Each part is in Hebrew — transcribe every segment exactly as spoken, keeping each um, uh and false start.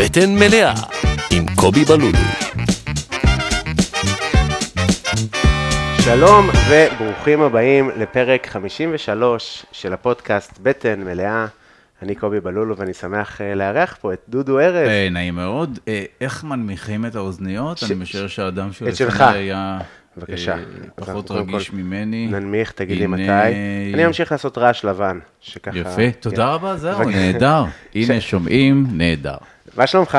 בטן מלאה עם קובי בלולו. שלום וברוכים הבאים לפרק חמישים ושלוש של הפודקאסט בטן מלאה. אני קובי בלולו ואני שמח לארח פה את דודו ארז. נעים מאוד. איך מנמיכים את האוזניות? אני משער שהאדם את שלך. היה בבקשה. פחות רגיש ממני. ננמיך, תגיד לי מתי. אני אמשיך לעשות רעש לבן. יפה, תודה רבה, זהו, נהדר. הנה שומעים, נהדר. מה שלומך?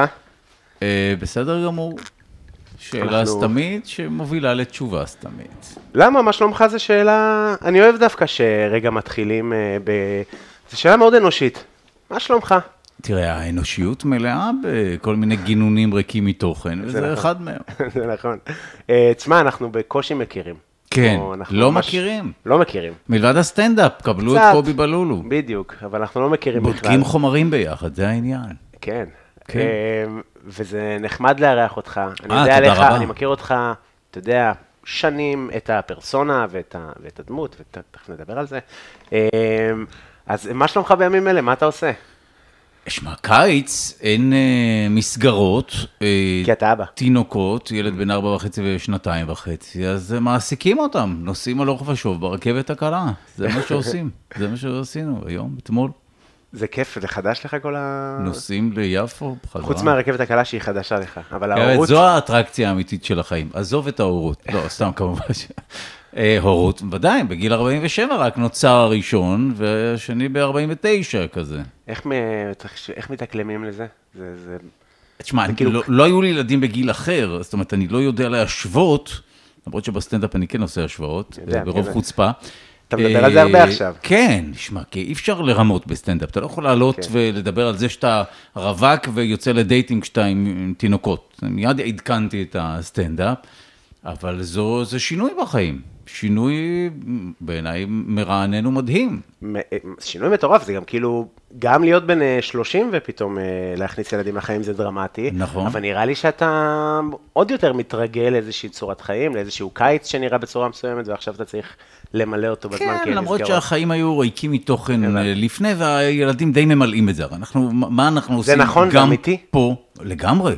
בסדר גמור. שאלה סתמית שמובילה לתשובה סתמית. למה? מה שלומך זה שאלה... אני אוהב דווקא שרגע מתחילים ב... זו שאלה מאוד אנושית. מה שלומך? תראה, האנושיות מלאה בכל מיני גינונים ריקים מתוכן, וזה אחד מהם. זה נכון. תשמע, אנחנו בקושי מכירים. כן, לא מכירים. לא מכירים. מלבד הסטנדאפ, קבלו את קובי בלולו. בדיוק, אבל אנחנו לא מכירים בכלל. בודקים חומרים ביחד, זה העניין. כן. וזה נחמד לארח אותך. אני יודע עליך, אני מכיר אותך, אתה יודע, שנים את הפרסונה ואת הדמות, ותכף נדבר על זה. אז מה שלומך בימים אלה? מה אתה עושה? שמע, קיץ, אין אה, מסגרות. אה, כי אתה אבא. תינוקות, ילד בן ארבע וחצי ושנתיים וחצי, אז מעסיקים אותם, נוסעים הלוך ושוב ברכבת הקלה. זה מה שעושים, זה מה שעשינו היום, אתמול. זה כיף, זה חדש לך כל ה... נוסעים ליפו, בחזרה. חוץ מהרכבת הקלה שהיא חדשה לך, אבל ההורות... זו האטרקציה האמיתית של החיים, עזוב את ההורות, לא, סתם כמובן. הורות, ודאי, בגיל ארבעים ושבע רק נוצר הראשון, והשני ב-ארבעים ותשע כזה. איך, איך מתאקלמים לזה? זה, זה... תשמע, זה כאילו... לא, לא היו לי ילדים בגיל אחר, זאת אומרת, אני לא יודע להשוות, למרות שבסטנדאפ אני כן עושה השוואות, יודע, ברוב כן. חוצפה. אתה מדבר על זה הרבה עכשיו. כן, נשמע, כי אי אפשר לרמות בסטנדאפ, אתה לא יכול לעלות כן. ולדבר על זה שאתה רווק ויוצא לדייטינג שאתה עם, עם תינוקות. מיד עדכנתי את הסטנדאפ, אבל זו, זה שינוי בחיים. שינוי בעיניי מרענן ומדהים. שינוי מטורף, זה גם כאילו, גם להיות בין שלושים ופתאום להכניס ילדים לחיים זה דרמטי. נכון. אבל נראה לי שאתה עוד יותר מתרגל לאיזושהי צורת חיים, לאיזשהו קיץ שנראה בצורה מסוימת, ועכשיו אתה צריך למלא אותו בזמן כאלה. כן, למרות שהחיים היו ריקים מתוכן לפני, והילדים די ממלאים את זה. אנחנו, מה אנחנו עושים? זה נכון, זה אמיתי? פה, לגמרי.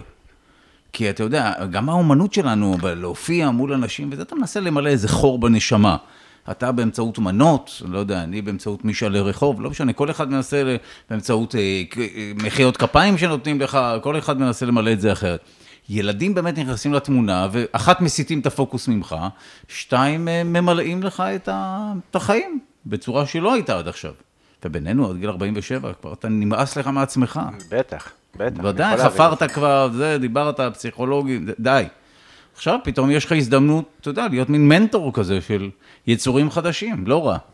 כי אתה יודע, גם האומנות שלנו, להופיע מול אנשים, וזה אתה מנסה למלא איזה חור בנשמה. אתה באמצעות מנות, לא יודע, אני באמצעות משאלי רחוב, לא משנה, כל אחד מנסה באמצעות אה, מחיאות כפיים שנותנים לך, כל אחד מנסה למלא את זה אחרת. ילדים באמת נכנסים לתמונה, ואחת מסיתים את הפוקוס ממך, שתיים ממלאים לך את, ה, את החיים, בצורה שלא הייתה עד עכשיו. ובינינו, עד גיל ארבעים ושבע, כבר אתה נמאס לך מעצמך. בטח. בטח. ודאי, חפרת כבר, זה, דיברת פסיכולוגי, די. עכשיו פתאום יש לך הזדמנות, אתה יודע, להיות מין מנטור כזה של יצורים חדשים, לא רע.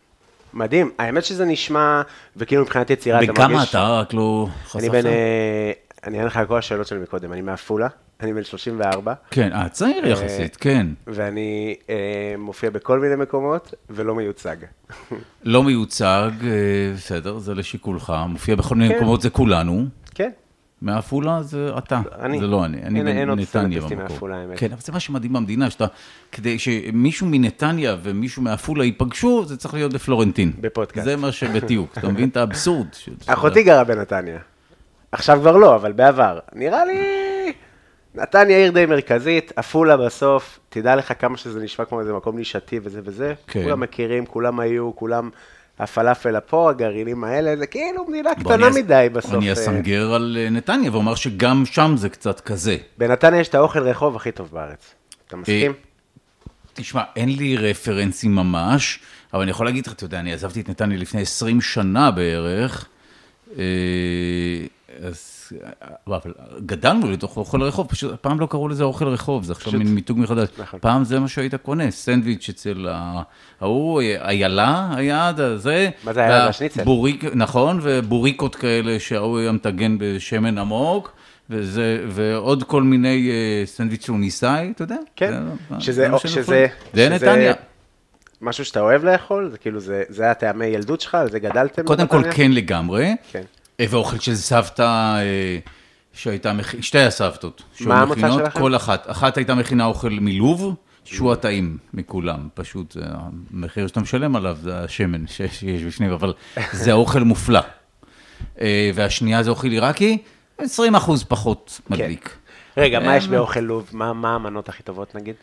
מדהים, האמת שזה נשמע, וכאילו מבחינת יצירה, אתה מרגיש... בכמה אתה רק לא חשפת? אני בין, אני אענה לך על כל השאלות שלי מקודם, אני מעפולה, אני בן שלושים וארבע. כן, אה, צעיר יחסית, כן. ואני מופיע בכל מיני מקומות, ולא מיוצג. לא מיוצג, בסדר, זה לשיקולך, מופיע בכל מיני מקומות, זה כולנו. כן. מעפולה זה אתה, זה לא אני, אני בנתניה במקום. כן, אבל זה מה שמדהים במדינה, שאתה, כדי שמישהו מנתניה ומישהו מעפולה ייפגשו, זה צריך להיות בפלורנטין. בפודקאסט. זה מה שבתיוק, אתה מבין את האבסורד. אחותי גרה בנתניה. עכשיו כבר לא, אבל בעבר. נראה לי, נתניה עיר די מרכזית, עפולה בסוף, תדע לך כמה שזה נשמע כמו איזה מקום נישתי וזה וזה. כולם מכירים, כולם היו, כולם... הפלאפל פה, הגרעינים האלה, זה כאילו מדינה קטנה מדי בסוף. אני אסנגר על נתניה, ואומר שגם שם זה קצת כזה. בנתניה יש את האוכל רחוב הכי טוב בארץ. אתה מסכים? תשמע, אין לי רפרנסים ממש, אבל אני יכול להגיד לך, אתה יודע, אני עזבתי את נתניה לפני עשרים שנה בערך, אז אבל גדלנו לתוך אוכל רחוב, פשוט פעם לא קראו לזה אוכל רחוב, זה עכשיו מין מיתוג מחדש. פעם זה מה שהיית קונה, סנדוויץ' אצל ההוא, איילה, היעד הזה. מה זה היה? השניצל. נכון, ובוריקות כאלה שההוא היה מתגן בשמן עמוק, ועוד כל מיני סנדוויץ' שהוא ניסאי, אתה יודע? כן, שזה... זה נתניה. משהו שאתה אוהב לאכול? זה כאילו, זה הטעמי ילדות שלך? על זה גדלתם? קודם כל כן לגמרי. כן. ואוכל של סבתא, שהייתה, שתי הסבתות. מה המוצא שלכם? כל אחת. אחת הייתה מכינה אוכל מלוב, שהוא הטעים מכולם. פשוט, המחיר שאתה משלם עליו, זה השמן שיש בפנים, אבל זה האוכל מופלא. והשנייה זה אוכל עיראקי, עשרים אחוז פחות מדליק. רגע, מה יש באוכל לוב? מה המנות הכי טובות נגיד?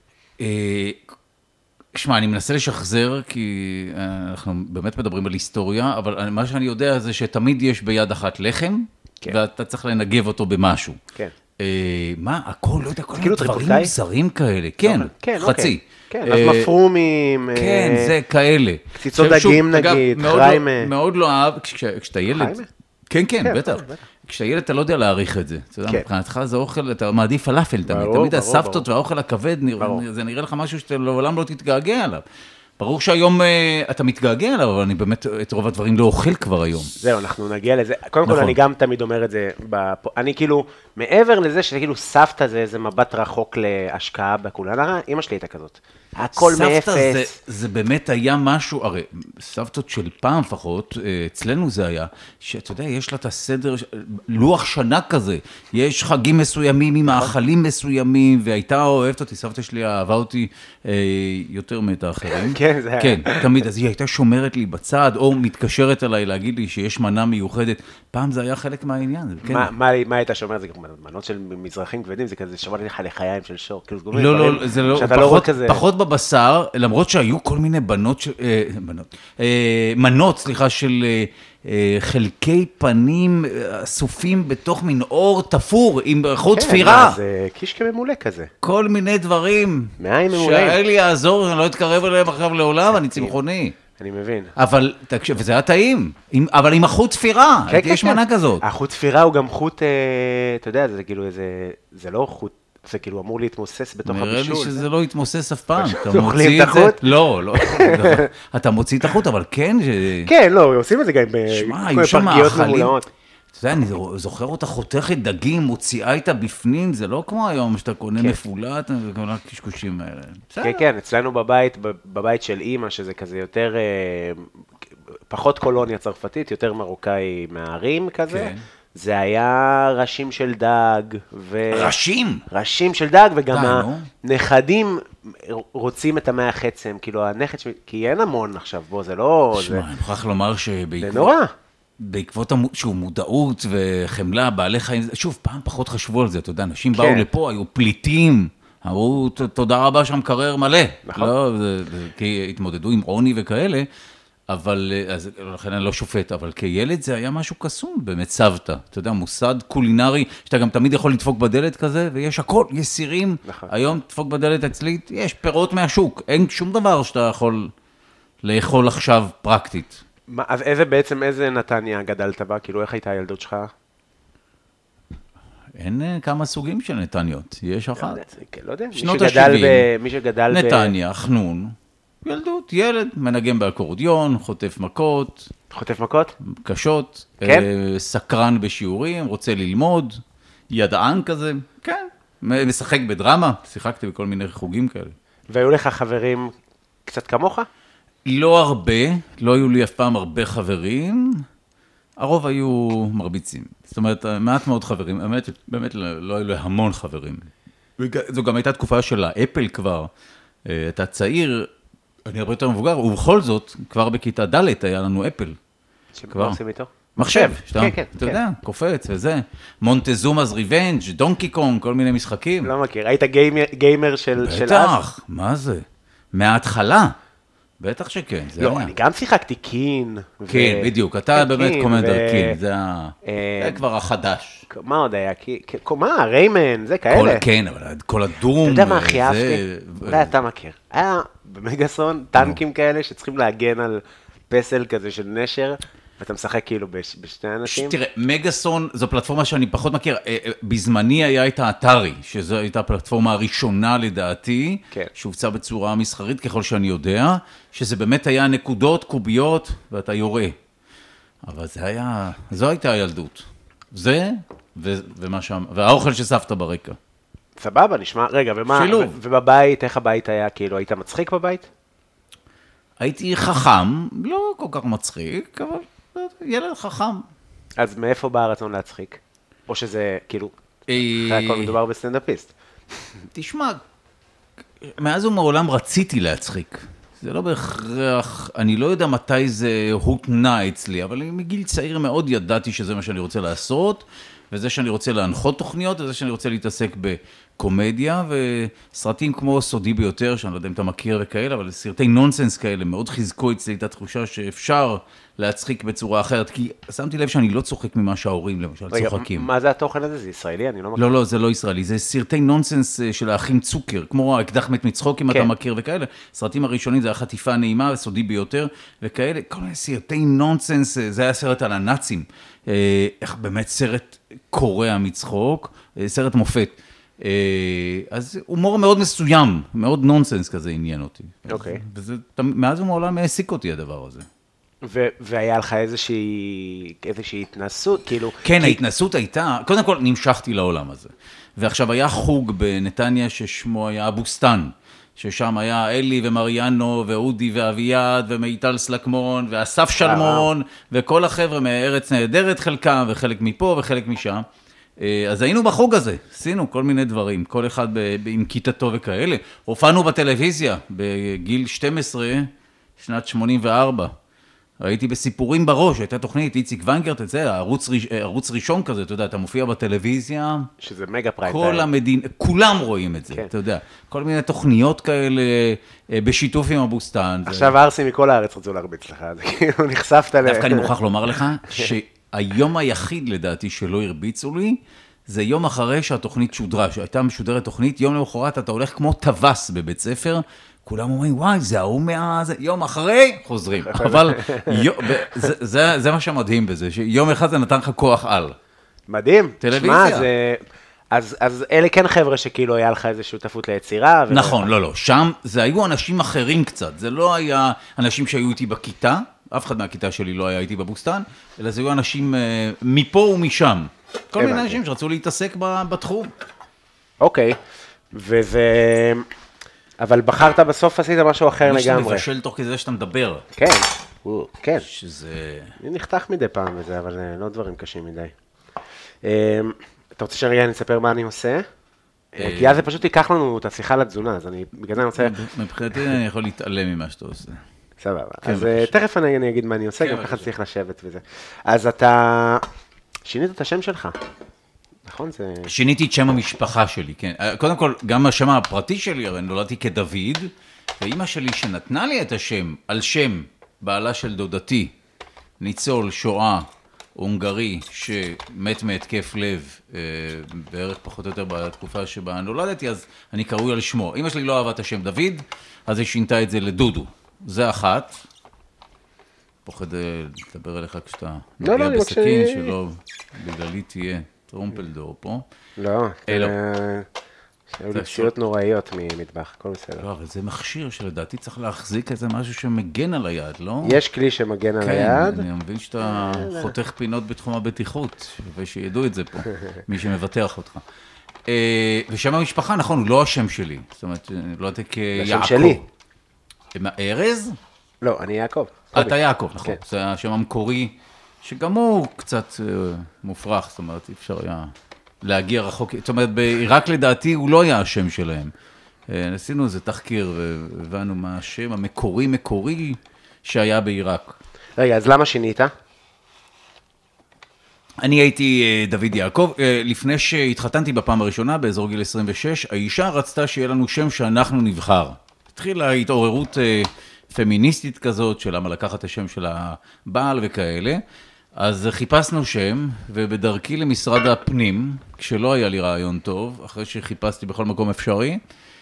שמע, אני מנסה לשחזר, כי אנחנו באמת מדברים על היסטוריה, אבל מה שאני יודע זה שתמיד יש ביד אחת לחם, ואתה צריך לנגב אותו במשהו. כן. מה? הכל, לא יודע, כל מיני דברים מוזרים כאלה. כן, חצי. כן, אז מפרומים. כן, זה כאלה. קציצות דגים נגיד, חיימה. מאוד לא אהב, כשאתה ילד... כן, כן, בטח. כשאתה ילד אתה לא יודע להעריך את זה. אתה יודע, מבחינתך זה אוכל, אתה מעדיף פלאפל תמיד. תמיד הסבתות והאוכל הכבד, זה נראה לך משהו שאתה לעולם לא תתגעגע עליו. ברור שהיום אתה מתגעגע עליו, אבל אני באמת את רוב הדברים לא אוכל כבר היום. זהו, אנחנו נגיע לזה. קודם כל, אני גם תמיד אומר את זה. אני כאילו, מעבר לזה שכאילו סבתא זה איזה מבט רחוק להשקעה בקולנרה, אמא שלי הייתה כזאת. הכל מאפס. סבתא זה באמת היה משהו, הרי סבתות של פעם לפחות, אצלנו זה היה, שאתה יודע, יש לה את הסדר, לוח שנה כזה, יש חגים מסוימים עם מאכלים מסוימים, והייתה אוהבת אותי, סבתא שלי אהבה אותי יותר מאת האחרים. כן, זה היה. כן, תמיד, אז היא הייתה שומרת לי בצד, או מתקשרת אליי להגיד לי שיש מנה מיוחדת, פעם זה היה חלק מהעניין. מה הייתה שומרת? זה מנות של מזרחים כבדים, זה כזה שמרתי לך לחיים של שור. לא, לא, זה לא, פחות בבשר, למרות שהיו כל מיני בנות, ש... אה, בנות, אה, מנות, סליחה, של אה, חלקי פנים אסופים בתוך מין אור תפור עם חוט כן, תפירה. כן, זה קישקע ממולא כזה. כל מיני דברים. מעיים ממולאים. שהאל יעזור, אני לא אתקרב אליהם עכשיו לעולם, אני צמחוני. אני מבין. אבל, תקשיב, וזה היה טעים, עם, אבל עם החוט תפירה, כן, יש כן, מנה כן. כזאת. החוט תפירה הוא גם חוט, אה, אתה יודע, זה כאילו איזה, זה לא חוט, זה כאילו אמור להתמוסס בתוך הבישול. נראה לי שזה לא יתמוסס אף פעם. אתה מוציא את החוט? לא, לא. אתה מוציא את החוט, אבל כן. כן, לא, עושים את זה גם בפרגיות ממולאות. אתה יודע, אני זוכר אותה חותכת דגים, מוציאה איתה בפנים, זה לא כמו היום שאתה קונה מפולט, וכל הקשקושים האלה. כן, כן, אצלנו בבית, בבית של אימא, שזה כזה יותר, פחות קולוניה צרפתית, יותר מרוקאי מהערים כזה. זה היה ראשים של דג. ראשים? ראשים של דג, וגם הנכדים רוצים את המאה חצם, כאילו הנכד, כי אין המון עכשיו, בוא, זה לא... שמע, אני מוכרח לומר שבעקבות... זה נורא. בעקבות שהוא מודעות וחמלה, בעלי חיים, שוב, פעם פחות חשבו על זה, אתה יודע, אנשים באו לפה, היו פליטים, אמרו, תודה רבה שם קרר מלא. נכון. לא, כי התמודדו עם עוני וכאלה, אבל, אז לכן אני לא שופט, אבל כילד זה היה משהו קסום, באמת סבתא, אתה יודע, מוסד קולינרי, שאתה גם תמיד יכול לדפוק בדלת כזה, ויש הכל, יש סירים, נכון. היום דפוק בדלת אצלית, יש פירות מהשוק, אין שום דבר שאתה יכול לאכול עכשיו פרקטית. מה, אז איזה בעצם, איזה נתניה גדלת בה? כאילו, איך הייתה הילדות שלך? אין כמה סוגים של נתניות, יש אחת. לא יודע, שנות ה-שבעים, מי שגדל ב... נתניה, חנון, ילדות, ילד, מנגן באקורדיון, חוטף מכות. חוטף מכות? קשות. כן? סקרן בשיעורים, רוצה ללמוד, ידען כזה, כן. משחק בדרמה, שיחקתי בכל מיני חוגים כאלה. והיו לך חברים קצת כמוך? לא הרבה, לא היו לי אף פעם הרבה חברים, הרוב היו מרביצים. זאת אומרת, מעט מאוד חברים, באמת, באמת לא היו לי המון חברים. זו גם הייתה תקופה של האפל כבר, אתה צעיר, אני הרבה יותר מבוגר, ובכל זאת, כבר בכיתה ד' היה לנו אפל. שמה עושים איתו? מחשב, כן, כן. אתה יודע, קופץ וזה. מונטזומאז ריבנג', דונקי קונג, כל מיני משחקים. לא מכיר, היית גיימר של אז? בטח, מה זה? מההתחלה. בטח שכן, זה לא, היה. אני גם שיחקתי קין. כן, בדיוק, אתה באמת קומנדר קין, זה כבר החדש. מה עוד היה? מה, ריימן, זה כאלה. כן, אבל כל הדום. אתה יודע מה הכי אהבתי? אולי אתה מכיר. היה במגאסון טנקים כאלה שצריכים להגן על פסל כזה של נשר, ואתה משחק כאילו בשני אנשים. תראה, מגאסון זו פלטפורמה שאני פחות מכיר. בזמני היה את האתרי, שזו הייתה הפלטפורמה הראשונה לדעתי, שהופצה בצורה מסחרית ככל שאני יודע, שזה באמת היה נקודות, קוביות, ואתה יורה. אבל זה היה, זו הייתה הילדות. זה, ומה שם, והאוכל שספת ברקע. סבבה, נשמע, רגע, ומה, ובבית, איך הבית היה, כאילו, היית מצחיק בבית? הייתי חכם, לא כל כך מצחיק, אבל ילד חכם. אז מאיפה בא הרצון להצחיק? או שזה, כאילו, אחרי הכל מדובר בסטנדאפיסט? תשמע, מאז ומעולם רציתי להצחיק. זה לא בהכרח, אני לא יודע מתי זה הותנה אצלי, אבל מגיל צעיר מאוד ידעתי שזה מה שאני רוצה לעשות, וזה שאני רוצה להנחות תוכניות, וזה שאני רוצה להתעסק בקומדיה, וסרטים כמו סודי ביותר, שאני לא יודע אם אתה מכיר וכאלה, אבל סרטי נונסנס כאלה, מאוד חיזקו אצלי את התחושה שאפשר להצחיק בצורה אחרת, כי שמתי לב שאני לא צוחק ממה שההורים למשל צוחקים. מה זה התוכן הזה? זה ישראלי? אני לא מכיר. לא, לא, זה לא ישראלי, זה סרטי נונסנס של האחים צוקר, כמו האקדח מת מצחוק, אם אתה מכיר וכאלה. סרטים הראשונים זה החטיפה נעימה וסודי ביותר, וכאלה, כל מיני סרטי נונסנס, זה היה סרט על הנאצים. איך באמת סרט קורע מצחוק, סרט מופת. אז הומור מאוד מסוים, מאוד נונסנס כזה עניין אותי. אוקיי. וזה, מאז ומעולם העסיק אותי הדבר הזה. והיה לך איזושהי, איזושהי התנסות, כאילו... כן, כי... ההתנסות הייתה, קודם כל נמשכתי לעולם הזה. ועכשיו היה חוג בנתניה ששמו היה אבוסטן, ששם היה אלי ומריאנו ואודי ואביעד ומיטל סלקמון ואסף שלמון, וכל החבר'ה מארץ נהדרת חלקם, וחלק מפה וחלק משם. אז היינו בחוג הזה, עשינו כל מיני דברים, כל אחד עם כיתתו וכאלה. הופענו בטלוויזיה בגיל שתים עשרה, שנת שמונים וארבע. הייתי בסיפורים בראש, הייתה תוכנית, איציק ונגרט, את זה, ערוץ, ערוץ ראשון כזה, אתה יודע, אתה מופיע בטלוויזיה. שזה מגה פריים. כל המדין, כולם רואים את זה, כן. אתה יודע. כל מיני תוכניות כאלה, בשיתוף עם אבוסטן. עכשיו זה... ארסי מכל הארץ רצו להרביץ לך, זה כאילו נחשפת ל... דווקא אני מוכרח לומר לך, שהיום היחיד לדעתי שלא הרביצו לי, זה יום אחרי שהתוכנית שודרה, שהייתה משודרת תוכנית, יום למחרת אתה הולך כמו טווס בבית ספר, כולם אומרים, וואי, זה ההוא מה... יום אחרי, חוזרים. אבל זה, זה, זה מה שמדהים בזה, שיום אחד זה נתן לך כוח על. מדהים. טלוויזיה. שמה, זה... אז, אז אלה כן חבר'ה שכאילו היה לך איזו שותפות ליצירה. ו... נכון, לא, לא. שם זה היו אנשים אחרים קצת. זה לא היה אנשים שהיו איתי בכיתה, אף אחד מהכיתה שלי לא היה איתי בבוסטן, אלא זה היו אנשים מפה ומשם. כל מיני אנשים שרצו להתעסק בתחום. אוקיי. וזה... אבל בחרת בסוף, עשית משהו אחר לגמרי. מי שמבשל תוך כדי שאתה מדבר. כן, כן. שזה... אני נחתך מדי פעם וזה, אבל לא דברים קשים מדי. אתה רוצה שרגע נספר מה אני עושה? כי אז זה פשוט ייקח לנו את השיחה לתזונה, אז אני בגלל זה אני רוצה... מבחינתי אני יכול להתעלם ממה שאתה עושה. סבבה. אז תכף אני אגיד מה אני עושה, גם ככה צריך לשבת וזה. אז אתה שינית את השם שלך. נכון, זה... שיניתי את שם המשפחה שלי, כן. קודם כל, גם השם הפרטי שלי, הרי נולדתי כדוד, ואימא שלי שנתנה לי את השם, על שם בעלה של דודתי, ניצול שואה הונגרי, שמת מהתקף לב, בערך פחות או יותר בתקופה שבה נולדתי, אז אני קרוי על שמו. אימא שלי לא אהבה את השם דוד, אז היא שינתה את זה לדודו. זה אחת. פוחד לדבר אליך כשאתה נוגע בסכין, שלא בגללי תהיה. טרומפלדור פה. לא, היו לי פציעות נוראיות ממטבח, הכל בסדר. לא, אבל זה מכשיר שלדעתי צריך להחזיק איזה משהו שמגן על היד, לא? יש כלי שמגן על היד. כן, אני מבין שאתה חותך פינות בתחום הבטיחות, ושידעו את זה פה, מי שמבטח אותך. ושם המשפחה, נכון, הוא לא השם שלי. זאת אומרת, לא יודע כיעקב. השם שלי. ארז? לא, אני יעקב. אתה יעקב, נכון. זה השם המקורי. שגם הוא קצת מופרך, זאת אומרת, אי אפשר היה להגיע רחוק, זאת אומרת, בעיראק לדעתי הוא לא היה השם שלהם. ניסינו איזה תחקיר והבנו מה השם המקורי מקורי שהיה בעיראק. רגע, אז למה שינית? אני הייתי דוד יעקב, לפני שהתחתנתי בפעם הראשונה, באזור גיל עשרים ושש, האישה רצתה שיהיה לנו שם שאנחנו נבחר. התחילה התעוררות פמיניסטית כזאת, של למה לקחת את השם של הבעל וכאלה, אז חיפשנו שם, ובדרכי למשרד הפנים, כשלא היה לי רעיון טוב, אחרי שחיפשתי בכל מקום אפשרי,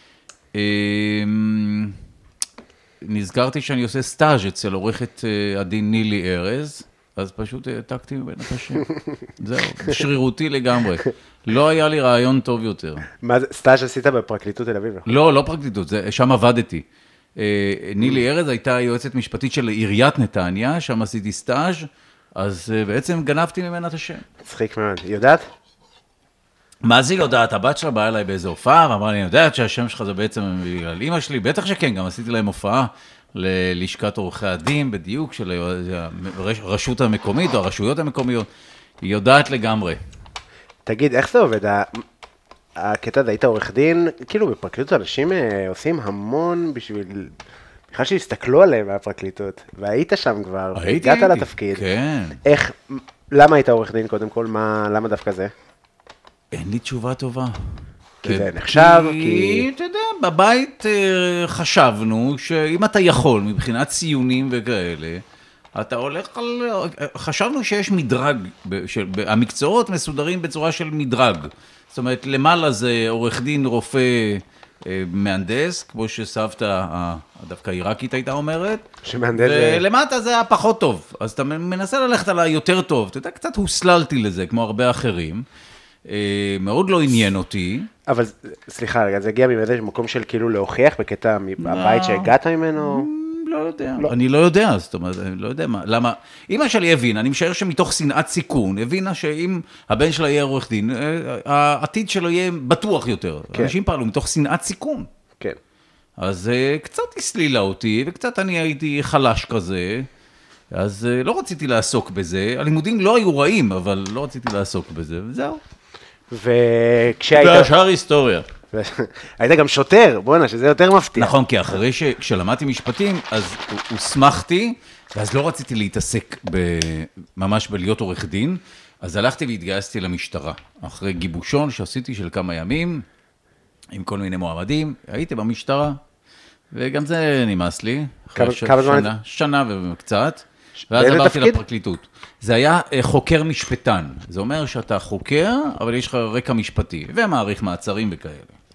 נזכרתי שאני עושה סטאז' אצל עורכת הדין נילי ארז, אז פשוט העתקתי ממנה את השם. זהו, שרירותי לגמרי. לא היה לי רעיון טוב יותר. מה זה, סטאז' עשית בפרקליטות תל אביב? לא, לא פרקליטות, שם עבדתי. נילי ארז הייתה יועצת משפטית של עיריית נתניה, שם עשיתי סטאז', אז בעצם גנבתי ממנה את השם. צחיק מאוד. יודעת? מה זה יודעת? הבת שלה באה אליי באיזו הופעה, ואמרה לי, אני יודעת שהשם שלך זה בעצם על אמא שלי, בטח שכן, גם עשיתי להם הופעה ללשכת עורכי הדין, בדיוק של הרשות המקומית או הרשויות המקומיות, היא יודעת לגמרי. תגיד, איך זה עובד? הקטע הזה, היית עורך דין, כאילו בפרקליטות אנשים עושים המון בשביל, בכלל שהסתכלו עליהם מהפרקליטות, והיית שם כבר, הייתי, הגעת לתפקיד. כן. איך, למה היית עורך דין קודם כל? מה, למה דווקא זה? אין לי תשובה טובה. כי זה נחשב, כי... כי... אתה יודע, בבית חשבנו שאם אתה יכול, מבחינת ציונים וכאלה, אתה הולך על... חשבנו שיש מדרג, המקצועות מסודרים בצורה של מדרג. זאת אומרת, למעלה זה עורך דין, רופא, מהנדס, כמו שסבתא, דווקא עיראקית הייתה אומרת. שמהנדס... ולמטה זה היה פחות טוב. אז אתה מנסה ללכת על היותר טוב. אתה יודע, קצת הוסללתי לזה, כמו הרבה אחרים. מאוד לא עניין אותי. אבל, סליחה, רגע, זה הגיע ממאיזה מקום של כאילו להוכיח בקטע הבית שהגעת ממנו? לא יודע. אני לא יודע, זאת אומרת, אני לא יודע מה, למה, אמא שלי הבינה, אני משער שמתוך שנאת סיכון, הבינה שאם הבן שלה יהיה עורך דין, העתיד שלו יהיה בטוח יותר. אנשים פעלו מתוך שנאת סיכון. כן. אז קצת הסלילה אותי, וקצת אני הייתי חלש כזה, אז לא רציתי לעסוק בזה. הלימודים לא היו רעים, אבל לא רציתי לעסוק בזה, וזהו. וכשהיית... והשאר היסטוריה. היית גם שוטר, בוא'נה, שזה יותר מפתיע. נכון, כי אחרי שכשלמדתי משפטים, אז הוסמכתי, ואז לא רציתי להתעסק ממש בלהיות עורך דין, אז הלכתי והתגייסתי למשטרה. אחרי גיבושון שעשיתי של כמה ימים, עם כל מיני מועמדים, הייתי במשטרה, וגם זה נמאס לי. כמה זמן? שנה וקצת. ואז עברתי לפרקליטות. זה היה חוקר משפטן. זה אומר שאתה חוקר, אבל יש לך רקע משפטי, ומעריך מעצרים וכאלה.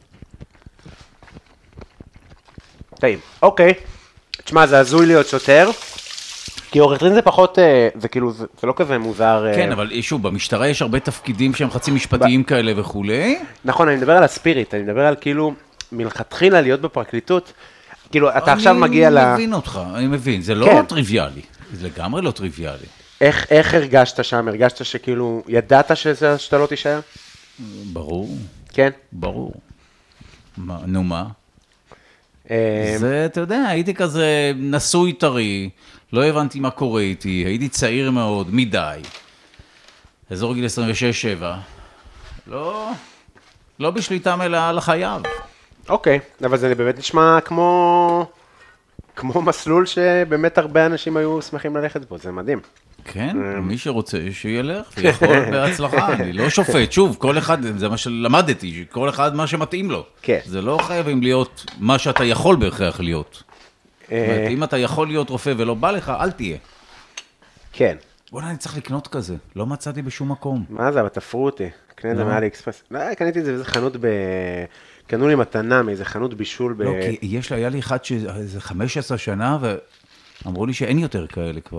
טעים, אוקיי. תשמע, זה הזוי להיות שוטר, כי עורך דין זה פחות, זה כאילו, זה לא כזה מוזר. כן, אבל שוב, במשטרה יש הרבה תפקידים שהם חצי משפטיים כאלה וכולי. נכון, אני מדבר על הספיריט, אני מדבר על כאילו, מלכתחילה להיות בפרקליטות, כאילו, אתה עכשיו מגיע ל... אני מבין אותך, אני מבין, זה לא טריוויאלי, זה לגמרי לא טריוויאלי. איך, איך הרגשת שם? הרגשת שכאילו, ידעת שזה, שאתה לא תישאר? ברור. כן? ברור. מה, נו מה? זה, אתה יודע, הייתי כזה נשוי טרי, לא הבנתי מה קורה איתי, הייתי צעיר מאוד, מדי. אזור גיל עשרים ושש שבע. לא, לא בשליטה מלאה על החייו. אוקיי, אבל זה באמת נשמע כמו, כמו מסלול שבאמת הרבה אנשים היו שמחים ללכת בו, זה מדהים. כן, מי שרוצה שילך, ויכול בהצלחה, אני לא שופט, שוב, כל אחד, זה מה שלמדתי, כל אחד מה שמתאים לו. כן. זה לא חייבים להיות מה שאתה יכול בהכרח להיות. זאת אומרת, אם אתה יכול להיות רופא ולא בא לך, אל תהיה. כן. בוא'נה, אני צריך לקנות כזה, לא מצאתי בשום מקום. מה זה, אבל תפרו אותי, קנה את זה מאלי אקספרס. לא, קניתי את זה באיזה חנות ב... קנו לי מתנה מאיזה חנות בישול ב... לא, כי יש לי, היה לי אחד שזה חמש עשרה שנה, ואמרו לי שאין יותר כאלה כבר.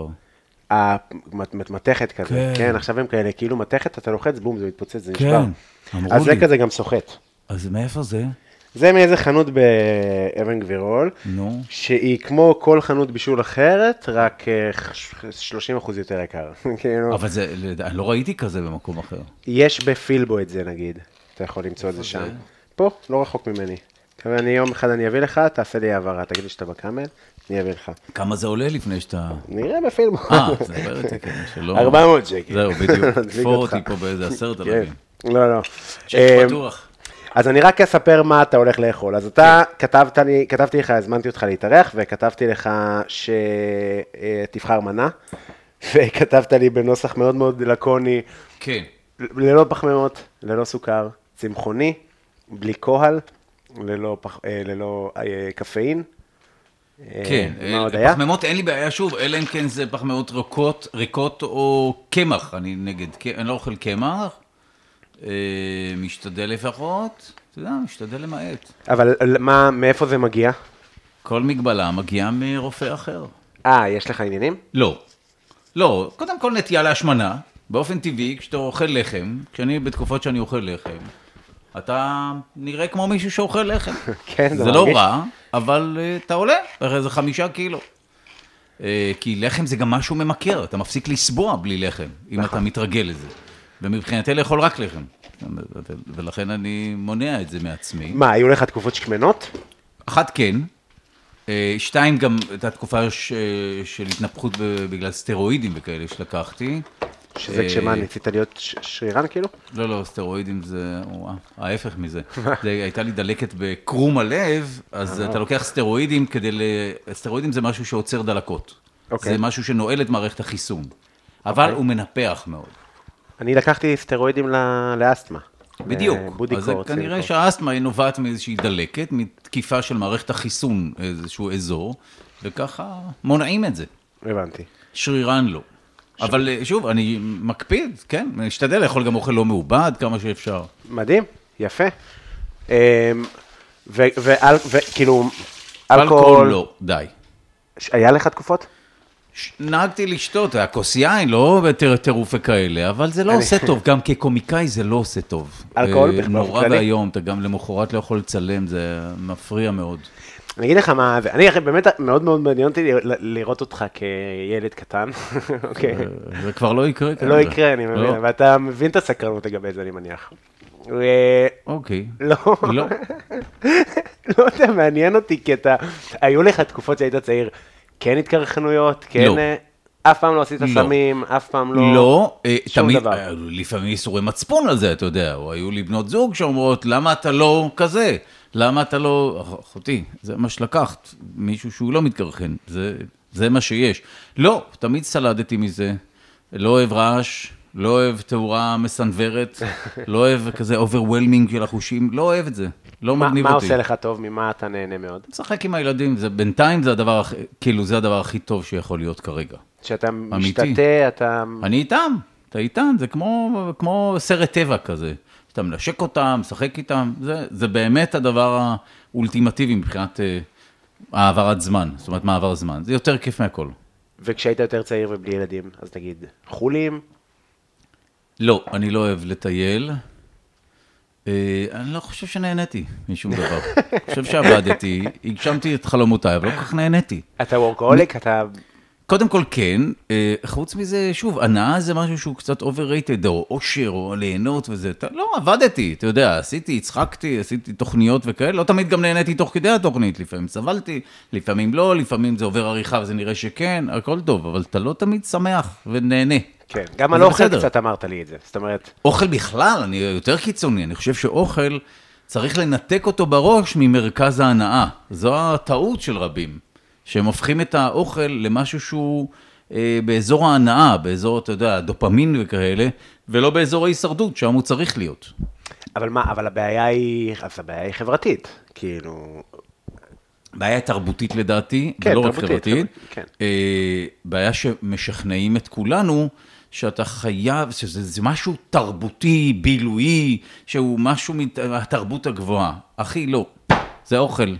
המתכת כזה, כן. כן, עכשיו הם כאלה, כאילו מתכת, אתה לוחץ, בום, זה מתפוצץ, זה כן, נשבר. אמרו אז לי. זה כזה גם סוחט. אז מאיפה זה? זה מאיזה חנות באבן גבירול, נו. שהיא כמו כל חנות בישול אחרת, רק שלושים אחוז יותר יקר. כאילו, אבל זה, אני לא ראיתי כזה במקום אחר. יש בפילבו את זה נגיד, אתה יכול למצוא את זה שם. פה, לא רחוק ממני. אני יום אחד אני אביא לך, תעשה לי העברה, תגיד לי שאתה בקאמל, אני אביא לך. כמה זה עולה לפני שאתה... נראה בפילבו. אה, זה עבר את זה, כן, שלא... ארבע מאות שקל. זהו, בדיוק. תפור אותי פה באיזה עשרת אלפים. לא, לא. צ'ק פתוח. אז אני רק אספר מה אתה הולך לאכול. אז אתה כתבת לי, כתבתי לך, הזמנתי אותך להתארח, וכתבתי לך שתבחר מנה, וכתבת לי בנוסח מאוד מאוד לקוני, כן. ללא פחמימות, ללא סוכר, צמחוני, בלי קוהל, ללא, פח, ללא קפאין. כן, מה עוד היה? פחמימות אין לי בעיה שוב, אלא אם כן זה פחמימות ריקות, ריקות או קמח, אני נגד, אני לא אוכל קמח, משתדל לפחות, אתה יודע, משתדל למעט. אבל מה, מאיפה זה מגיע? כל מגבלה מגיעה מרופא אחר. אה, יש לך עניינים? לא, לא, קודם כל נטייה להשמנה, באופן טבעי, כשאתה אוכל לחם, כשאני בתקופות שאני אוכל לחם, אתה נראה כמו מישהו שאוכל לחם. כן, זה זה לא רע, אבל אתה עולה, זה חמישה קילו. כי לחם זה גם משהו ממכר, אתה מפסיק לסבוע בלי לחם, אם אתה מתרגל לזה. ומבחינתי לאכול רק לחם. ולכן אני מונע את זה מעצמי. מה, היו לך תקופות שקמנות? אחת כן. שתיים גם את התקופה של התנפחות בגלל סטרואידים וכאלה שלקחתי. שזה כשמה, ניסית להיות שרירן כאילו? לא, לא, סטרואידים זה, ההפך מזה. הייתה לי דלקת בקרום הלב, אז אתה לוקח סטרואידים כדי, סטרואידים זה משהו שעוצר דלקות. זה משהו שנועל את מערכת החיסון. אבל הוא מנפח מאוד. אני לקחתי סטרואידים לאסתמה. בדיוק, אז כנראה שהאסתמה היא נובעת מאיזושהי דלקת, מתקיפה של מערכת החיסון איזשהו אזור, וככה מונעים את זה. הבנתי. שרירן לא. אבל שוב, אני מקפיד, כן, משתדל לאכול גם אוכל לא מעובד, כמה שאפשר. מדהים, יפה. וכאילו, אלכוהול לא, די. היה לך תקופות? נהגתי לשתות, היה כוס יין, לא בטירוף וכאלה, אבל זה לא עושה טוב, גם כקומיקאי זה לא עושה טוב. אלכוהול בכלל. נורא והיום, אתה גם למחרת לא יכול לצלם, זה מפריע מאוד. אני אגיד לך מה, אני באמת מאוד מאוד מעניין אותי לראות אותך כילד קטן, אוקיי. זה כבר לא יקרה. לא יקרה, אני מבין, ואתה מבין את הסקרנות לגבי זה, אני מניח. אוקיי. לא. לא. לא יודע, מעניין אותי, כי אתה, היו לך תקופות שהיית צעיר, כן התקרחנויות, כן... לא. אף פעם לא עשית סמים, אף פעם לא... לא, תמיד, לפעמים איסורי מצפון על זה, אתה יודע, או היו לי בנות זוג שאומרות, למה אתה לא כזה? למה אתה לא... אחותי, זה מה שלקחת, מישהו שהוא לא מתקרחן, זה, זה מה שיש. לא, תמיד סלדתי מזה, לא אוהב רעש, לא אוהב תאורה מסנוורת, לא אוהב כזה overwhelming של החושים, לא אוהב את זה, לא מגניב אותי. מה עושה לך טוב? ממה אתה נהנה מאוד? משחק עם הילדים, זה, בינתיים זה הדבר, כאילו זה הדבר הכי טוב שיכול להיות כרגע. שאתה משתתה, אתה... אני איתם, אתה איתם, זה כמו, כמו סרט טבע כזה. אתה מנשק אותם, משחק איתם, זה, זה באמת הדבר האולטימטיבי מבחינת אה, העברת זמן, זאת אומרת מעבר זמן, זה יותר כיף מהכל. וכשהיית יותר צעיר ובלי ילדים, אז נגיד חולים? לא, אני לא אוהב לטייל. אה, אני לא חושב שנהניתי משום דבר. אני חושב שעבדתי, הגשמתי את חלומותיי, אבל לא כל כך נהניתי. אתה וורקהוליק, אתה... קודם כל כן, חוץ מזה, שוב, הנאה זה משהו שהוא קצת overrated, או אושר, או ליהנות וזה, לא, עבדתי, אתה יודע, עשיתי, הצחקתי, עשיתי תוכניות וכאלה, לא תמיד גם נהניתי תוך כדי התוכנית, לפעמים סבלתי, לפעמים לא, לפעמים זה עובר עריכה וזה נראה שכן, הכל טוב, אבל אתה לא תמיד שמח ונהנה. כן, גם על אוכל קצת אמרת לי את זה, זאת אומרת... אוכל בכלל, אני יותר קיצוני, אני חושב שאוכל צריך לנתק אותו בראש ממרכז ההנאה, זו הטעות של רבים. שהם הופכים את האוכל למשהו שהוא אה, באזור ההנאה, באזור, אתה יודע, דופמין וכאלה, ולא באזור ההישרדות, שם הוא צריך להיות. אבל מה, אבל הבעיה היא, אז הבעיה היא חברתית, כאילו... בעיה תרבותית לדעתי, כן, ולא תרבותית, רק חברתית. כן. אה, בעיה שמשכנעים את כולנו, שאתה חייב, שזה זה משהו תרבותי, בילוי, שהוא משהו מהתרבות הגבוהה. אחי, לא, זה אוכל.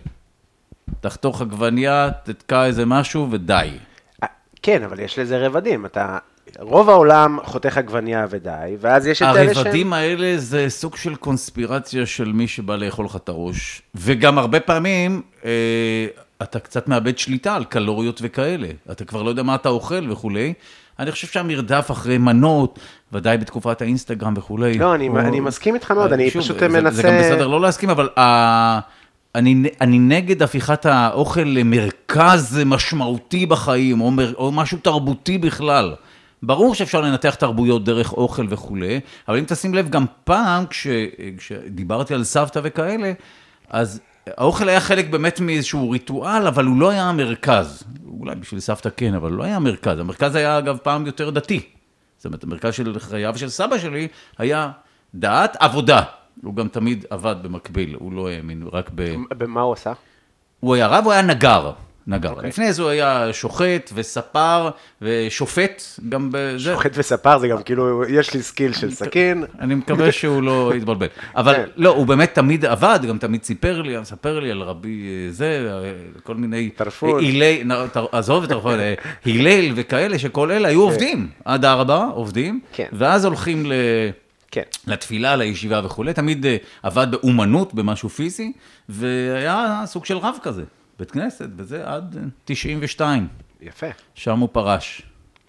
תחתוך עגבניה, תתקע איזה משהו ודי. כן, אבל יש לזה רבדים. אתה, רוב העולם חותך עגבניה ודי, ואז יש את אלה שהם... הרבדים האלה זה סוג של קונספירציה של מי שבא לאכול לך את הראש. וגם הרבה פעמים אה, אתה קצת מאבד שליטה על קלוריות וכאלה. אתה כבר לא יודע מה אתה אוכל וכולי. אני חושב שהמרדף אחרי מנות, ודאי בתקופת האינסטגרם וכולי. לא, אני, או... אני מסכים איתך מאוד, אני שוב, פשוט זה, מנסה... זה גם בסדר לא להסכים, אבל... ה... אני, אני נגד הפיכת האוכל למרכז משמעותי בחיים, או, או משהו תרבותי בכלל. ברור שאפשר לנתח תרבויות דרך אוכל וכו', אבל אם תשים לב, גם פעם, כש, כשדיברתי על סבתא וכאלה, אז האוכל היה חלק באמת מאיזשהו ריטואל, אבל הוא לא היה המרכז. אולי בשביל סבתא כן, אבל הוא לא היה המרכז. המרכז היה, אגב, פעם יותר דתי. זאת אומרת, המרכז של חייו של סבא שלי היה דת, עבודה. הוא גם תמיד עבד במקביל, הוא לא האמין, רק ב... במה הוא עשה? הוא היה רב, הוא היה נגר, נגר. Okay. לפני זה הוא היה שוחט וספר ושופט, גם בזה. שוחט וספר זה גם כאילו, יש לי סקיל של סכין. אני מקווה שהוא לא יתבלבל. אבל לא, הוא באמת תמיד עבד, גם תמיד סיפר לי, ספר לי על רבי זה, כל מיני... טרפון. הילי, עזוב את טרפון, הילל וכאלה, שכל אלה היו עובדים, עד ארבע עובדים, ואז הולכים ל... כן. לתפילה, לישיבה וכו', תמיד עבד באומנות, במשהו פיזי, והיה סוג של רב כזה, בית כנסת, וזה עד תשעים ושתיים. יפה. שם הוא פרש.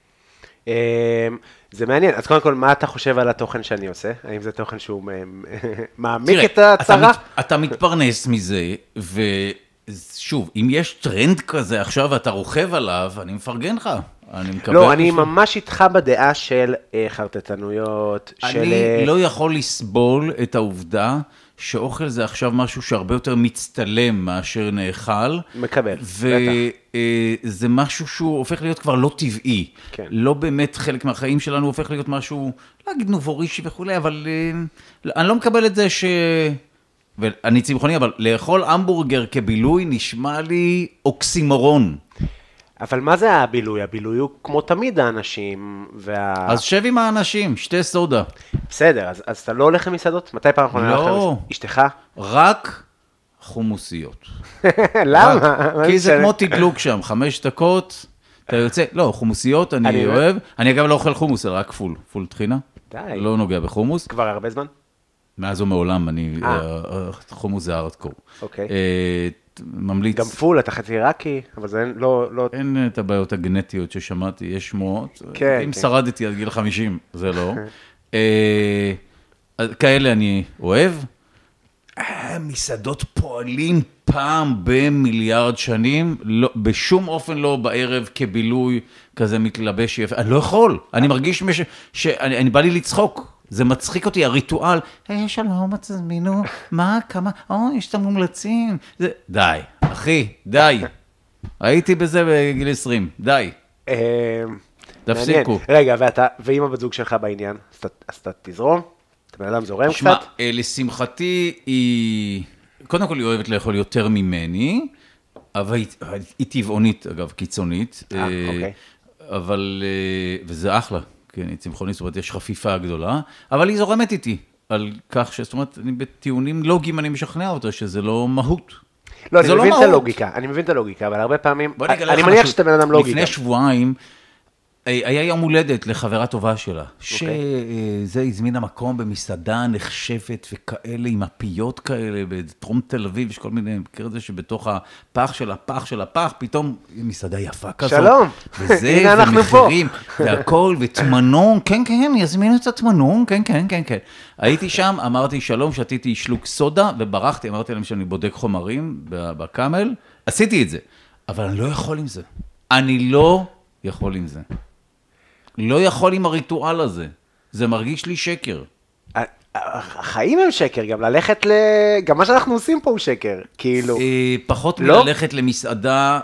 זה מעניין, אז קודם כל, מה אתה חושב על התוכן שאני עושה? האם זה תוכן שהוא מעמיק את הצרה? אתה מתפרנס מזה, ושוב, אם יש טרנד כזה עכשיו ואתה רוכב עליו, אני מפרגן לך. אני מקווה... לא, אני ממש איתך בדעה של חרטטנויות, של... אני לא יכול לסבול את העובדה שאוכל זה עכשיו משהו שהרבה יותר מצטלם מאשר נאכל. מקבל, וזה משהו שהוא הופך להיות כבר לא טבעי. כן. לא באמת חלק מהחיים שלנו הופך להיות משהו, לא אגיד נובורישי וכו', אבל אני לא מקבל את זה ש... ואני צמחוני, אבל לאכול המבורגר כבילוי נשמע לי אוקסימורון. אבל מה זה הבילוי? הבילוי הוא כמו תמיד האנשים, וה... אז שב עם האנשים, שתי סודה. בסדר, אז, אז אתה לא הולך למסעדות? מתי פעם אחרונה הולך לא. למסעדות? אשתך? רק חומוסיות. למה? כי זה כמו תדלוק שם, חמש דקות, אתה יוצא, לא, חומוסיות אני, אני אוהב. אני אגב לא אוכל חומוס, אלא רק פול, פול טחינה. די. לא נוגע בחומוס. כבר הרבה זמן? מאז ומעולם, אני, חומוס זה ארדקור. אוקיי. ממליץ. גם פול, אתה חצי עיראקי, אבל זה לא... לא... אין את הבעיות הגנטיות ששמעתי, יש שמועות. כן, אם כן. שרדתי עד גיל חמישים, זה לא. כאלה אני אוהב. מסעדות פועלים פעם במיליארד שנים, לא, בשום אופן לא בערב כבילוי כזה מתלבש יפה. אני לא יכול, אני מרגיש מש... שאני אני בא לי לצחוק. זה מצחיק אותי, הריטואל, היי, שלום, את תזמינו, מה, כמה, או, יש את המומלצים. זה... די, אחי, די. הייתי בזה בגיל עשרים, די. תפסיקו. רגע, ואתה, ואם הבת זוג שלך בעניין, אז אתה תזרום? אתה בן אדם זורם קצת? שמע, לשמחתי היא, קודם כל היא אוהבת לאכול יותר ממני, אבל היא, היא טבעונית, אגב, קיצונית. אה, אוקיי. אבל, וזה אחלה. כן, היא צמחונית, זאת אומרת, יש חפיפה גדולה, אבל היא זורמת איתי, על כך ש... זאת אומרת, אני בטיעונים לוגיים, אני משכנע אותה שזה לא מהות. לא, אני מבין את הלוגיקה, אני מבין את הלוגיקה, אבל הרבה פעמים, אני מניח שאתה בן אדם לוגי. לפני שבועיים, היה יום הולדת לחברה טובה שלה, שזה הזמינה מקום במסעדה נחשבת וכאלה, עם הפיות כאלה, בדרום תל אביב, יש כל מיני, אני מכיר את זה שבתוך הפח של הפח של הפח, פתאום מסעדה יפה כזאת. שלום, הנה אנחנו פה. ומחירים, והכל, ותמנון, כן, כן, יזמינו את התמנון, כן, כן, כן, כן. הייתי שם, אמרתי שלום, שתיתי שלוק סודה, וברחתי, אמרתי להם שאני בודק חומרים בקאמל, עשיתי את זה, אבל אני לא יכול עם זה. אני לא יכול עם זה. לא יכול עם הריטואל הזה. זה מרגיש לי שקר. החיים הם שקר, גם ללכת ל... גם מה שאנחנו עושים פה הוא שקר, כאילו. פחות מללכת למסעדה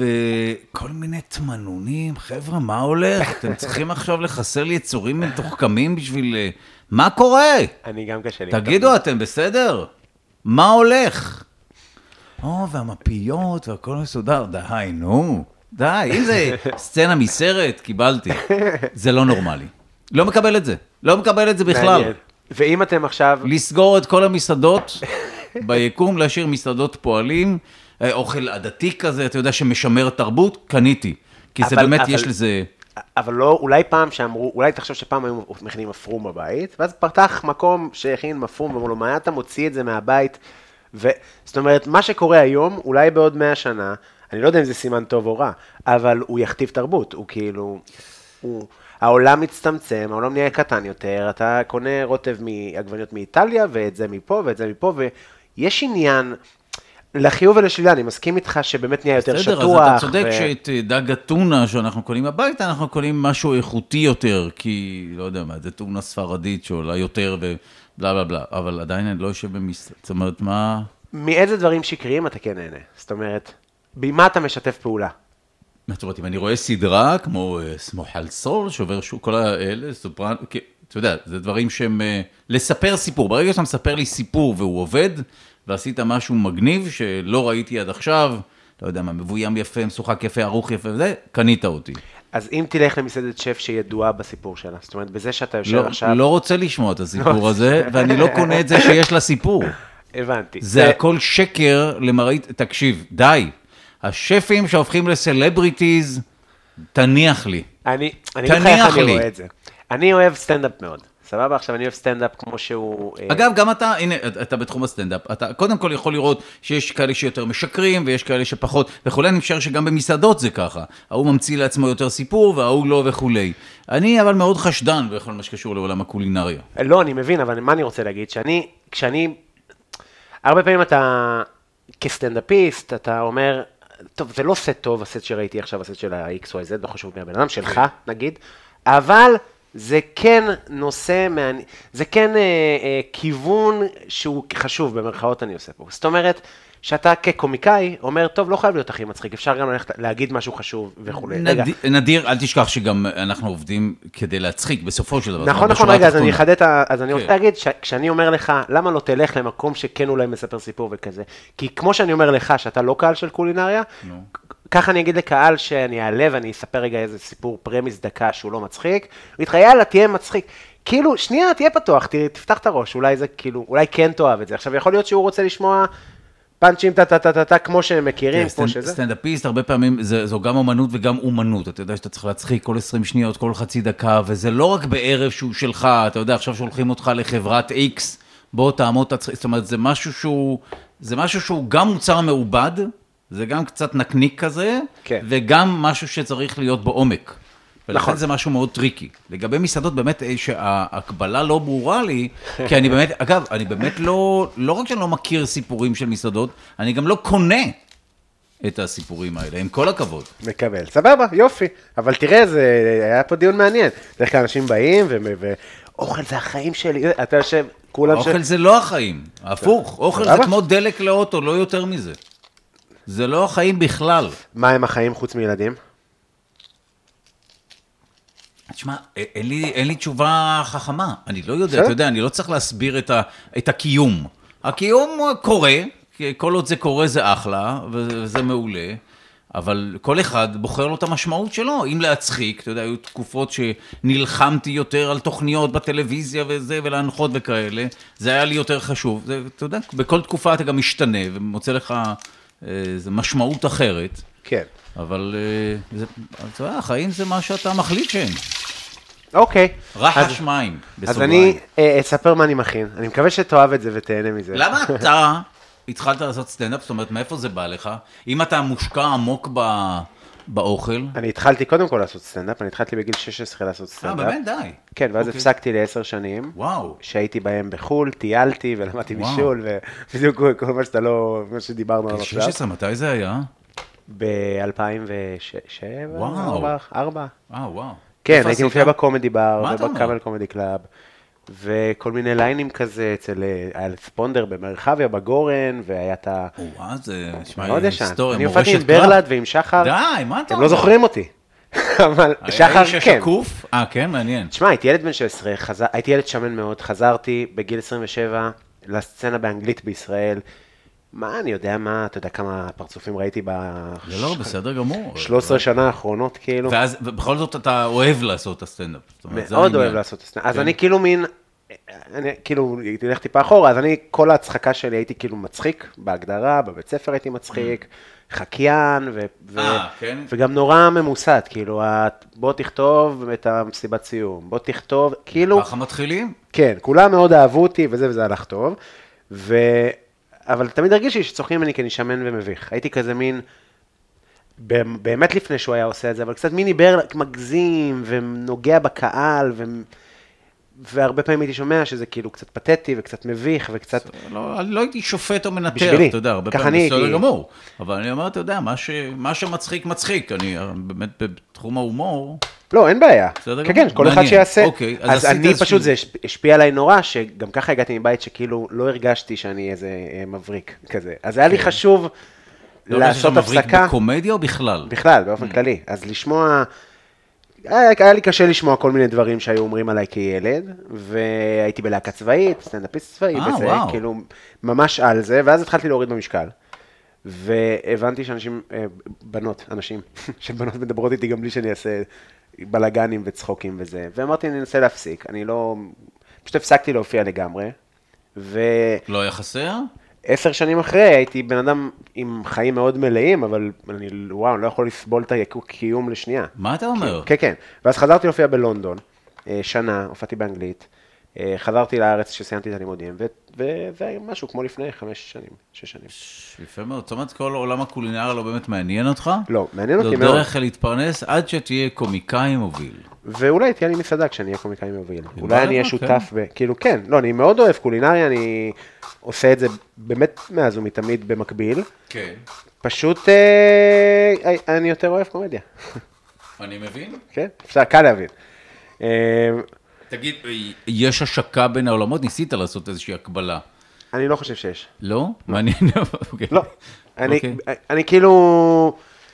וכל מיני תמנונים. חבר'ה, מה הולך? אתם צריכים עכשיו לחסל יצורים מתוחכמים בשביל... מה קורה? אני גם קשה לי. תגידו, אתם בסדר? מה הולך? או, והמפיות והכל מסודר. די, נו. די, אם זה סצנה מסרט, קיבלתי. זה לא נורמלי. לא מקבל את זה. לא מקבל את זה בכלל. ואם אתם עכשיו... לסגור את כל המסעדות, ביקום, להשאיר מסעדות פועלים, אוכל עדתי כזה, אתה יודע, שמשמר תרבות, קניתי. כי זה באמת יש לזה... אבל לא, אולי פעם שאמרו, אולי תחשוב שפעם היו מכינים מפרום בבית, ואז פתח מקום שהכין מפרום, ואמרו לו, מה אתה מוציא את זה מהבית? זאת אומרת, מה שקורה היום, אולי בעוד מאה שנה, אני לא יודע אם זה סימן טוב או רע, אבל הוא יכתיב תרבות, הוא כאילו, הוא, העולם מצטמצם, העולם נהיה קטן יותר, אתה קונה רוטב מעגבניות מאיטליה, ואת זה מפה, ואת זה מפה, ויש עניין לחיוב ולשלילה, אני מסכים איתך שבאמת נהיה יותר שטוח. בסדר, אז אתה צודק ו... שאת דג הטונה שאנחנו קונים הביתה, אנחנו קונים משהו איכותי יותר, כי, לא יודע מה, זה טונה ספרדית שעולה יותר ובלה בלה בלה, אבל עדיין אני לא יושב במסעדה, זאת אומרת, מה... מאיזה דברים שקריים אתה כן נהנה? זאת אומרת... במה אתה משתף פעולה? זאת אומרת, אם אני רואה סדרה, כמו סמוחל סול, שובר שוק, כל האלה, סופרן, אתה יודע, זה דברים שהם, לספר סיפור, ברגע שאתה מספר לי סיפור והוא עובד, ועשית משהו מגניב שלא ראיתי עד עכשיו, לא יודע מה, מבוים יפה, משוחק יפה, ערוך יפה וזה, קנית אותי. אז אם תלך למסעדת שף שידועה בסיפור שלה, זאת אומרת, בזה שאתה יושב לא, עכשיו... לא רוצה לשמוע את הסיפור הזה, ואני לא קונה את זה שיש לה סיפור. הבנתי. זה ו... הכל שקר למראית, תקשיב, די. השפים שהופכים לסלבריטיז, תניח לי. אני, אני אגיד לך איך אני רואה את זה. אני אוהב סטנדאפ מאוד. סבבה? עכשיו אני אוהב סטנדאפ כמו שהוא... אגב, גם אתה, הנה, אתה בתחום הסטנדאפ, אתה קודם כל יכול לראות שיש כאלה שיותר משקרים, ויש כאלה שפחות, וכולי, אני חושב שגם במסעדות זה ככה. ההוא ממציא לעצמו יותר סיפור, וההוא לא וכולי. אני אבל מאוד חשדן בכל מה שקשור לעולם הקולינריה. לא, אני מבין, אבל מה אני רוצה להגיד? שאני, כשאני... הרבה פעמים אתה, כסטנדאפיסט, אתה אומר... טוב, זה לא סט טוב, הסט שראיתי עכשיו, הסט של ה-X Y Z, לא חשוב מהבן אדם, שלך, נגיד, אבל זה כן נושא, מעני... זה כן אה, אה, כיוון שהוא חשוב, במרכאות אני עושה פה. זאת אומרת, שאתה כקומיקאי אומר, טוב, לא חייב להיות הכי מצחיק, אפשר גם ללכת, להגיד משהו חשוב וכו'. נד... נדיר, אל תשכח שגם אנחנו עובדים כדי להצחיק בסופו של דבר. נכון, נכון, רגע, אז אני אחדד, אז אני רוצה להגיד, כשאני אומר לך, למה לא תלך למקום שכן אולי מספר סיפור וכזה? כי כמו שאני אומר לך, שאתה לא קהל של קולינריה, ככה אני אגיד לקהל שאני אעלה ואני אספר רגע איזה סיפור פרמיס דקה שהוא לא מצחיק, הוא יתראה, יאללה, תהיה מצחיק. כאילו, שנייה, תהיה פתוח, תפתח את הראש, אולי זה כאילו, אולי כן תאהב את זה. עכשיו, יכול להיות שהוא רוצה לשמוע פאנצ'ים, טה-טה-טה-טה, כמו שהם מכירים, כמו שזה. סטנדאפיסט, הרבה פעמים, זו גם אומנות וגם אומנות. אתה יודע שאתה צריך להצחיק כל עשרים שניות, כל חצי דקה, וזה לא רק בערב שהוא שלך, אתה יודע, עכשיו שולחים אותך לחברת X, בוא תעמוד, זאת אומרת, זה משהו שהוא, זה משהו שהוא גם מוצר מעובד, זה גם קצת נקניק כזה, וגם משהו שצריך להיות בעומק. ולכן זה משהו מאוד טריקי. לגבי מסעדות, באמת שההקבלה לא ברורה לי, כי אני באמת, אגב, אני באמת לא, לא רק שאני לא מכיר סיפורים של מסעדות, אני גם לא קונה את הסיפורים האלה, עם כל הכבוד. מקבל, סבבה, יופי. אבל תראה, זה היה פה דיון מעניין. דרך כלל אנשים באים, ואוכל זה החיים שלי, אתה יושב, כולם ש... אוכל זה לא החיים, הפוך. אוכל זה כמו דלק לאוטו, לא יותר מזה. זה לא החיים בכלל. מה הם החיים חוץ מילדים? תשמע, אין לי, אין לי תשובה חכמה, אני לא יודע, אתה יודע, אני לא צריך להסביר את, ה, את הקיום. הקיום קורה, כל עוד זה קורה זה אחלה, וזה מעולה, אבל כל אחד בוחר לו את המשמעות שלו, אם להצחיק, אתה יודע, היו תקופות שנלחמתי יותר על תוכניות בטלוויזיה וזה, ולהנחות וכאלה, זה היה לי יותר חשוב, זה, אתה יודע, בכל תקופה אתה גם משתנה, ומוצא לך איזו משמעות אחרת. כן. אבל זה, אתה יודע, החיים זה מה שאתה מחליט שהם. אוקיי. רחש מים, בסוגריים. אז אני אספר מה אני מכין. אני מקווה שתאהב את זה ותהנה מזה. למה אתה התחלת לעשות סטנדאפ? זאת אומרת, מאיפה זה בא לך? אם אתה מושקע עמוק באוכל? אני התחלתי קודם כל לעשות סטנדאפ, אני התחלתי בגיל שש עשרה לעשות סטנדאפ. אה, באמת? די. כן, ואז הפסקתי לעשר שנים. וואו. שהייתי בהם בחול, טיילתי ולמדתי בישול, ובדיוק כל מה שאתה לא, מה שדיברנו עליו עכשיו. שש עשרה, מתי זה היה? ב-אלפיים ושבע, וואו. ארבע. אה, וואו. כן, הייתי מופיע בקומדי בר, ובקאמל קומדי קלאב, וכל מיני ליינים כזה, אצל ספונדר במרחביה, בגורן, והיה את ה... וואו, זה נשמע היסטוריה, אני הופעתי עם ברלד ועם שחר. די, מה אתה הם לא זוכרים אותי. אבל שחר, האיש השקוף? אה, כן, מעניין. תשמע, הייתי ילד בן שש עשרה, הייתי ילד שמן מאוד, חזרתי בגיל עשרים ושבע לסצנה באנגלית בישראל, מה, אני יודע מה, אתה יודע כמה פרצופים ראיתי ב... זה לא, בסדר גמור. שלוש עשרה שנה האחרונות, כאילו. ואז, בכל זאת אתה אוהב לעשות את הסטנדאפ. מאוד אוהב לעשות את הסטנדאפ. אז אני כאילו מין, אני כאילו, תלך טיפה אחורה, אז אני, כל ההצחקה שלי הייתי כאילו מצחיק, בהגדרה, בבית ספר הייתי מצחיק, חקיין, וגם נורא ממוסד, כאילו, בוא תכתוב את המסיבת סיום, בוא תכתוב, כאילו... ככה מתחילים? כן, כולם מאוד אהבו אותי, וזה וזה הלך טוב, ו... אבל תמיד הרגישי שצוחקים ממני כי אני שמן ומביך. הייתי כזה מין, באמת לפני שהוא היה עושה את זה, אבל קצת מיני בר מגזים ונוגע בקהל, ו... והרבה פעמים הייתי שומע שזה כאילו קצת פתטי וקצת מביך וקצת... לא, לא הייתי שופט או מנתח, בשבילי, אתה יודע, הרבה פעמים בסדר גמור. אבל אני אומר, אתה יודע, מה, ש... מה שמצחיק מצחיק, אני באמת בתחום ההומור... לא, אין בעיה. כן, כן, כל אחד שיעשה. אז אני פשוט, זה השפיע עליי נורא, שגם ככה הגעתי מבית שכאילו לא הרגשתי שאני איזה מבריק כזה. אז היה לי חשוב לעשות הפסקה. לא מבריק בקומדיה או בכלל? בכלל, באופן כללי. אז לשמוע, היה לי קשה לשמוע כל מיני דברים שהיו אומרים עליי כילד, והייתי בלהקה צבאית, סטנדאפיסט צבאי, וזה כאילו ממש על זה, ואז התחלתי להוריד במשקל. והבנתי שאנשים, בנות, אנשים, שבנות מדברות איתי גם בלי שאני אעשה בלגנים וצחוקים וזה, ואמרתי, אני אנסה להפסיק, אני לא, פשוט הפסקתי להופיע לגמרי, ו... לא היה חסר? עשר שנים אחרי הייתי בן אדם עם חיים מאוד מלאים, אבל אני, וואו, אני לא יכול לסבול את הקיום לשנייה. מה אתה אומר? כן, כן, ואז חזרתי להופיע בלונדון, שנה, הופעתי באנגלית, חזרתי לארץ שסיימתי את הלימודים, וזה משהו כמו לפני חמש שנים, שש שנים. יפה מאוד, זאת אומרת, כל עולם הקולינריה לא באמת מעניין אותך? לא, מעניין אותי מאוד. זו דרך להתפרנס עד שתהיה קומיקאי מוביל. ואולי תהיה לי מסעדה כשאני אהיה קומיקאי מוביל. אולי אני אהיה שותף, כאילו כן, לא, אני מאוד אוהב קולינריה, אני עושה את זה באמת מאז ומתמיד במקביל. כן. פשוט, אה, אני יותר אוהב קומדיה. אני מבין. כן, אפשר קל להבין. תגיד, יש השקה בין העולמות? ניסית לעשות איזושהי הקבלה. אני לא חושב שיש. לא? מעניין. לא. אני כאילו...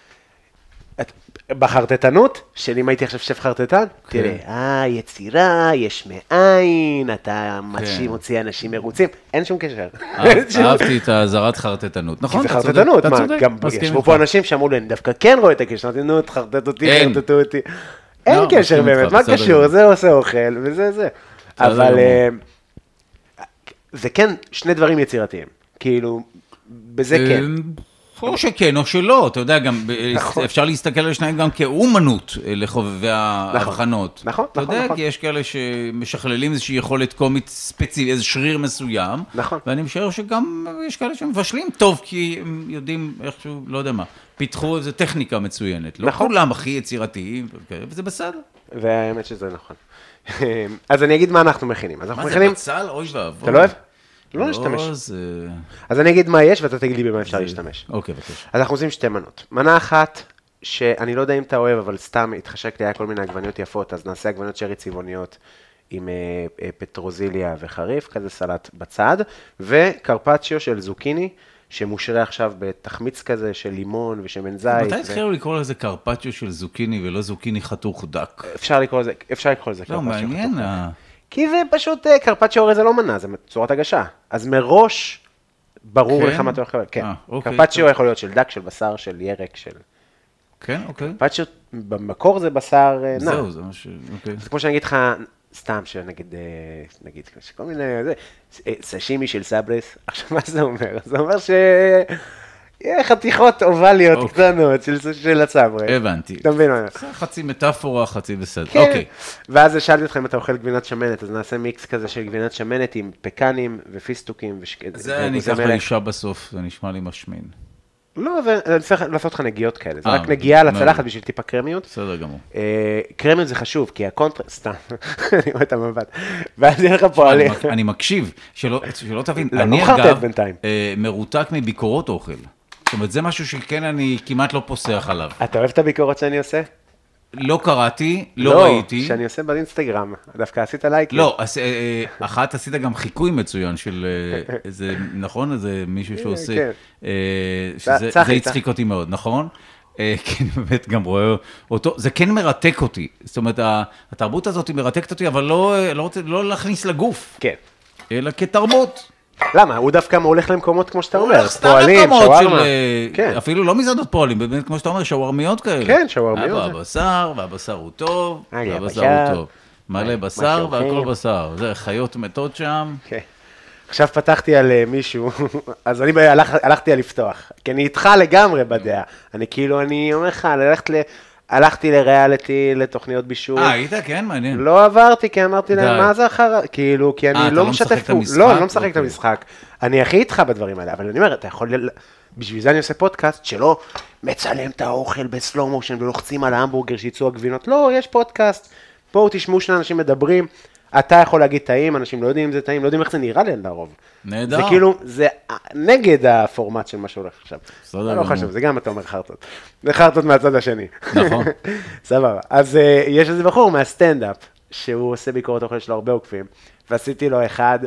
בחרטטנות, של אם הייתי עכשיו שף חרטטן, תראה, אה, יצירה, יש מאין, אתה מוציא אנשים מרוצים, אין שום קשר. אהבתי את הזרת חרטטנות. נכון, אתה צודק. זה חרטטנות, מה, גם ישבו פה אנשים שאמרו לי, אני דווקא כן רואה את הקשר, נו, תחרטט אותי, חרטטו אותי. אין קשר באמת, מה קשור, זה עושה אוכל, וזה זה. אבל זה כן שני דברים יצירתיים, כאילו, בזה כן. או שכן, או שלא, אתה יודע, גם אפשר להסתכל על שניים גם כאומנות לחובבי ההבחנות. נכון, נכון. אתה יודע, כי יש כאלה שמשכללים איזושהי יכולת קומית ספציפית, איזה שריר מסוים, ואני משער שגם יש כאלה שמבשלים טוב, כי הם יודעים איכשהו, לא יודע מה, פיתחו איזו טכניקה מצוינת. לא כולם הכי יצירתיים, וזה בסדר. והאמת שזה נכון. אז אני אגיד מה אנחנו מכינים. מה זה בצל? אוי ואבוי. אתה לא אוהב? לא נשתמש. אז אני אגיד מה יש, ואתה תגיד לי במה אפשר להשתמש. אוקיי, בבקשה. אז אנחנו עושים שתי מנות. מנה אחת, שאני לא יודע אם אתה אוהב, אבל סתם התחשק לי, היה כל מיני עגבניות יפות, אז נעשה עגבניות שרי צבעוניות עם פטרוזיליה וחריף, כזה סלט בצד, וקרפצ'יו של זוקיני, שמושרה עכשיו בתחמיץ כזה של לימון ושמן זית. מתי התחילו לקרוא לזה קרפצ'יו של זוקיני ולא זוקיני חתוך דק? אפשר לקרוא לזה, אפשר לקרוא לזה קרפצ'יו חתוך דק. לא, מעניין. כי זה פשוט, קרפצ'יו הרי זה לא מנה, זה צורת הגשה. אז מראש, ברור לך מה אתה הולך לקבל. כן, קרפצ'יו יכול להיות של דק, של בשר, של ירק, של... כן, אוקיי. קרפצ'יו, במקור זה בשר נע. זהו, זה משהו, אוקיי. זה כמו שאני אגיד לך, סתם, שנגיד, נגיד, כל מיני, סשימי של סברס. עכשיו, מה זה אומר? זה אומר ש... חתיכות אובליות קטנות של הצברס. הבנתי. אתה מבין מה? חצי מטאפורה, חצי בסדר. כן. אוקיי. ואז שאלתי אותך אם אתה אוכל גבינת שמנת, אז נעשה מיקס כזה של גבינת שמנת עם פקנים ופיסטוקים. זה אני אקח לאישה בסוף, זה נשמע לי משמין. לא, אני צריך לעשות לך נגיעות כאלה, זה רק נגיעה לצלחת בשביל טיפה קרמיות. בסדר גמור. קרמיות זה חשוב, כי הקונטרסט, סתם, אני רואה את המבט, ואז יהיה לך פועלים. אני מקשיב, שלא תבין, אני אגב מרותק מביקורות אוכל. זאת אומרת, זה משהו שכן אני כמעט לא פוסח עליו. אתה אוהב את הביקורות שאני עושה? לא קראתי, לא ראיתי. לא, שאני עושה באינסטגרם, דווקא עשית לייקים. לא, אחת עשית גם חיקוי מצוין של איזה, נכון? איזה מישהו שעושה, שזה הצחיק אותי מאוד, נכון? כן, באמת גם רואה אותו, זה כן מרתק אותי. זאת אומרת, התרבות הזאת היא מרתקת אותי, אבל לא להכניס לגוף. כן. אלא כתרבות. למה? הוא דווקא הולך למקומות כמו שאתה אומר, פועלים, שווארמה. אפילו לא מזדות פועלים, באמת כמו שאתה אומר, שווארמיות כאלה. כן, שווארמיות. והבשר, והבשר הוא טוב, והבשר הוא טוב. מלא בשר והכל בשר. זה חיות מתות שם. עכשיו פתחתי על מישהו, אז אני הלכתי על לפתוח, כי אני איתך לגמרי בדעה. אני כאילו, אני אומר לך, ללכת ל... הלכתי לריאליטי, לתוכניות בישול. אה, היית? כן, מעניין. לא עברתי, כי אמרתי להם, מה זה אחר? כאילו, כי אני לא משתף פה. לא, אני לא משחק את המשחק. אני הכי איתך בדברים האלה, אבל אני אומר, אתה יכול, בשביל זה אני עושה פודקאסט שלא מצלם את האוכל בסלואו מושן ולוחצים על ההמבורגר שיצאו הגבינות. לא, יש פודקאסט. פה תשמעו שני אנשים מדברים. אתה יכול להגיד טעים, אנשים לא יודעים אם זה טעים, לא יודעים איך זה נראה לי לרוב. נהדר. זה כאילו, זה נגד הפורמט של מה שהולך עכשיו. לא חשוב, זה גם אתה אומר חרטות. זה חרטות מהצד השני. נכון. סבבה. אז יש איזה בחור מהסטנדאפ, שהוא עושה ביקורת אוכל שלו הרבה עוקבים, ועשיתי לו אחד,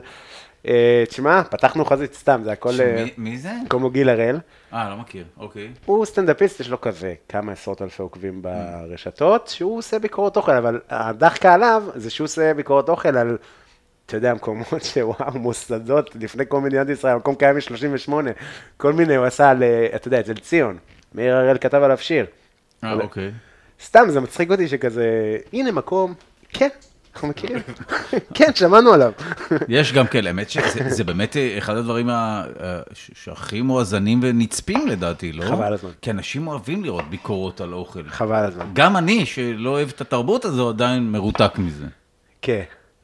תשמע, פתחנו חזית סתם, זה הכל... מי זה? כמו גיל הראל. אה, לא מכיר, אוקיי. הוא סטנדאפיסט, יש לו כזה כמה עשרות אלפי עוקבים ברשתות, שהוא עושה ביקורת אוכל, אבל הדחקה עליו זה שהוא עושה ביקורת אוכל על, אתה יודע, מקומות שוואו, מוסדות, לפני כל מדינת ישראל, מקום קיים מ-שלושים ושמונה, כל מיני, הוא עשה על, אתה יודע, אצל ציון, מאיר הראל כתב עליו שיר. אה, אוקיי. סתם, זה מצחיק אותי שכזה, הנה מקום, כן. אנחנו מכירים. כן, שמענו עליו. יש גם כאלה, האמת שזה באמת אחד הדברים שהכי מואזנים ונצפים לדעתי, לא? חבל הזמן. כי אנשים אוהבים לראות ביקורות על אוכל. חבל הזמן. גם אני, שלא אוהב את התרבות הזו, עדיין מרותק מזה. כן.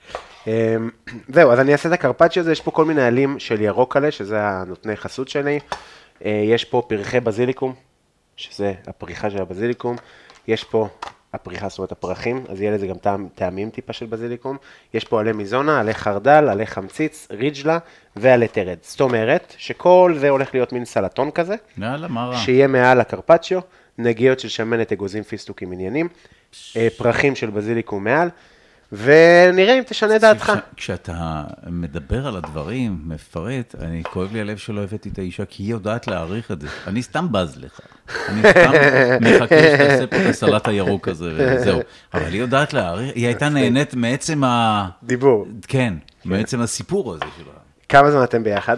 זהו, אז אני אעשה את הקרפצ'יו הזה, יש פה כל מיני עלים של ירוק עלה, שזה הנותני חסות שלי. יש פה פרחי בזיליקום, שזה הפריחה של הבזיליקום. יש פה הפריחה, זאת אומרת הפרחים, אז יהיה לזה גם טעם, טעמים טיפה של בזיליקום. יש פה עלי מיזונה, עלי חרדל, עלי חמציץ, ריג'לה ועלי תרד. זאת אומרת שכל זה הולך להיות מין סלטון כזה. יאללה, מה רע? שיהיה מעל הקרפצ'יו, נגיעות של שמנת, אגוזים, פיסטוקים, עניינים, פרחים של בזיליקום מעל, ונראה אם תשנה דעתך. כשאתה מדבר על הדברים, מפרט, אני כואב לי הלב שלא הבאתי את האישה, כי היא יודעת להעריך את זה. אני סתם בז לך. אני סתם מחכה שתעשה פה את הסלט הירוק הזה, וזהו. אבל היא יודעת להעריך, היא הייתה נהנית מעצם ה... דיבור. כן, מעצם הסיפור הזה שלה. כמה זמן אתם ביחד?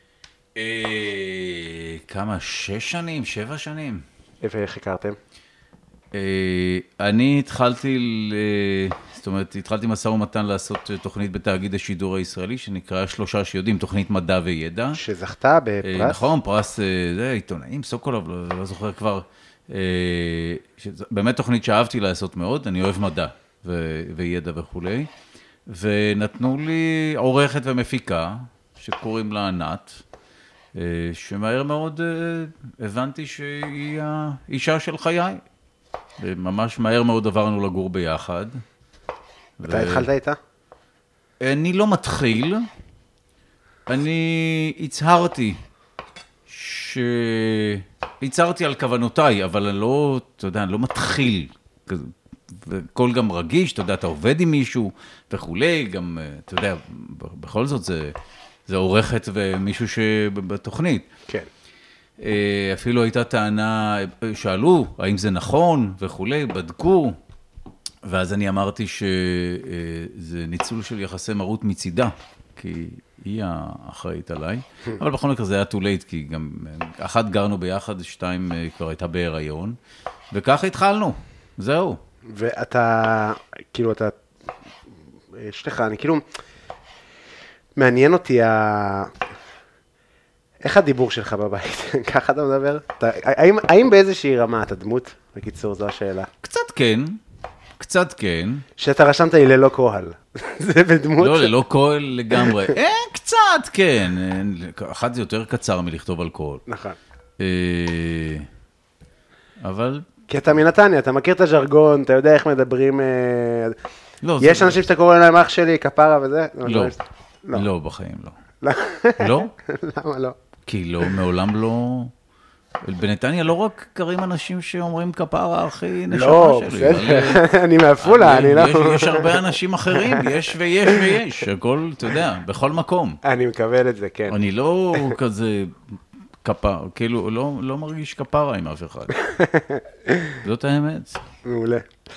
כמה? שש שנים? שבע שנים? ואיך הכרתם? אני התחלתי, זאת אומרת, התחלתי משא ומתן לעשות תוכנית בתאגיד השידור הישראלי, שנקרא שלושה שיודעים, תוכנית מדע וידע. שזכתה בפרס? נכון, פרס, זה עיתונאים, סוקולוב, לא זוכר כבר. באמת תוכנית שאהבתי לעשות מאוד, אני אוהב מדע וידע וכולי. ונתנו לי עורכת ומפיקה, שקוראים לה ענת, שמהר מאוד הבנתי שהיא האישה של חיי. ממש מהר מאוד עברנו לגור ביחד. מתי התחלת איתה? אני לא מתחיל, אני הצהרתי, הצהרתי על כוונותיי, אבל אני לא, אתה יודע, אני לא מתחיל. וכל גם רגיש, אתה יודע, אתה עובד עם מישהו וכולי, גם, אתה יודע, בכל זאת זה, זה עורכת ומישהו שבתוכנית. כן. אפילו הייתה טענה, שאלו, האם זה נכון וכולי, בדקו, ואז אני אמרתי שזה ניצול של יחסי מרות מצידה, כי היא האחראית עליי, אבל בכל מקרה זה היה too late, כי גם אחת גרנו ביחד, שתיים כבר הייתה בהיריון, וככה התחלנו, זהו. ואתה, כאילו אתה, יש לך, אני כאילו, מעניין אותי ה... איך הדיבור שלך בבית? ככה אתה מדבר? אתה, האם, האם באיזושהי רמה אתה דמות? בקיצור, זו השאלה. קצת כן, קצת כן. שאתה רשמת לי ללא קוהל. זה בדמות? לא, ללא קוהל לגמרי. אה, קצת, כן. אחד זה יותר קצר מלכתוב על קוהל. נכון. אבל... כי אתה מנתניה, אתה מכיר את הז'רגון, אתה יודע איך מדברים... לא, יש אנשים שאתה קורא להם אח שלי, כפרה וזה? לא, לא, בחיים לא. לא? למה לא? כי לא, מעולם לא... בנתניה לא רק קרים אנשים שאומרים כפרה הכי נשמה שלי. לא, בסדר, אני מעפולה, אני לא... יש הרבה אנשים אחרים, יש ויש ויש, הכל, אתה יודע, בכל מקום. אני מקבל את זה, כן. אני לא כזה כפר, כאילו, לא מרגיש כפרה עם אף אחד. זאת האמת. מעולה.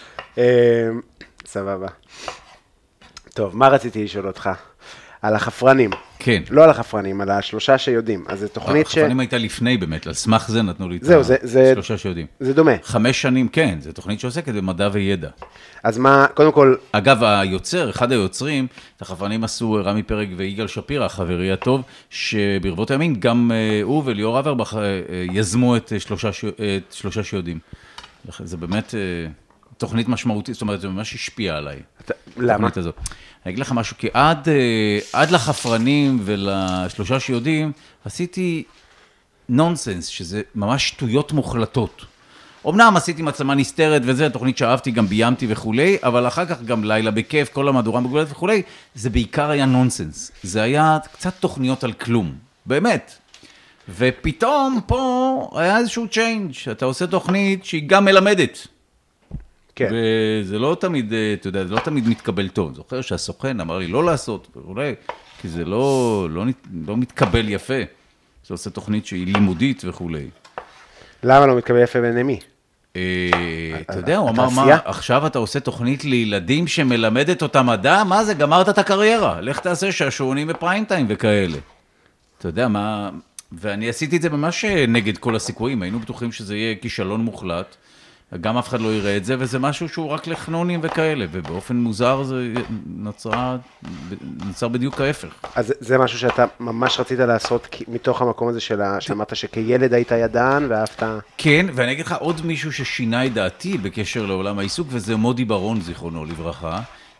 סבבה. טוב, מה רציתי לשאול אותך? על החפרנים. כן. לא על החפרנים, על השלושה שיודעים. אז זו תוכנית ש... החפרנים הייתה לפני באמת, על סמך זה נתנו לי את השלושה שיודעים. זה דומה. חמש שנים, כן, זו תוכנית שעוסקת במדע וידע. אז מה, קודם כל... אגב, היוצר, אחד היוצרים, את החפרנים עשו רמי פרג ויגאל שפירא, חברי הטוב, שברבות הימים גם הוא וליאור אברבך יזמו את שלושה, את שלושה שיודעים. זה באמת תוכנית משמעותית, זאת אומרת, זה ממש השפיע עליי. למה? אני אגיד לך משהו, כי עד, עד לחפרנים ולשלושה שיודעים, עשיתי נונסנס, שזה ממש שטויות מוחלטות. אמנם עשיתי מצלמה נסתרת וזה, תוכנית שאהבתי, גם ביימתי וכולי, אבל אחר כך גם לילה בכיף, כל המהדורה מגולת וכולי, זה בעיקר היה נונסנס. זה היה קצת תוכניות על כלום, באמת. ופתאום פה היה איזשהו צ'יינג', אתה עושה תוכנית שהיא גם מלמדת. כן. וזה לא תמיד, אתה יודע, זה לא תמיד מתקבל טוב. זוכר שהסוכן אמר לי לא לעשות, ואולי, כי זה לא, לא, לא מתקבל יפה. זה עושה תוכנית שהיא לימודית וכולי. למה לא מתקבל יפה בעיני מי? אתה יודע, הוא אמר, מה, עכשיו אתה עושה תוכנית לילדים שמלמדת אותה מדע? מה זה? גמרת את הקריירה. לך תעשה שהשעונים בפריים טיים וכאלה. אתה יודע, מה... ואני עשיתי את זה ממש נגד כל הסיכויים. היינו בטוחים שזה יהיה כישלון מוחלט. גם אף אחד לא יראה את זה, וזה משהו שהוא רק לחנונים וכאלה, ובאופן מוזר זה נוצר, נוצר בדיוק ההפך. אז זה משהו שאתה ממש רצית לעשות מתוך המקום הזה שאמרת שכילד היית ידען ואהבת... כן, ואני אגיד לך עוד מישהו ששינה את דעתי בקשר לעולם העיסוק, וזה מודי ברון, זיכרונו לברכה,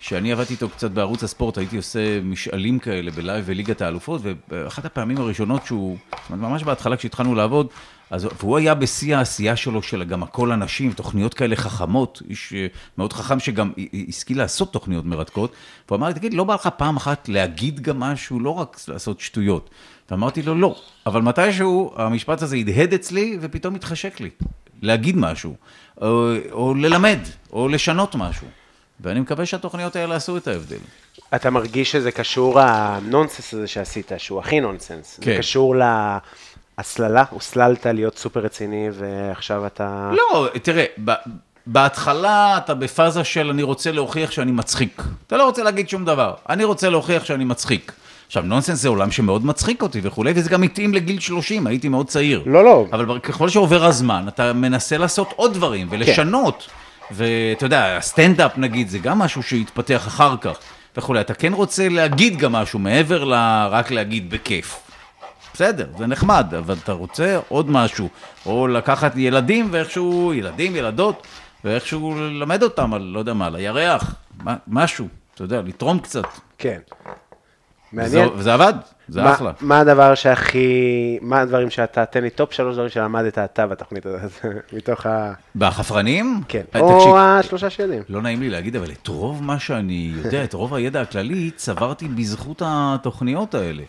שאני עבדתי איתו קצת בערוץ הספורט, הייתי עושה משאלים כאלה בלייב וליגת האלופות, ואחת הפעמים הראשונות שהוא, ממש בהתחלה כשהתחלנו לעבוד, אז, והוא היה בשיא העשייה שלו, של גם הכל אנשים, תוכניות כאלה חכמות, איש מאוד חכם שגם השכיל לעשות תוכניות מרתקות, והוא אמר לי, תגיד, לא בא לך פעם אחת להגיד גם משהו, לא רק לעשות שטויות. ואמרתי לו, לא, אבל מתישהו המשפט הזה הדהד אצלי, ופתאום התחשק לי, להגיד משהו, או, או ללמד, או לשנות משהו. ואני מקווה שהתוכניות האלה עשו את ההבדל. אתה מרגיש שזה קשור, הנונסנס הזה שעשית, שהוא הכי נונסנס, כן. זה קשור להסללה, הוסללת להיות סופר רציני, ועכשיו אתה... לא, תראה, ב... בהתחלה אתה בפאזה של אני רוצה להוכיח שאני מצחיק. אתה לא רוצה להגיד שום דבר, אני רוצה להוכיח שאני מצחיק. עכשיו, נונסנס זה עולם שמאוד מצחיק אותי וכולי, וזה גם מתאים לגיל שלושים, הייתי מאוד צעיר. לא, לא. אבל ככל שעובר הזמן, אתה מנסה לעשות עוד דברים ולשנות. כן. ואתה יודע, הסטנדאפ נגיד, זה גם משהו שיתפתח אחר כך וכולי. אתה כן רוצה להגיד גם משהו מעבר ל... רק להגיד בכיף. בסדר, זה נחמד, אבל אתה רוצה עוד משהו, או לקחת ילדים ואיכשהו, ילדים, ילדות, ואיכשהו ללמד אותם על, לא יודע מה, על הירח, משהו, אתה יודע, לתרום קצת. כן. מעניין. וזה, וזה עבד, זה מה, אחלה. מה הדבר שהכי, מה הדברים שאתה, תן לי טופ שלוש דברים שלמדת אתה בתוכנית הזאת, מתוך ה... בחפרנים? כן, או השלושה שיודעים. לא נעים לי להגיד, אבל את רוב מה שאני יודע, את רוב הידע הכללי, צברתי בזכות התוכניות האלה.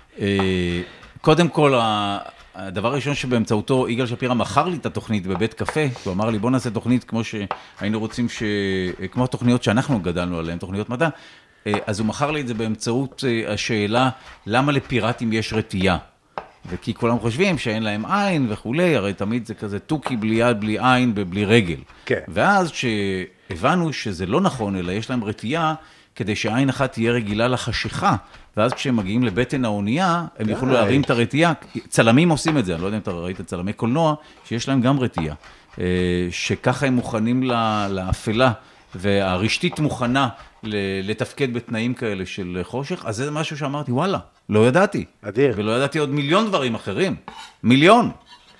קודם כל, הדבר הראשון שבאמצעותו יגאל שפירא מכר לי את התוכנית בבית קפה, הוא אמר לי, בוא נעשה תוכנית כמו שהיינו רוצים, ש... כמו התוכניות שאנחנו גדלנו עליהן, תוכניות מדע, אז הוא מכר לי את זה באמצעות השאלה, למה לפיראטים יש רתיעה? וכי כולם חושבים שאין להם עין וכולי, הרי תמיד זה כזה טוקי בלי יד, בלי עין ובלי רגל. כן. ואז שהבנו שזה לא נכון, אלא יש להם רתיעה, כדי שעין אחת תהיה רגילה לחשיכה, ואז כשהם מגיעים לבטן האונייה, הם יוכלו להרים את הרתיעה. צלמים עושים את זה, אני לא יודע אם אתה ראית צלמי קולנוע, שיש להם גם רתיעה. שככה הם מוכנים לאפלה, והרשתית מוכנה לתפקד בתנאים כאלה של חושך, אז זה משהו שאמרתי, וואלה, לא ידעתי. אדיר. ולא ידעתי עוד מיליון דברים אחרים. מיליון.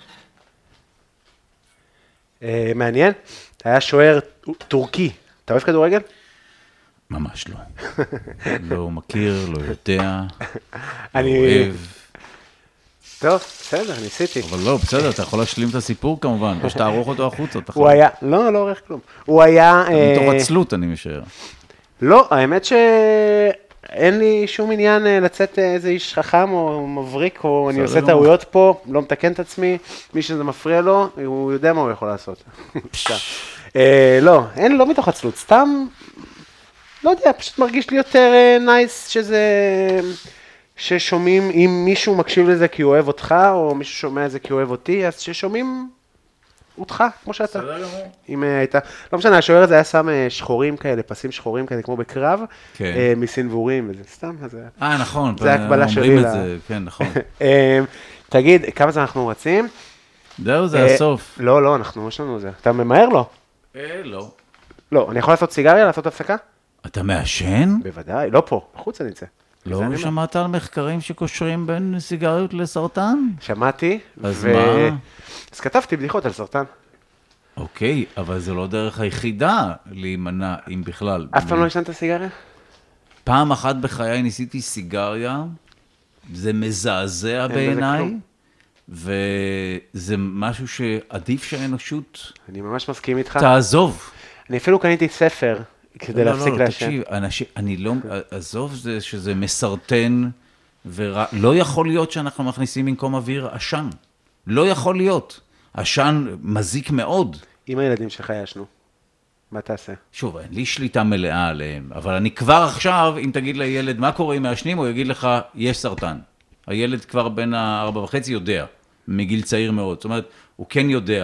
מעניין. היה שוער טורקי. אתה אוהב כדורגל? ממש לא. לא מכיר, לא יודע, לא אני... אוהב. טוב, בסדר, ניסיתי. אבל לא, בסדר, אתה יכול להשלים את הסיפור כמובן, או שתערוך אותו החוצה. הוא היה, לא, לא עורך כלום. הוא היה... מתוך עצלות, אני משער. לא, האמת שאין לי שום עניין לצאת איזה איש חכם או מבריק, או אני עושה טעויות פה, לא מתקן את עצמי, מי שזה מפריע לו, הוא יודע מה הוא יכול לעשות. לא, אין, לא מתוך עצלות, סתם, לא יודע, פשוט מרגיש לי יותר נייס שזה... ששומעים, אם מישהו מקשיב לזה כי הוא אוהב אותך, או מישהו שומע את זה כי הוא אוהב אותי, אז ששומעים אותך, כמו שאתה. אם הייתה, לא משנה, השוער הזה היה שם שחורים כאלה, פסים שחורים כאלה, כמו בקרב, מסנבורים, וזה סתם, זה... אה, נכון. זה הקבלה שלי. כן, נכון. תגיד, כמה זה אנחנו רצים? זהו, זה הסוף. לא, לא, אנחנו, יש לנו זה. אתה ממהר לו? אה, לא. לא, אני יכול לעשות סיגריה, לעשות הפסקה? אתה מעשן? בוודאי, לא פה, בחוץ אני אצא. לא שמעת על מחקרים שקושרים בין סיגריות לסרטן? שמעתי. אז מה? אז כתבתי בדיחות על סרטן. אוקיי, אבל זו לא דרך היחידה להימנע, אם בכלל. אף פעם לא ישנת סיגריה? פעם אחת בחיי ניסיתי סיגריה, זה מזעזע בעיניי, וזה משהו שעדיף שהאנושות... אני ממש מסכים איתך. תעזוב. אני אפילו קניתי ספר. כדי להפסיק לעשן. תקשיב, אנשים, אני לא, עזוב זה שזה מסרטן, ולא יכול להיות שאנחנו מכניסים במקום אוויר עשן. לא יכול להיות. עשן מזיק מאוד. אם הילדים שלך ישנו, מה תעשה? שוב, אין לי שליטה מלאה עליהם, אבל אני כבר עכשיו, אם תגיד לילד מה קורה עם מעשנים, הוא יגיד לך, יש סרטן. הילד כבר בין הארבע וחצי יודע, מגיל צעיר מאוד. זאת אומרת, הוא כן יודע.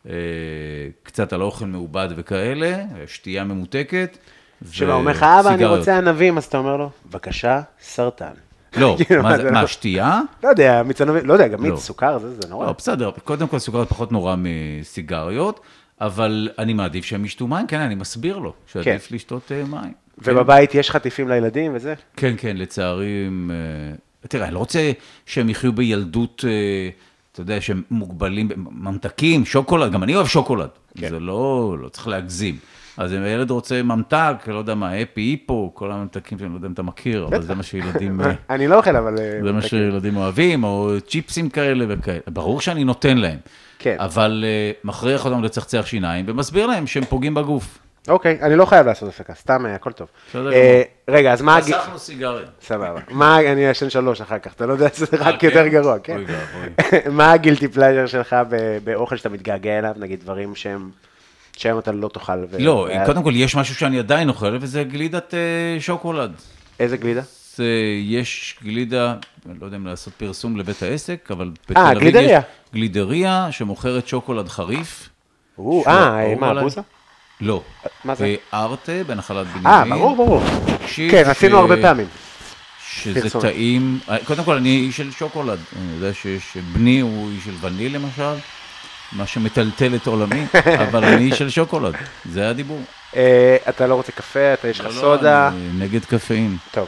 קצת על אוכל מעובד וכאלה, שתייה ממותקת. שבא, אומר לך, אבא, אני רוצה ענבים, אז אתה אומר לו, בבקשה, סרטן. לא, מה, שתייה? לא יודע, מיץ ענבים, לא יודע, גם מיץ, סוכר, זה נורא. לא, בסדר, קודם כל סוכר פחות נורא מסיגריות, אבל אני מעדיף שהם ישתו מים, כן, אני מסביר לו, שעדיף לשתות מים. ובבית יש חטיפים לילדים וזה? כן, כן, לצערי, תראה, אני לא רוצה שהם יחיו בילדות... אתה יודע, שהם מוגבלים, ממתקים, שוקולד, גם אני אוהב שוקולד, זה לא, לא צריך להגזים, אז אם הילד רוצה ממתק, לא יודע מה, אפי, היפו, כל הממתקים שאני לא יודע אם אתה מכיר, אבל זה מה שילדים... אני לא אוכל, אבל... זה מה שילדים אוהבים, או צ'יפסים כאלה וכאלה. ברור שאני נותן להם. כן. אבל מכריח אותם לצחצח שיניים, ומסביר להם שהם פוגעים בגוף. אוקיי, אני לא חייב לעשות הפסקה, סתם, הכל טוב. רגע, אז מה... חסכנו סיגריה. סבבה. מה, אני אשן שלוש אחר כך, אתה לא יודע, זה רק יותר גרוע, כן? מה הגילטי פלאז'ר שלך באוכל שאתה מתגעגע אליו, נגיד דברים שהם... שהיום אתה לא תאכל. לא, קודם כל יש משהו שאני עדיין אוכל, וזה גלידת שוקולד. איזה גלידה? יש גלידה, אני לא יודע אם לעשות פרסום לבית העסק, אבל... אה, גלידריה. גלידריה שמוכרת שוקולד חריף. אה, מה, בוזה? לא. מה זה? ארטה בנחלת בנימין. אה, ברור, ברור. כן, עשינו הרבה פעמים. שזה טעים. קודם כל, אני איש של שוקולד. אני יודע שבני הוא איש של וניל למשל. מה שמטלטל את עולמי, אבל אני איש של שוקולד, זה הדיבור. אתה לא רוצה קפה, אתה יש לך סודה. נגד קפאין. טוב.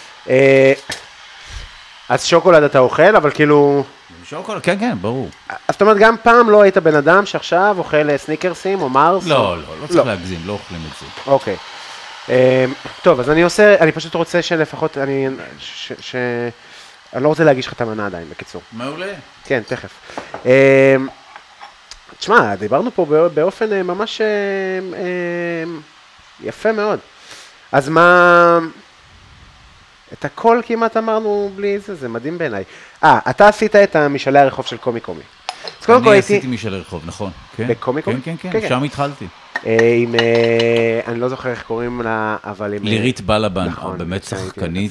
אז שוקולד אתה אוכל, אבל כאילו... שוקולד, כן, כן, ברור. אז זאת אומרת, גם פעם לא היית בן אדם שעכשיו אוכל סניקרסים או מרס? לא, לא, לא צריך להגזים, לא אוכלים את זה. אוקיי. טוב, אז אני עושה, אני פשוט רוצה שלפחות, אני... אני לא רוצה להגיש לך את המנה עדיין, בקיצור. מעולה. כן, תכף. תשמע, דיברנו פה באופן ממש יפה מאוד. אז מה... את הכל כמעט אמרנו בלי זה, זה מדהים בעיניי. אה, אתה עשית את המשאלי הרחוב של קומי קומי. אני עשיתי משאלי רחוב, נכון. בקומי קומי? כן, כן, כן, שם התחלתי. עם, אני לא זוכר איך קוראים לה, אבל עם... לירית בלבן, באמת שחקנית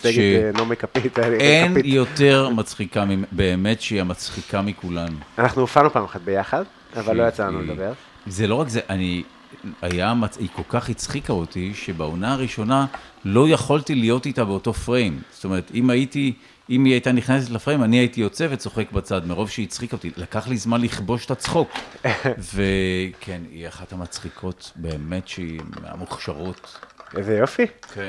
שאין יותר מצחיקה, באמת שהיא המצחיקה מכולנו. אנחנו הופענו פעם אחת ביחד, אבל לא יצא לנו לדבר. זה לא רק זה, אני... היה, היא כל כך הצחיקה אותי, שבעונה הראשונה לא יכולתי להיות איתה באותו פריים. זאת אומרת, אם הייתי, אם היא הייתה נכנסת לפריים, אני הייתי יוצא וצוחק בצד, מרוב שהיא הצחיקה אותי. לקח לי זמן לכבוש את הצחוק. וכן, היא אחת המצחיקות, באמת שהיא מהמוכשרות. איזה יופי. כן.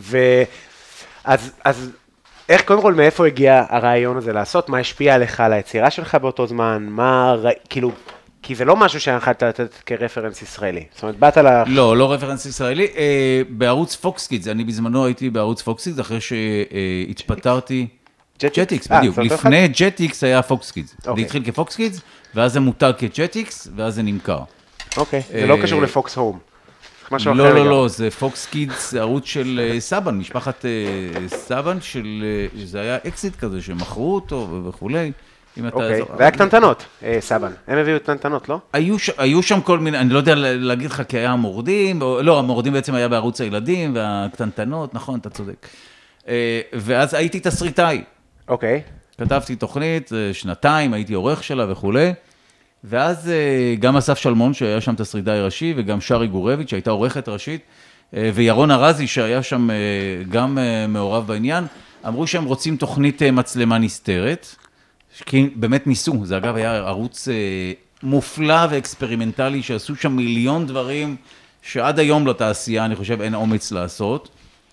ואז, אז, איך, קודם כל, מאיפה הגיע הרעיון הזה לעשות? מה השפיע עליך על היצירה שלך באותו זמן? מה, כאילו... כי זה לא משהו שהנחת לתת כרפרנס ישראלי. זאת אומרת, באת ל... לא, לא רפרנס ישראלי. בערוץ פוקסקידס, אני בזמנו הייתי בערוץ פוקסקידס, אחרי שהתפטרתי... ג'טיקס, בדיוק. לפני ג'טיקס היה פוקסקידס. זה התחיל כפוקסקידס, ואז זה מותג כג'טיקס, ואז זה נמכר. אוקיי, זה לא קשור לפוקס הום. לא, לא, לא, זה פוקסקידס, ערוץ של סבן, משפחת סבן, זה היה אקזיט כזה, שמכרו אותו וכולי. אוקיי, והיה קטנטנות, סבן. הם הביאו קטנטנות, לא? היו שם כל מיני, אני לא יודע להגיד לך כי היה המורדים, לא, המורדים בעצם היה בערוץ הילדים, והקטנטנות, נכון, אתה צודק. ואז הייתי תסריטאי. אוקיי. כתבתי תוכנית, שנתיים, הייתי עורך שלה וכו'. ואז גם אסף שלמון, שהיה שם תסריטאי ראשי, וגם שרי גורביץ', שהייתה עורכת ראשית, וירון ארזי, שהיה שם גם מעורב בעניין, אמרו שהם רוצים תוכנית מצלמה נסתרת, כי באמת ניסו, זה אגב היה ערוץ מופלא ואקספרימנטלי, שעשו שם מיליון דברים, שעד היום לתעשייה, אני חושב, אין אומץ לעשות.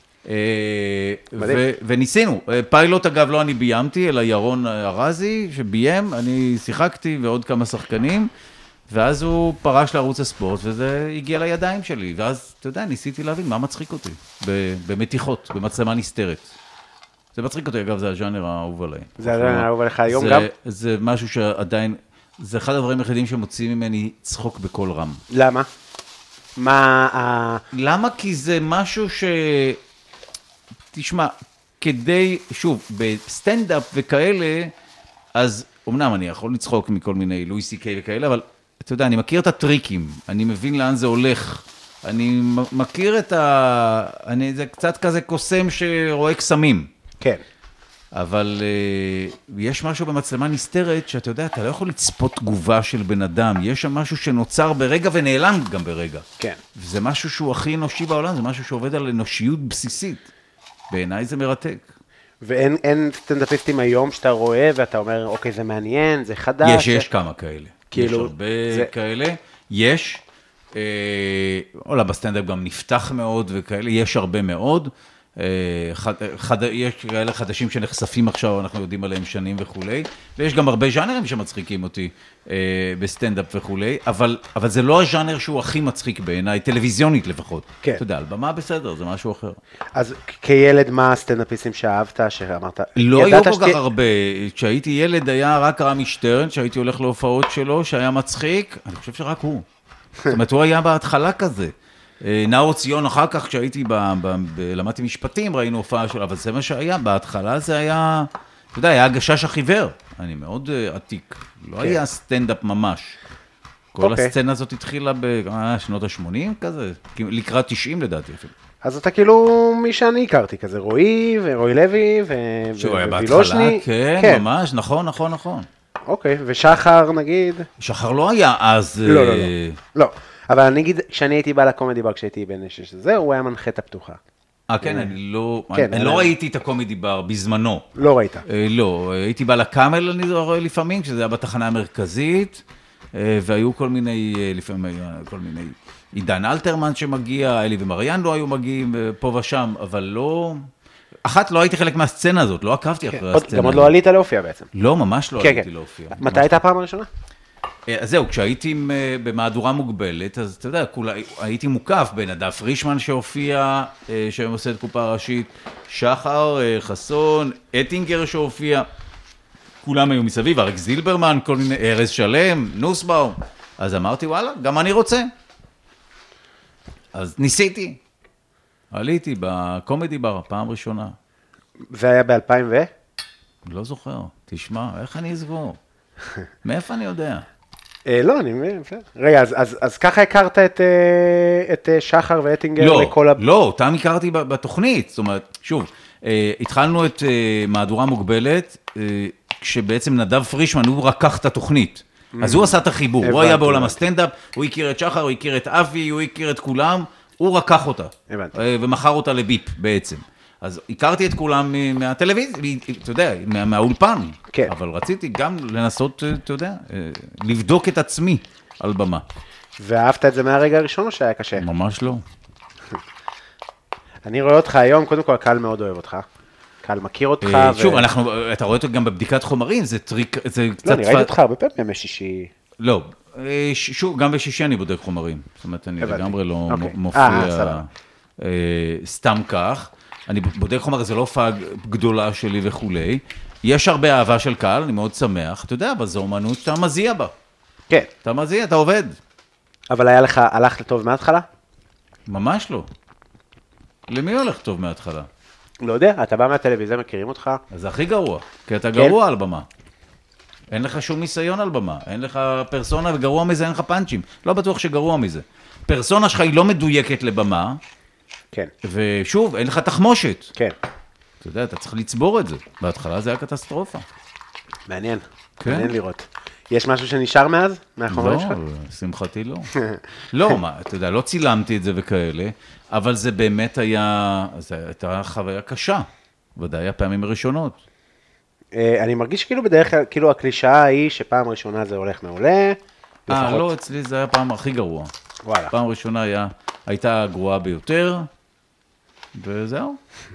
וניסינו. פיילוט, אגב, לא אני ביימתי, אלא ירון ארזי, שביים, אני שיחקתי ועוד כמה שחקנים, ואז הוא פרש לערוץ הספורט, וזה הגיע לידיים שלי. ואז, אתה יודע, ניסיתי להבין מה מצחיק אותי, במתיחות, במצלמה נסתרת. זה מצחיק אותי, אגב, זה הז'אנר האהוב עליי. זה הז'אנר האהוב עליך היום גם? זה משהו שעדיין, זה אחד הדברים היחידים שמוציאים ממני צחוק בכל רם. למה? מה... למה? כי זה משהו ש... תשמע, כדי, שוב, בסטנדאפ וכאלה, אז אמנם אני יכול לצחוק מכל מיני לואי סי קיי וכאלה, אבל אתה יודע, אני מכיר את הטריקים, אני מבין לאן זה הולך, אני מכיר את ה... אני, זה קצת כזה קוסם שרואה קסמים. כן. אבל uh, יש משהו במצלמה נסתרת, שאתה יודע, אתה לא יכול לצפות תגובה של בן אדם, יש שם משהו שנוצר ברגע ונעלם גם ברגע. כן. וזה משהו שהוא הכי אנושי בעולם, זה משהו שעובד על אנושיות בסיסית. בעיניי זה מרתק. ואין אין סטנדאפיסטים היום שאתה רואה, ואתה אומר, אוקיי, זה מעניין, זה חדש. יש, יש כמה כאלה. כאילו, יש הרבה זה... כאלה. יש, אה, אולי בסטנדאפ גם נפתח מאוד וכאלה, יש הרבה מאוד. יש כאלה חדשים שנחשפים עכשיו, אנחנו יודעים עליהם שנים וכולי, ויש גם הרבה ז'אנרים שמצחיקים אותי בסטנדאפ וכולי, אבל, אבל זה לא הז'אנר שהוא הכי מצחיק בעיניי, טלוויזיונית לפחות. כן. אתה יודע, על במה בסדר, זה משהו אחר. אז כילד, מה הסטנדאפיסטים שאהבת, שאמרת? לא היו כל כך הרבה. כשהייתי ילד היה רק רמי שטרן, שהייתי הולך להופעות שלו, שהיה מצחיק, אני חושב שרק הוא. זאת אומרת, הוא היה בהתחלה כזה. נאור ציון אחר כך, כשהייתי, למדתי משפטים, ראינו הופעה שלו, אבל זה מה שהיה, בהתחלה זה היה, אתה יודע, היה הגשש החיוור, אני מאוד עתיק, לא היה סטנדאפ ממש. כל הסצנה הזאת התחילה בשנות ה-שמונים כזה, לקראת תשעים לדעתי אפילו. אז אתה כאילו מי שאני הכרתי כזה, רועי ורועי לוי ווילושני. שהוא היה בהתחלה, כן, ממש, נכון, נכון, נכון. אוקיי, ושחר נגיד? שחר לא היה אז... לא, לא, לא. לא. אבל אני אגיד, כשאני הייתי בא לקומדי בר, כשהייתי בן שש, זה, הוא היה מנחה את הפתוחה. אה, כן, אני לא, אני לא ראיתי את הקומדי בר בזמנו. לא ראית? לא, הייתי בא לקאמל, אני רואה לפעמים, כשזה היה בתחנה המרכזית, והיו כל מיני, לפעמים, כל מיני, עידן אלתרמן שמגיע, אלי ומריאן לא היו מגיעים פה ושם, אבל לא, אחת לא הייתי חלק מהסצנה הזאת, לא עקבתי אחרי הסצנה. גם עוד לא עלית להופיע בעצם. לא, ממש לא עליתי להופיע. מתי הייתה הפעם הראשונה? אז זהו, כשהייתי במהדורה מוגבלת, אז אתה יודע, הייתי מוקף בין נדב פרישמן שהופיע, שהיום עושה את קופה ראשית, שחר, חסון, אטינגר שהופיע, כולם היו מסביב, אריק זילברמן, כל מיני, ארז שלם, נוסבאום, אז אמרתי, וואלה, גם אני רוצה. אז ניסיתי, עליתי בקומדי בר, פעם ראשונה. זה היה ב-אלפיים ו? לא זוכר, תשמע, איך אני אזכור? מאיפה אני יודע? לא, אני מבין, רגע, אז ככה הכרת את שחר ואטינגר לכל ה... לא, אותם הכרתי בתוכנית, זאת אומרת, שוב, התחלנו את מהדורה מוגבלת, כשבעצם נדב פרישמן, הוא רקח את התוכנית, אז הוא עשה את החיבור, הוא היה בעולם הסטנדאפ, הוא הכיר את שחר, הוא הכיר את אבי, הוא הכיר את כולם, הוא רקח אותה, ומכר אותה לביפ בעצם. אז הכרתי את כולם מהטלוויזיה, אתה יודע, מהאולפן, כן. אבל רציתי גם לנסות, אתה יודע, לבדוק את עצמי על במה. ואהבת את זה מהרגע הראשון או שהיה קשה? ממש לא. אני רואה אותך היום, קודם כל הקהל מאוד אוהב אותך. קהל מכיר אותך. שוב, ו... אנחנו, אתה רואה אותו גם בבדיקת חומרים, זה טריק, זה קצת... לא, אני ראיתי אותך הרבה פעמים בימי שישי. לא, שוב, גם בשישי אני בודק חומרים. זאת אומרת, אני לגמרי לא מופיע סתם כך. אני בודק חומר, זה לא הופעה גדולה שלי וכולי. יש הרבה אהבה של קהל, אני מאוד שמח. אתה יודע, אבל זו אומנות שאתה מזיע בה. כן. אתה מזיע, אתה עובד. אבל היה לך, הלך לטוב מההתחלה? ממש לא. למי הולך טוב מההתחלה? לא יודע, אתה בא מהטלוויזיה, מכירים אותך? אז זה הכי גרוע, כי אתה גרוע על במה. אין לך שום ניסיון על במה, אין לך פרסונה, וגרוע מזה אין לך פאנצ'ים. לא בטוח שגרוע מזה. פרסונה שלך היא לא מדויקת לבמה, כן. ושוב, אין לך תחמושת. כן. אתה יודע, אתה צריך לצבור את זה. בהתחלה זה היה קטסטרופה. מעניין. כן. מעניין לראות. יש משהו שנשאר מאז? מהחומרים שלך? לא, שמחתי לא. לא, מה, אתה יודע, לא צילמתי את זה וכאלה, אבל זה באמת היה, זו הייתה חוויה קשה. ודאי הפעמים הראשונות. אני מרגיש כאילו בדרך כלל, כאילו הקלישאה היא שפעם ראשונה זה הולך מעולה. אה, לא, אצלי זה היה פעם הכי גרוע. וואלה. פעם ראשונה היה, הייתה הגרועה ביותר, וזהו.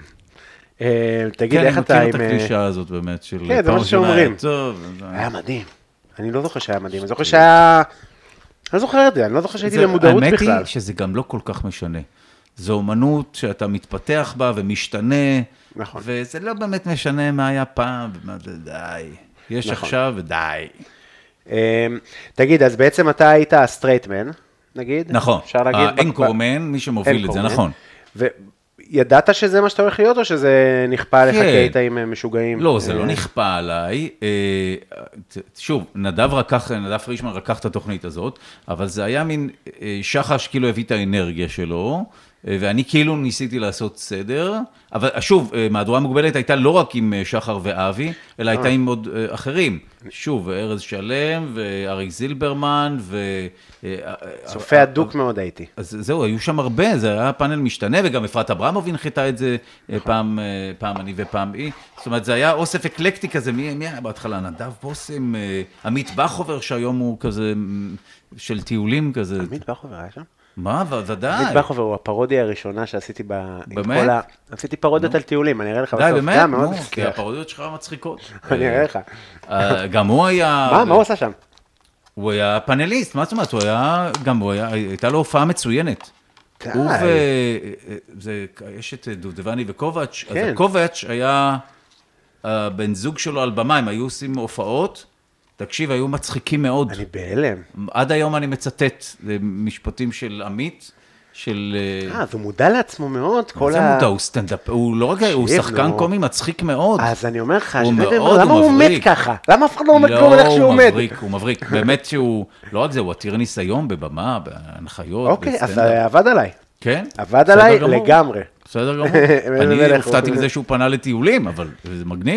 תגיד, איך אתה עם... כן, אני מכיר את הקלישאה הזאת באמת, של כן, זה מה שאומרים. היה מדהים. אני לא זוכר שהיה מדהים, אני זוכר שהיה... אני לא זוכר את זה, אני לא זוכר שהייתי למודעות בכלל. האמת היא שזה גם לא כל כך משנה. זו אומנות שאתה מתפתח בה ומשתנה, נכון. וזה לא באמת משנה מה היה פעם, ומה זה די. יש עכשיו ודי. תגיד, אז בעצם אתה היית הסטרייטמן, נגיד? נכון, האנקורמן, מי שמוביל את זה, נכון. וידעת שזה מה שאתה הולך להיות, או שזה נכפה עליך כהיית עם משוגעים? לא, זה לא נכפה עליי. שוב, נדב רקח, נדב פרישמן רקח את התוכנית הזאת, אבל זה היה מין שחר שכאילו הביא את האנרגיה שלו, ואני כאילו ניסיתי לעשות סדר, אבל שוב, מהדורה מוגבלת הייתה לא רק עם שחר ואבי, אלא הייתה עם עוד אחרים. שוב, ארז שלם ואריק זילברמן ו... צופה הדוק מאוד הייתי. אז זהו, היו שם הרבה, זה היה פאנל משתנה, וגם אפרת אברמוב הנחתה את זה פעם, פעם אני ופעם היא. זאת אומרת, זה היה אוסף אקלקטי כזה, מי, מי היה בהתחלה? נדב בוסם, עמית בחובר, שהיום הוא כזה של טיולים כזה. עמית בחובר היה שם? מה, ודאי. עמית בכובר הוא הפרודיה הראשונה שעשיתי ב... באמת? ה... עשיתי פרודיות על טיולים, אני אראה לך בסוף. די, באמת? נו, כי הפרודיות שלך מצחיקות. אני אראה לך. גם הוא היה... מה, מה הוא עשה שם? הוא היה פאנליסט, מה זאת אומרת? הוא היה, גם הוא היה, הייתה לו הופעה מצוינת. הוא ו... יש את דודבני וקובץ', אז הקובץ' היה בן זוג שלו על במה, הם היו עושים הופעות, תקשיב, היו מצחיקים מאוד. אני בהלם. עד היום אני מצטט משפטים של עמית, של... אה, אז הוא מודע לעצמו מאוד, כל ה... זה מודע, הוא סטנדאפ, הוא לא רק, הוא שחקן קומי מצחיק מאוד. אז אני אומר לך, למה הוא עומד ככה? למה אף אחד לא עומד כמו איך שהוא עומד? הוא מבריק, הוא מבריק. באמת שהוא, לא רק זה, הוא עתיר ניסיון בבמה, בהנחיות. אוקיי, אז עבד עליי. כן? עבד עליי לגמרי. בסדר גמור. אני הופתעתי מזה שהוא פנה לטיולים, אבל זה מגניב.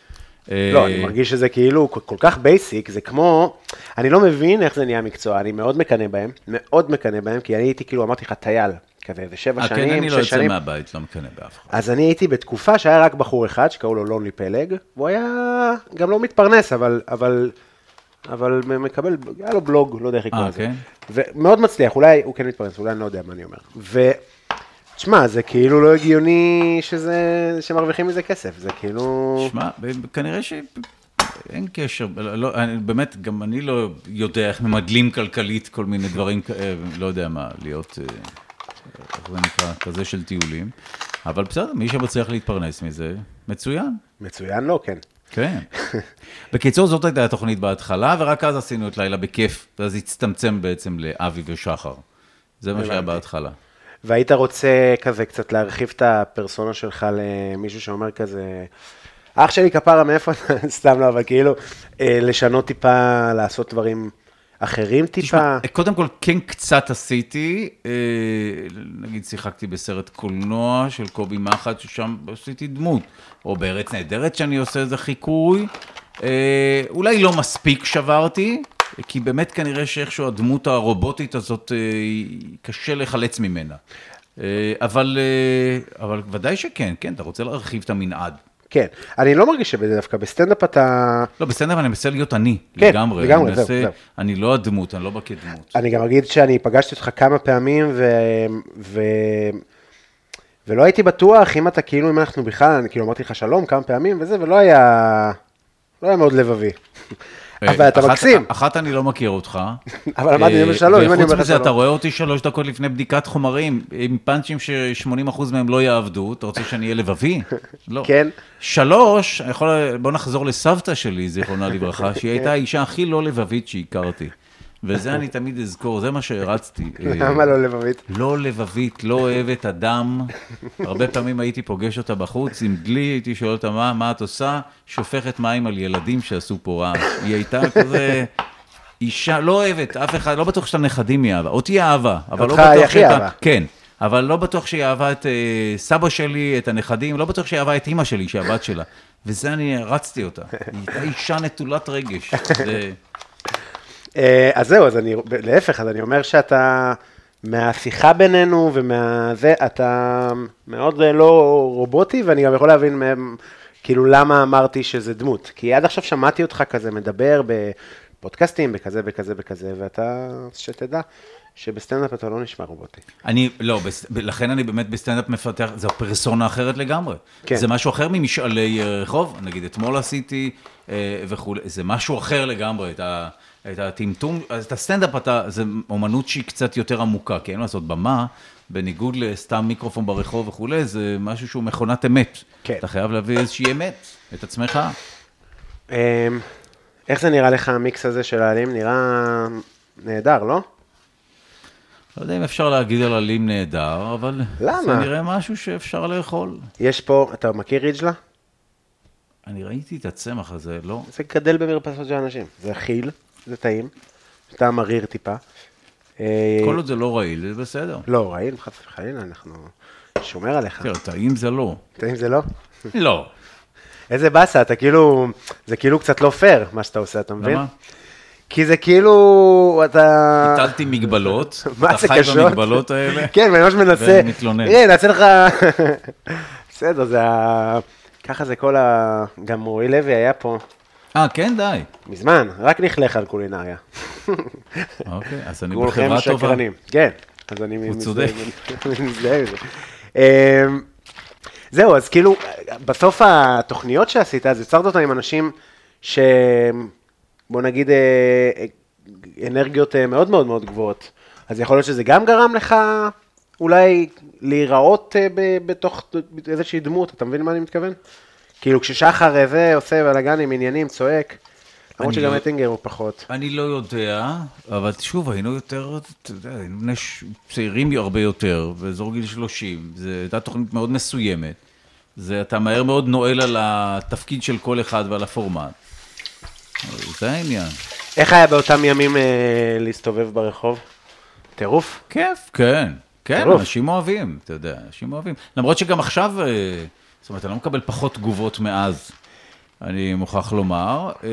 לא, אני מרגיש שזה כאילו כל כך בייסיק, זה כמו, אני לא מבין איך זה נהיה מקצוע, אני מאוד מקנה בהם, מאוד מקנה בהם, כי אני הייתי כאילו, אמרתי לך, טייל, כזה, זה שבע שנים, שש שנים. כן, אני לא יוצא מהבית, לא מקנה באף אחד. אז אני הייתי בתקופה שהיה רק בחור אחד, שקראו לו לונלי פלג, והוא היה גם לא מתפרנס, אבל, אבל, אבל מקבל, היה לו בלוג, לא יודע איך יקרא את זה. ומאוד מצליח, אולי הוא כן מתפרנס, אולי אני לא יודע מה אני אומר. ו... תשמע, זה כאילו לא הגיוני שזה, שמרוויחים מזה כסף, זה כאילו... תשמע, כנראה שאין קשר, לא, אני, באמת, גם אני לא יודע איך ממדלים כלכלית כל מיני דברים, לא יודע מה, להיות, איך זה נקרא, כזה של טיולים, אבל בסדר, מי שמצליח להתפרנס מזה, מצוין. מצוין לא, כן. כן. בקיצור, זאת הייתה התוכנית בהתחלה, ורק אז עשינו את לילה בכיף, ואז הצטמצם בעצם לאבי ושחר. זה מה שהיה בהתחלה. והיית רוצה כזה קצת להרחיב את הפרסונה שלך למישהו שאומר כזה, אח שלי כפרה מאיפה, סתם לא, אבל כאילו, לשנות טיפה, לעשות דברים אחרים טיפה. תשמע, קודם כל כן קצת עשיתי, נגיד שיחקתי בסרט קולנוע של קובי מחט, ששם עשיתי דמות, או בארץ נהדרת שאני עושה איזה חיקוי, אולי לא מספיק שברתי, כי באמת כנראה שאיכשהו הדמות הרובוטית הזאת קשה לחלץ ממנה. אבל, אבל ודאי שכן, כן, אתה רוצה להרחיב את המנעד. כן, אני לא מרגיש שדווקא בסטנדאפ אתה... לא, בסטנדאפ אני מנסה להיות אני, כן, לגמרי. לגמרי, אני, מנסה, זהו, זהו. אני לא הדמות, אני לא בא כדמות. אני גם אגיד שאני פגשתי אותך כמה פעמים, ו... ו... ולא הייתי בטוח אם אתה כאילו, אם אנחנו בכלל, אני כאילו אמרתי לך שלום כמה פעמים וזה, ולא היה, לא היה מאוד לבבי. אבל אתה מקסים. אחת אני לא מכיר אותך. אבל אמרתי לי שלום, אם אני אומר לך שלום. וחוץ מזה, אתה רואה אותי שלוש דקות לפני בדיקת חומרים, עם פאנצ'ים ש-שמונים אחוז מהם לא יעבדו, אתה רוצה שאני אהיה לבבי? לא. כן. שלוש, בוא נחזור לסבתא שלי, זיכרונה לברכה, שהיא הייתה האישה הכי לא לבבית שהכרתי. וזה אני תמיד אזכור, זה מה שהרצתי. למה לא לבבית? לא לבבית, לא אוהבת אדם. הרבה פעמים הייתי פוגש אותה בחוץ, עם דלי, הייתי שואל אותה, מה, מה את עושה? שופכת מים על ילדים שעשו פה רעש. היא הייתה כזה אישה, לא אוהבת, אף אחד, לא בטוח שאתה נכדים היא אהבה. אותי אהבה, אבל לא בטוח שאתה... כן, אבל לא בטוח שהיא אהבה את סבא שלי, את הנכדים, לא בטוח שהיא אהבה את אמא שלי, שהיא הבת שלה. וזה אני רצתי אותה. היא הייתה אישה נטולת רגש. זה... אז זהו, אז אני, להפך, אז אני אומר שאתה, מהשיחה בינינו ומהזה, אתה מאוד לא רובוטי, ואני גם יכול להבין מהם, כאילו למה אמרתי שזה דמות, כי עד עכשיו שמעתי אותך כזה מדבר בפודקאסטים, בכזה, בכזה, בכזה, ואתה, שתדע, שבסטנדאפ אתה לא נשמע רובוטי. אני, לא, לכן אני באמת בסטנדאפ מפתח, זו פרסונה אחרת לגמרי. כן. זה משהו אחר ממשאלי רחוב, נגיד אתמול עשיתי וכו', זה משהו אחר לגמרי, את ה... את הטמטום, אז את הסטנדאפ אתה, זה אומנות שהיא קצת יותר עמוקה, כי אין לעשות במה, בניגוד לסתם מיקרופון ברחוב וכו', זה משהו שהוא מכונת אמת. כן. אתה חייב להביא איזושהי אמת, את עצמך. איך זה נראה לך המיקס הזה של העלים? נראה נהדר, לא? לא יודע אם אפשר להגיד על עלים נהדר, אבל... למה? זה נראה משהו שאפשר לאכול. יש פה, אתה מכיר ריג'לה? אני ראיתי את הצמח הזה, לא? זה גדל במרפסות של אנשים, זה חיל. זה טעים, אתה מריר טיפה. כל עוד זה לא רעיל, זה בסדר. לא, רעיל, חלילה, אנחנו שומר עליך. תראה, טעים זה לא. טעים זה לא? לא. איזה באסה, אתה כאילו, זה כאילו קצת לא פייר, מה שאתה עושה, אתה מבין? למה? כי זה כאילו, אתה... הטלתי מגבלות, אתה חי במגבלות האלה. כן, ואני ממש מנסה. ומתלונן. תראה, נעשה לך... בסדר, זה ה... ככה זה כל ה... גם רועי לוי היה פה. אה, כן, די. מזמן, רק נכלך על קולינריה. אוקיי, אז אני בחברה טובה. כן, אז אני הוא צודק. מזדהה עם זה. זהו, אז כאילו, בסוף התוכניות שעשית, אז יצרת אותה עם אנשים ש... בוא נגיד, אנרגיות מאוד מאוד מאוד גבוהות. אז יכול להיות שזה גם גרם לך אולי להיראות בתוך איזושהי דמות, אתה מבין מה אני מתכוון? כאילו כששחר זה עושה בלגן עם עניינים, צועק, למרות שגם אטינגר הוא פחות. אני לא יודע, אבל שוב, היינו יותר, אתה יודע, היינו בני צעירים הרבה יותר, באזור גיל שלושים, זו הייתה תוכנית מאוד מסוימת. זה, אתה מהר מאוד נועל על התפקיד של כל אחד ועל הפורמט. זה העניין. איך היה באותם ימים אה, להסתובב ברחוב? טירוף? כיף, כן. כן, טירוף. אנשים אוהבים, אתה יודע, אנשים אוהבים. למרות שגם עכשיו, אה, זאת אומרת, אני לא מקבל פחות תגובות מאז, אני מוכרח לומר, אה,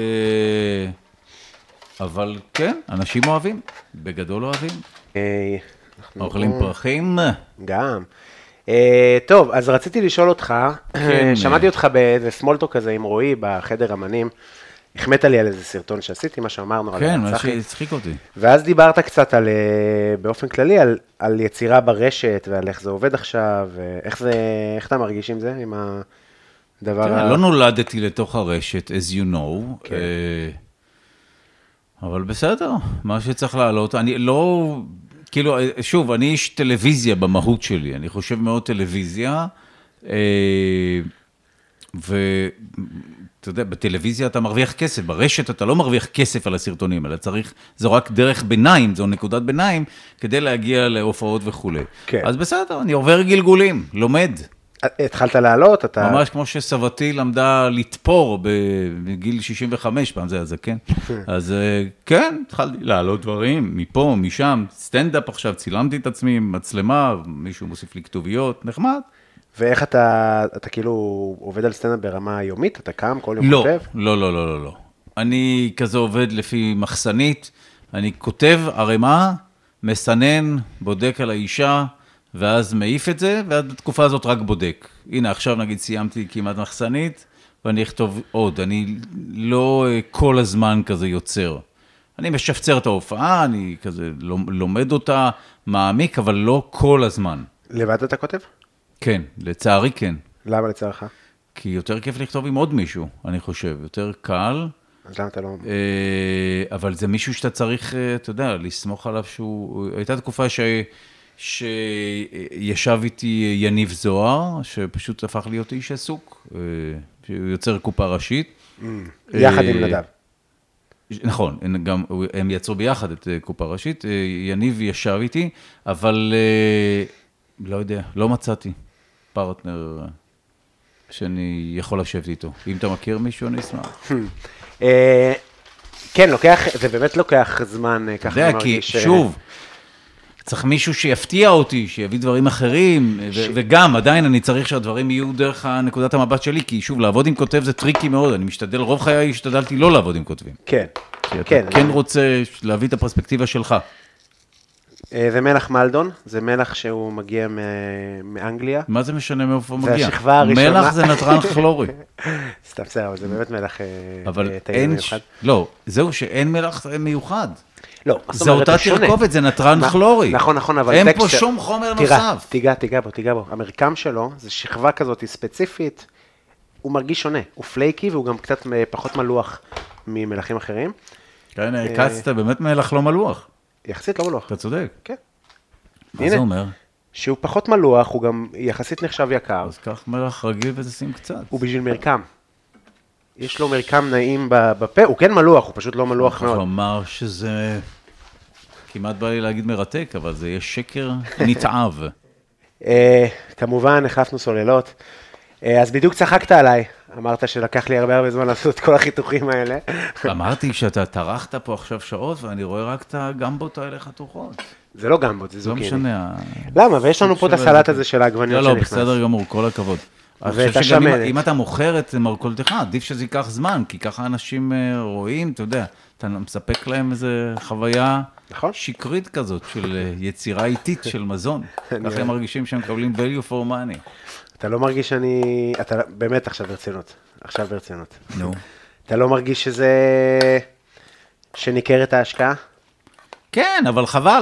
אבל כן, אנשים אוהבים, בגדול אוהבים. אה, אנחנו... אוכלים פרחים. גם. אה, טוב, אז רציתי לשאול אותך, כן. שמעתי אותך באיזה סמולטוק כזה עם רועי בחדר אמנים, החמאת לי על איזה סרטון שעשיתי, מה שאמרנו על כן, מה צחי. שהצחיק אותי. ואז דיברת קצת על, באופן כללי, על, על יצירה ברשת, ועל איך זה עובד עכשיו, ואיך זה, איך אתה מרגיש עם זה, עם הדבר תראה, ה... לא נולדתי לתוך הרשת, as you know, כן. אה, אבל בסדר, מה שצריך לעלות, אני לא, כאילו, שוב, אני איש טלוויזיה במהות שלי, אני חושב מאוד טלוויזיה, אה, ואתה יודע, בטלוויזיה אתה מרוויח כסף, ברשת אתה לא מרוויח כסף על הסרטונים, אלא צריך, זו רק דרך ביניים, זו נקודת ביניים, כדי להגיע להופעות וכו'. כן. אז בסדר, אני עובר גלגולים, לומד. התחלת לעלות, אתה... ממש כמו שסבתי למדה לתפור בגיל שישים וחמש, פעם זה היה זה, כן? אז כן, התחלתי לעלות דברים, מפה, משם, סטנדאפ עכשיו, צילמתי את עצמי עם מצלמה, מישהו מוסיף לי כתוביות, נחמד. ואיך אתה, אתה כאילו עובד על סטנדאפ ברמה יומית? אתה קם כל יום לא, כותב? לא, לא, לא, לא, לא. אני כזה עובד לפי מחסנית, אני כותב ערימה, מסנן, בודק על האישה, ואז מעיף את זה, ואז בתקופה הזאת רק בודק. הנה, עכשיו נגיד סיימתי כמעט מחסנית, ואני אכתוב עוד. אני לא כל הזמן כזה יוצר. אני משפצר את ההופעה, אני כזה לומד אותה, מעמיק, אבל לא כל הזמן. לבד אתה כותב? כן, לצערי כן. למה לצערך? כי יותר כיף לכתוב עם עוד מישהו, אני חושב. יותר קל. אז למה אתה לא... אבל זה מישהו שאתה צריך, אתה יודע, לסמוך עליו שהוא... הייתה תקופה ש... שישב איתי יניב זוהר, שפשוט הפך להיות איש עסוק, שהוא יוצר קופה ראשית. יחד עם נדב. נכון, גם, הם יצרו ביחד את קופה ראשית, יניב ישב איתי, אבל לא יודע, לא מצאתי פרטנר שאני יכול לשבת איתו. אם אתה מכיר מישהו, אני אשמח. כן, לוקח, זה באמת לוקח זמן, ככה אני מרגיש. כי שוב, צריך מישהו שיפתיע אותי, שיביא דברים אחרים, ו- וגם עדיין אני צריך שהדברים יהיו דרך נקודת המבט שלי, כי שוב, לעבוד עם כותב זה טריקי מאוד, אני משתדל, רוב חיי השתדלתי לא לעבוד עם כותבים. כן, כי אתה כן. כן רוצה להביא את הפרספקטיבה שלך. זה מלח מלדון, זה מלח שהוא מגיע מאנגליה. מה זה משנה מאיפה הוא מגיע? זה השכבה הראשונה. מלח זה נטרן כלורי. סתם בסדר, אבל זה באמת מלח אבל אין, לא, זהו שאין מלח מיוחד. לא, זה אותה תרכובת, זה נטרן כלורי. נכון, נכון, אבל... אין פה שום חומר נוסף. תיגע, תיגע בו, תיגע בו. המרקם שלו, זה שכבה כזאת ספציפית, הוא מרגיש שונה. הוא פלייקי, והוא גם קצת פחות מלוח ממלחים אחרים. כן, הקצת באמת מלח לא מלוח. יחסית לא מלוח. אתה צודק. כן. מה זה אומר? שהוא פחות מלוח, הוא גם יחסית נחשב יקר. אז קח מלח רגיל ותשים קצת. הוא בשביל מרקם. יש לו מרקם נעים בפה, הוא כן מלוח, הוא פשוט לא מלוח מאוד. אני אומר שזה, כמעט בא לי להגיד מרתק, אבל זה יהיה שקר נתעב. כמובן, החלפנו סוללות. אז בדיוק צחקת עליי, אמרת שלקח לי הרבה הרבה זמן לעשות את כל החיתוכים האלה. אמרתי שאתה טרחת פה עכשיו שעות, ואני רואה רק את הגמבות האלה חתוכות. זה לא גמבות, זה זוקיני. לא משנה. למה? ויש לנו פה את הסלט הזה של העגבניות שנכנס. לא, לא, בסדר גמור, כל הכבוד. ואת השמנת. אם אתה מוכר את מרכולתך, עדיף שזה ייקח זמן, כי ככה אנשים רואים, אתה יודע, אתה מספק להם איזו חוויה שקרית כזאת, של יצירה איטית של מזון. ככה הם מרגישים שהם מקבלים value for money. אתה לא מרגיש שאני, אתה באמת עכשיו ברצינות, עכשיו ברצינות. נו. אתה לא מרגיש שזה, שניכרת ההשקעה? כן, אבל חבל.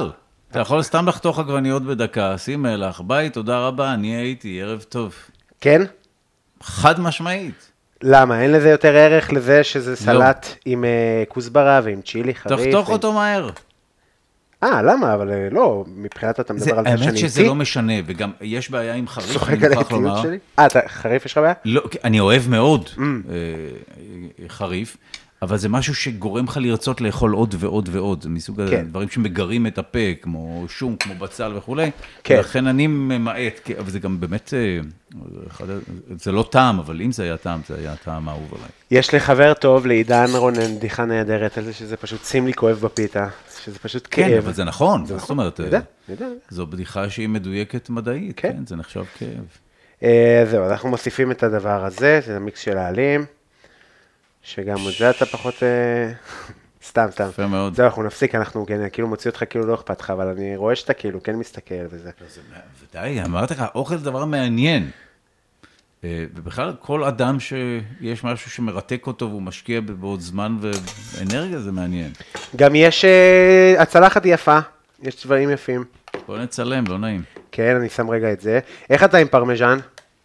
אתה יכול סתם לחתוך עגבניות בדקה, שים מלח, ביי, תודה רבה, אני הייתי, ערב טוב. כן? חד משמעית. למה? אין לזה יותר ערך לזה שזה סלט עם כוסברה ועם צ'ילי חריף? תחתוך אותו מהר. אה, למה? אבל לא, מבחינת אתה מדבר על זה שאני איתי. האמת שזה לא משנה, וגם יש בעיה עם חריף. צוחק על האיטיות שלי? אה, חריף יש לך בעיה? לא, אני אוהב מאוד חריף, אבל זה משהו שגורם לך לרצות לאכול עוד ועוד ועוד, זה מסוג הדברים שמגרים את הפה, כמו שום, כמו בצל וכו'. ולכן אני ממעט, אבל זה גם באמת, זה לא טעם, אבל אם זה היה טעם, זה היה טעם אהוב עליי. יש לי חבר טוב, לעידן רונן, בדיחה נהדרת על זה, שזה פשוט שים לי כואב בפיתה, שזה פשוט כאב. כן, אבל זה נכון, זאת אומרת, יודע, יודע. זו בדיחה שהיא מדויקת מדעית, כן, זה נחשב כאב. זהו, אנחנו מוסיפים את הדבר הזה, זה המיקס של העלים. שגם את זה אתה פחות, סתם, סתם. יפה מאוד. זהו, אנחנו נפסיק, אנחנו כאילו מוציא אותך כאילו לא אכפת לך, אבל אני רואה שאתה כאילו כן מסתכל וזה. ודאי, אמרתי לך, אוכל זה דבר מעניין. ובכלל, כל אדם שיש משהו שמרתק אותו והוא משקיע בעוד זמן ואנרגיה, זה מעניין. גם יש, הצלחת יפה, יש דברים יפים. בוא נצלם, לא נעים. כן, אני שם רגע את זה. איך אתה עם פרמיז'ן?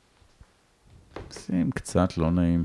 שים קצת, לא נעים.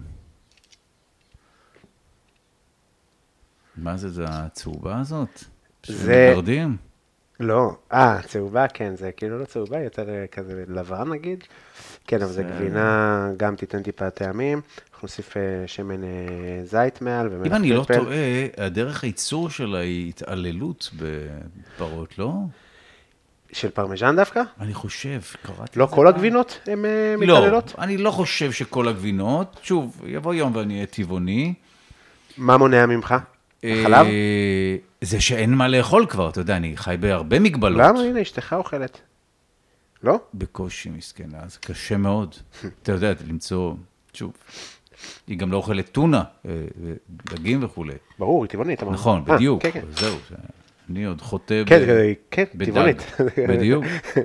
מה זה, זה הצהובה הזאת? זה... מגרדים? לא, אה, צהובה, כן, זה כאילו לא צהובה, יותר כזה לבן נגיד. כן, אבל זה גבינה, גם תיתן טיפה טעמים. אנחנו נוסיף שמן זית מעל ומלח פלפל. אם אני לא טועה, הדרך הייצור שלה היא התעללות בפרות, לא? של פרמיז'ן דווקא? אני חושב, קראתי. לא כל הגבינות הן מתעללות? לא, אני לא חושב שכל הגבינות. שוב, יבוא יום ואני אהיה טבעוני. מה מונע ממך? החלב? זה שאין מה לאכול כבר, אתה יודע, אני חי בהרבה מגבלות. למה? הנה, אשתך אוכלת. לא? בקושי מסכנה, זה קשה מאוד. אתה יודע, למצוא, שוב, היא גם לא אוכלת טונה, דגים וכו'. ברור, היא טבעונית. נכון, בדיוק. זהו, אני עוד חוטא בדג. כן, טבעונית. בדיוק.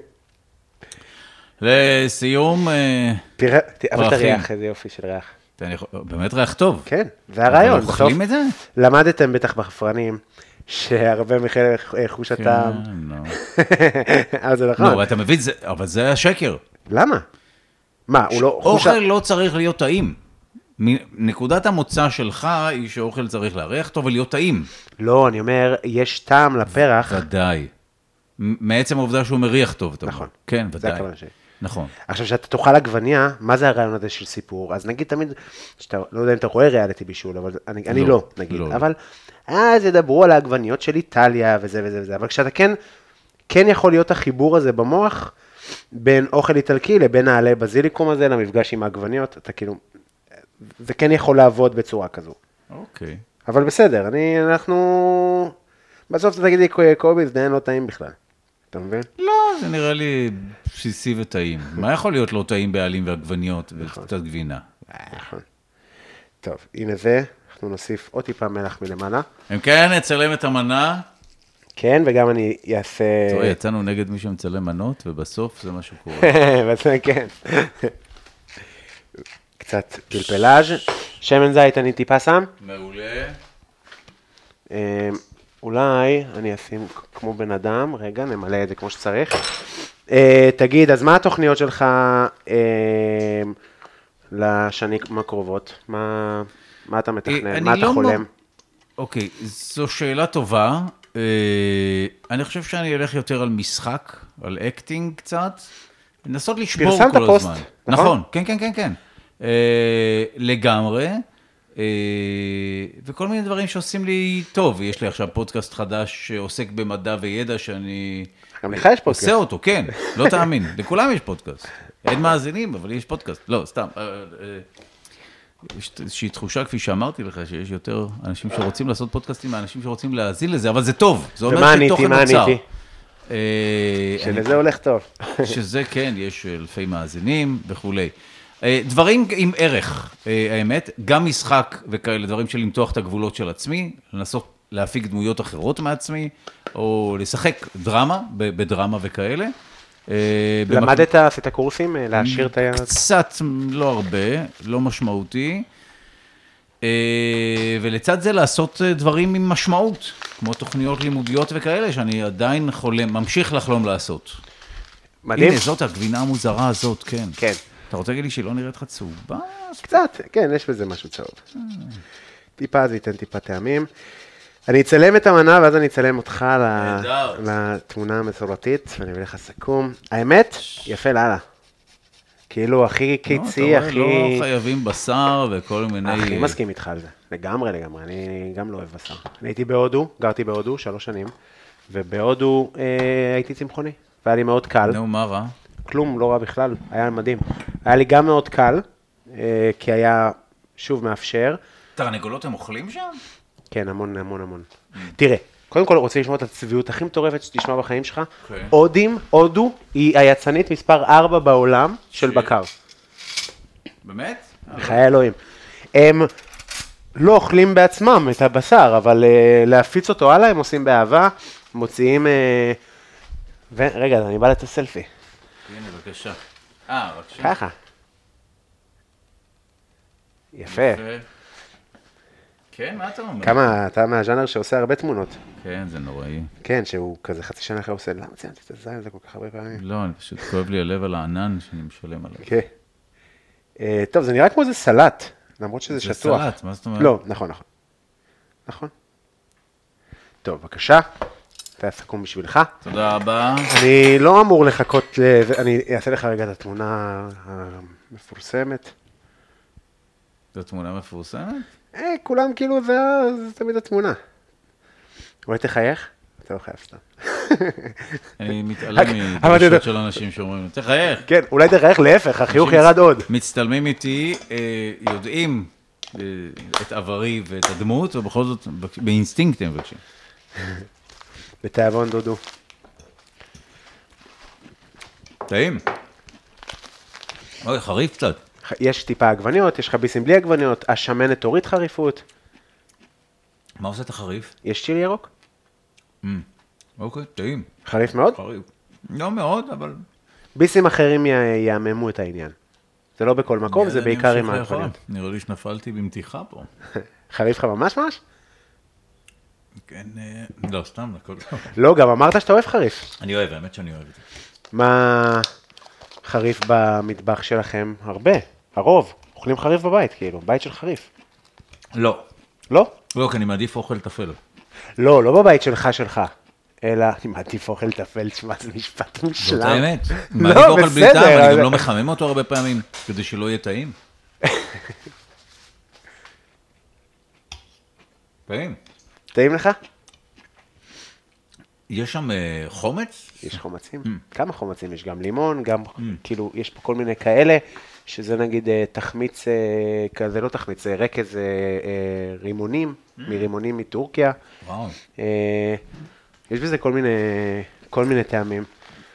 לסיום, תראה, אבל תריח, איזה יופי של ריח. באמת ריח טוב. כן, זה הרעיון. אבל אוכלים את זה? למדתם בטח בחפרנים, שהרבה מחלק חוש הטעם. כן, לא. אבל זה נכון. לא, אתה מבין, אבל זה השקר. למה? מה, הוא לא... אוכל לא צריך להיות טעים. נקודת המוצא שלך היא שאוכל צריך להריח טוב ולהיות טעים. לא, אני אומר, יש טעם לפרח. ודאי. מעצם העובדה שהוא מריח טוב. נכון. כן, ודאי. זה הכוונה שלי. נכון. עכשיו, שאתה תאכל עגבניה, מה זה הרעיון הזה של סיפור? אז נגיד תמיד, שאתה, לא יודע אם אתה רואה ריאליטי בישול, אבל אני, אני לא, נגיד. לא. אבל אז ידברו על העגבניות של איטליה וזה וזה וזה, אבל כשאתה כן, כן יכול להיות החיבור הזה במוח, בין אוכל איטלקי לבין העלי בזיליקום הזה, למפגש עם העגבניות, אתה כאילו, זה כן יכול לעבוד בצורה כזו. אוקיי. אבל בסדר, אני, אנחנו, בסוף אתה תגיד לי, קובי, זה לא טעים בכלל. אתה מבין? לא, זה נראה לי בסיסי וטעים. מה יכול להיות לא טעים בעלים ועגבניות וקצת גבינה? נכון. טוב, הנה זה, אנחנו נוסיף עוד טיפה מלח מלמעלה. אם כן, נצלם את המנה. כן, וגם אני אעשה... תראה, יצאנו נגד מי שמצלם מנות, ובסוף זה מה שקורה. בסדר, כן. קצת פלפלאז', שמן זית אני טיפה שם. מעולה. אולי אני אשים כמו בן אדם, רגע, נמלא את זה כמו שצריך. תגיד, אז מה התוכניות שלך לשנים הקרובות? מה אתה מתכנן? מה אתה חולם? אוקיי, זו שאלה טובה. אני חושב שאני אלך יותר על משחק, על אקטינג קצת. לנסות לשבור כל הזמן. פרסמת פוסט, נכון? כן, כן, כן, כן. לגמרי. וכל מיני דברים שעושים לי טוב. יש לי עכשיו פודקאסט חדש שעוסק במדע וידע שאני... גם לך יש פודקאסט. עושה אותו, כן. לא תאמין. לכולם יש פודקאסט. אין מאזינים, אבל יש פודקאסט. לא, סתם. יש איזושהי תחושה, כפי שאמרתי לך, שיש יותר אנשים שרוצים לעשות פודקאסטים מהאנשים שרוצים להאזין לזה, אבל זה טוב. זה אומר שתוכן נוצר. ומה עניתי? שלזה הולך טוב. שזה כן, יש אלפי מאזינים וכולי. דברים עם ערך, האמת, גם משחק וכאלה, דברים של למתוח את הגבולות של עצמי, לנסות להפיק דמויות אחרות מעצמי, או לשחק דרמה, בדרמה וכאלה. למדת, עשית קורסים, להשאיר את היד? קצת, לא הרבה, לא משמעותי. ולצד זה לעשות דברים עם משמעות, כמו תוכניות לימודיות וכאלה, שאני עדיין חולם, ממשיך לחלום לעשות. מדהים. הנה, זאת הגבינה המוזרה הזאת, כן. כן. אתה רוצה להגיד לי שהיא לא נראית לך צהובה? קצת, כן, יש בזה משהו צהוב. טיפה, זה ייתן טיפה טעמים. אני אצלם את המנה, ואז אני אצלם אותך לתמונה המסורתית, ואני אביא לך סיכום. האמת, יפה לאללה. כאילו, הכי קיצי, הכי... לא חייבים בשר וכל מיני... הכי מסכים איתך על זה. לגמרי, לגמרי. אני גם לא אוהב בשר. אני הייתי בהודו, גרתי בהודו שלוש שנים, ובהודו הייתי צמחוני, והיה לי מאוד קל. נו, מה רע? כלום, לא רע בכלל, היה מדהים. היה לי גם מאוד קל, כי היה, שוב, מאפשר. תרנגולות הם אוכלים שם? כן, המון, המון, המון. תראה, קודם כל רוצה לשמוע את הצביעות הכי מטורפת שתשמע בחיים שלך. הודים, הודו, היא היצנית מספר ארבע בעולם של בקר. באמת? בחיי אלוהים. הם לא אוכלים בעצמם את הבשר, אבל להפיץ אותו הלאה, הם עושים באהבה, מוציאים... רגע, אני בא לת הסלפי. הנה, בבקשה. אה, בבקשה. ככה. יפה. כן, מה אתה אומר? כמה, אתה מהז'אנר שעושה הרבה תמונות. כן, זה נוראי. כן, שהוא כזה חצי שנה אחרי עושה, למה ציינתי את הזין הזה כל כך הרבה פעמים? לא, אני פשוט כואב לי הלב על הענן שאני משלם עליו. כן. טוב, זה נראה כמו איזה סלט, למרות שזה שטוח. זה סלט, מה זאת אומרת? לא, נכון, נכון. נכון. טוב, בבקשה. אתה סכום בשבילך. תודה רבה. אני לא אמור לחכות, אני אעשה לך רגע את התמונה המפורסמת. זו תמונה מפורסמת? אה, כולם כאילו, זה תמיד התמונה. אולי תחייך? אתה לא חייב סתם. אני מתעלם מדרשות של אנשים שאומרים, תחייך. כן, אולי תחייך, להפך, החיוך ירד עוד. מצטלמים איתי, יודעים את עברי ואת הדמות, ובכל זאת באינסטינקט הם מבקשים. בתיאבון דודו. טעים. אוי, חריף קצת. יש טיפה עגבניות, יש חביסים בלי עגבניות, השמנת תוריד חריפות. מה עושה את החריף? יש צ'ילי ירוק? אוקיי, טעים. חריף מאוד? חריף. לא מאוד, אבל... ביסים אחרים יעממו את העניין. זה לא בכל מקום, זה בעיקר עם העגבניות. נראה לי שנפלתי במתיחה פה. חריף לך ממש ממש? כן, לא, סתם, הכל טוב. לא, גם אמרת שאתה אוהב חריף. אני אוהב, האמת שאני אוהב את זה. מה חריף במטבח שלכם? הרבה, הרוב. אוכלים חריף בבית, כאילו, בית של חריף. לא. לא? לא, כי אני מעדיף אוכל תפל. לא, לא בבית שלך שלך, אלא אני מעדיף אוכל תפל, תשמע, זה משפט מושלם. זאת האמת. מעדיף אוכל בלי טעם, אני גם לא מחמם אותו הרבה פעמים, כדי שלא יהיה טעים. טעים. טעים לך? יש שם חומץ? יש חומצים. כמה חומצים? יש גם לימון, גם כאילו, יש פה כל מיני כאלה, שזה נגיד תחמיץ כזה, לא תחמיץ, זה רקז רימונים, מרימונים מטורקיה. וואו. יש בזה כל מיני, כל מיני טעמים.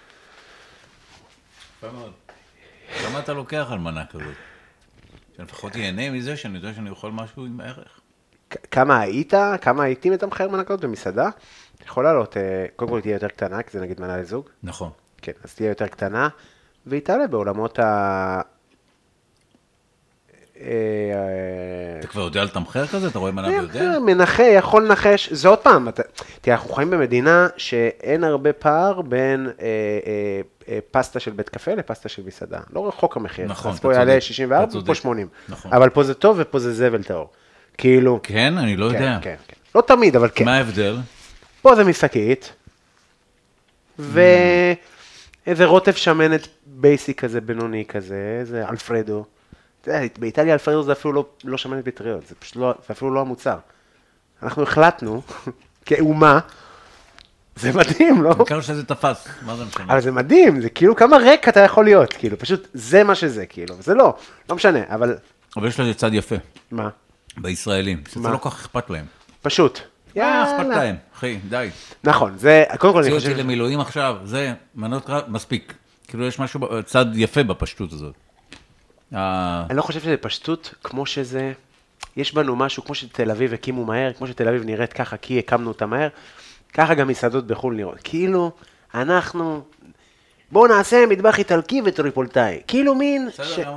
יפה מאוד. כמה אתה לוקח על מנה כזאת? שלפחות ייהנה מזה, שאני יודע שאני אוכל משהו עם ערך. כמה היית, כמה הייתי מתמחר מנה כזאת במסעדה? יכול לעלות, קודם כל תהיה יותר קטנה, כי זה נגיד מנה לזוג. נכון. כן, אז תהיה יותר קטנה, והיא תעלה בעולמות ה... אתה כבר יודע לתמחר כזה? אתה רואה מנה ויודע? מנחה, יכול לנחש, זה עוד פעם, תראה, אנחנו חיים במדינה שאין הרבה פער בין פסטה של בית קפה לפסטה של מסעדה. לא רחוק המחיר. נכון, אז פה יעלה שישים וארבע, פה שמונים. נכון. אבל פה זה טוב ופה זה זבל טהור. כאילו... כן, אני לא יודע. כן, כן. לא תמיד, אבל כן. מה ההבדל? פה זה מסקית, ואיזה רוטב שמנת בייסיק כזה, בינוני כזה, זה אלפרדו. באיטליה אלפרדו זה אפילו לא, לא שמנת פטריות, זה פשוט לא, זה אפילו לא המוצר. אנחנו החלטנו, כאומה, זה מדהים, לא? בעיקר שזה תפס, מה זה משנה? אבל זה מדהים, זה כאילו כמה ריק אתה יכול להיות, כאילו, פשוט זה מה שזה, כאילו, זה לא, לא משנה, אבל... אבל יש לזה צד יפה. מה? בישראלים, שזה לא כל כך אכפת להם. פשוט. יאללה. אכפת להם, אחי, די. נכון, זה, קודם כל אני חושב... חושב... אותי למילואים עכשיו, זה מנות קרב, מספיק. כאילו יש משהו, צד יפה בפשטות הזאת. אני לא חושב שזה פשטות, כמו שזה, יש בנו משהו, כמו שתל אביב הקימו מהר, כמו שתל אביב נראית ככה, כי הקמנו אותה מהר, ככה גם מסעדות בחו"ל נראות. כאילו, אנחנו, בואו נעשה מטבח איטלקי וטריפולטאי. כאילו מין... בסדר גמור.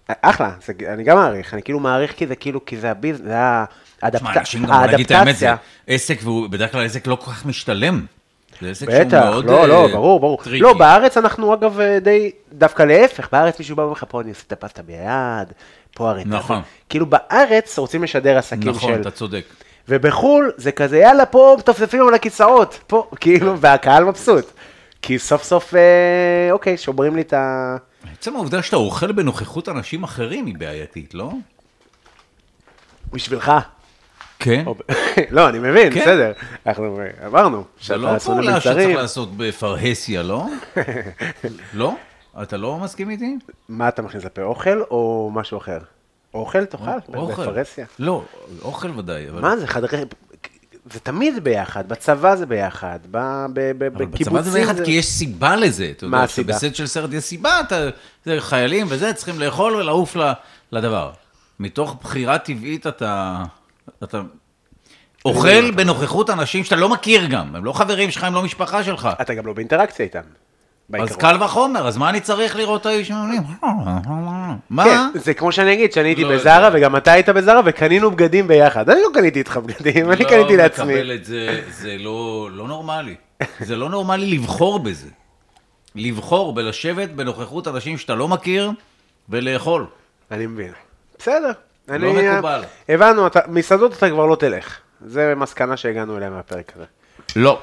אחלה, זה, אני גם מעריך, אני כאילו מעריך כי זה כאילו, כי זה הביז, זה האדפטציה. תשמע, אנשים גם להגיד את האמת, זה עסק, והוא בדרך כלל עסק לא כל כך משתלם. זה עסק שהוא מאוד לא, לא, ברור, ברור. טריקי. לא, בארץ אנחנו אגב די, דווקא להפך, בארץ מישהו בא ואומר לך, פה אני עושה את הפסטה ביד, פה הרי... נכון. כאילו בארץ רוצים לשדר עסקים של... נכון, אתה צודק. ובחול זה כזה, יאללה, פה מתופפים על הכיסאות, פה, כאילו, והקהל מבסוט. כי סוף סוף, אה, אוקיי, שוברים לי את ה... בעצם העובדה שאתה אוכל בנוכחות אנשים אחרים היא בעייתית, לא? בשבילך. כן. לא, אני מבין, כן. בסדר. אנחנו אמרנו. זה לא פעולה שצריך לעשות בפרהסיה, לא? לא? אתה לא מסכים איתי? מה אתה מכניס לפה, אוכל או משהו אחר? אוכל תאכל? אוכל. בפרהסיה. לא, אוכל ודאי. אבל... מה זה? חדרי... זה תמיד ביחד, בצבא זה ביחד, בקיבוצים אבל בצבא זה ביחד כי יש סיבה לזה. מה הסיבה? בסט של סרט יש סיבה, אתה, זה חיילים וזה, צריכים לאכול ולעוף לדבר. מתוך בחירה טבעית אתה, אתה אוכל בנוכחות אנשים שאתה לא מכיר גם, הם לא חברים שלך, הם לא משפחה שלך. אתה גם לא באינטראקציה איתם. אז קל וחומר, אז מה אני צריך לראות את האיש מעולים? מה? כן, זה כמו שאני אגיד, שאני הייתי בזרה, וגם אתה היית בזרה, וקנינו בגדים ביחד. אני לא קניתי איתך בגדים, אני קניתי לעצמי. לא מקבל את זה, זה לא נורמלי. זה לא נורמלי לבחור בזה. לבחור בלשבת בנוכחות אנשים שאתה לא מכיר, ולאכול. אני מבין. בסדר. לא מקובל. הבנו, מסעדות אתה כבר לא תלך. זה מסקנה שהגענו אליה מהפרק הזה. לא.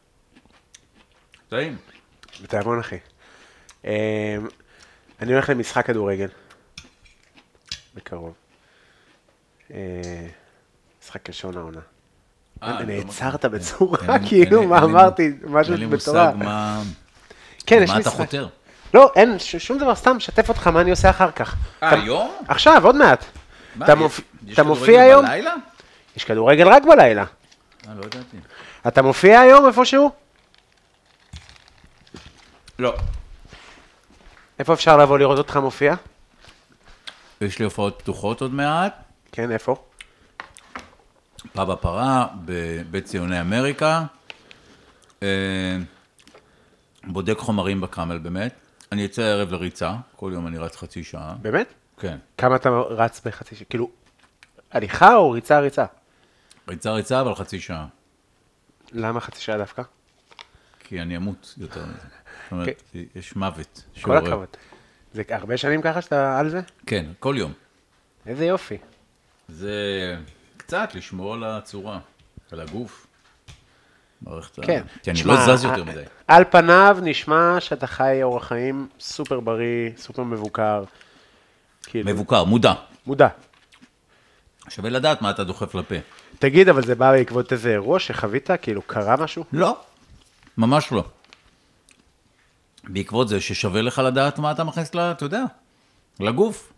טעים. בתיאבון, אחי. אני הולך למשחק כדורגל. בקרוב. משחק כשון העונה. נעצרת בצורה, כאילו, מה אמרתי, משהו אין לי בתורה. מושג מה... כן, יש מה אתה משחק. חותר? לא, אין שום דבר, סתם, שתף אותך, מה אני עושה אחר כך. אה, היום? עכשיו, עוד מעט. מה, אתה יש- מופיע- יש אתה כדורגל מופיע היום? בלילה? יש כדורגל רק בלילה. אה, לא ידעתי. אתה מופיע היום איפשהו? לא. איפה אפשר לבוא לראות אותך מופיע? יש לי הופעות פתוחות עוד מעט. כן, איפה? פאב הפרה, בבית ציוני אמריקה. אה, בודק חומרים בקרמל באמת. אני אצא הערב לריצה, כל יום אני רץ חצי שעה. באמת? כן. כמה אתה רץ בחצי שעה? כאילו, הליכה או ריצה ריצה? ריצה ריצה, אבל חצי שעה. למה חצי שעה דווקא? כי אני אמות יותר מזה. זאת אומרת, יש מוות. כל שעורר. הכבוד. זה הרבה שנים ככה שאתה על זה? כן, כל יום. איזה יופי. זה קצת לשמור על הצורה, על הגוף. מערכת ה... כן. כי אני תשמע, לא זז יותר מדי. על פניו נשמע שאתה חי אורח חיים סופר בריא, סופר מבוקר. כאילו, מבוקר, מודע. מודע. שווה לדעת מה אתה דוחף לפה. תגיד, אבל זה בא בעקבות איזה אירוע שחווית? כאילו, קרה משהו? לא, ממש לא. בעקבות זה ששווה לך לדעת מה אתה מכניס, לה, אתה יודע, לגוף.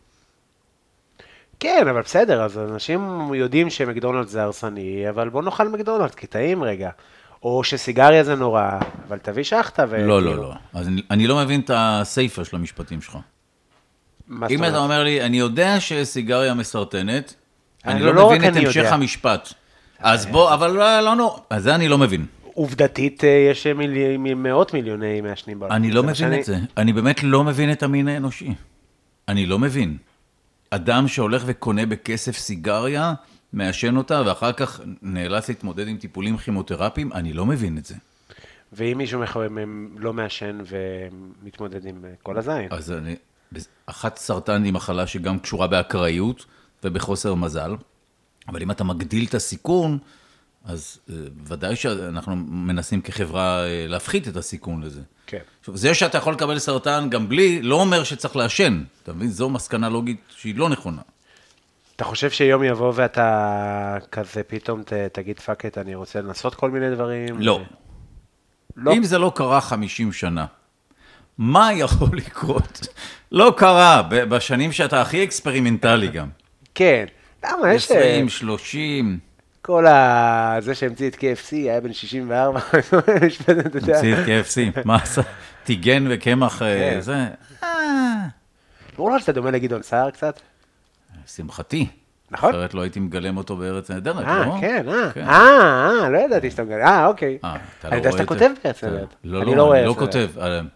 כן, אבל בסדר, אז אנשים יודעים שמקדונלדס זה הרסני, אבל בוא נאכל מקדונלדס, כי טעים רגע. או שסיגריה זה נורא, אבל תביא שחטה ו... לא, לא, לא. אז אני, אני לא מבין את הסייפה של המשפטים שלך. מה זאת אם אתה אומרת? אומר לי, אני יודע שסיגריה מסרטנת, אני לא, לא לא מבין רק את אני המשך יודע. המשפט. אז בוא, אבל לא, לא, לא, אז זה אני לא מבין. עובדתית, אה, יש מילי, מאות מיליוני מעשנים בעולם. אני לא זה מה מבין שאני- את זה. אני באמת לא מבין את המין האנושי. אני לא מבין. אדם שהולך וקונה בכסף סיגריה, מעשן אותה, ואחר כך נאלץ להתמודד עם טיפולים כימותרפיים, אני לא מבין את זה. ואם מישהו מחמם לא מעשן ומתמודד עם אה, כל הזין. אז אני, אחת סרטן היא מחלה שגם קשורה באקראיות ובחוסר מזל, אבל אם אתה מגדיל את הסיכון, אז אה, ודאי שאנחנו מנסים כחברה אה, להפחית את הסיכון לזה. כן. עכשיו, זה שאתה יכול לקבל סרטן גם בלי, לא אומר שצריך לעשן. אתה מבין? זו מסקנה לוגית שהיא לא נכונה. אתה חושב שיום יבוא ואתה כזה פתאום ת, תגיד פאק את, אני רוצה לנסות כל מיני דברים? לא. לא. אם זה לא קרה חמישים שנה, מה יכול לקרות? לא קרה, ב- בשנים שאתה הכי אקספרימנטלי גם. כן. למה? יש... אה, עשרים, שלושים, כל ה... זה שהמציא את קי אף סי היה בן שישים וארבע. משפטת, אתה יודע. המציא את קי אף סי, מה עשה? טיגן וקמח, אה, כן. זה, אה, ברור לך שאתה דומה לגדעון סער קצת? שמחתי. נכון. אחרת לא הייתי מגלם אותו בארץ נהדרת, אה, לא? כן, אה, כן. אה, אה, לא ידעתי שאתה מגלה, אה, אוקיי. אה, אתה אני לא יודע רואה שאתה את זה. כותב בעצם. אתה- לא, אני לא, רואה אני לא את זה. כותב. אה,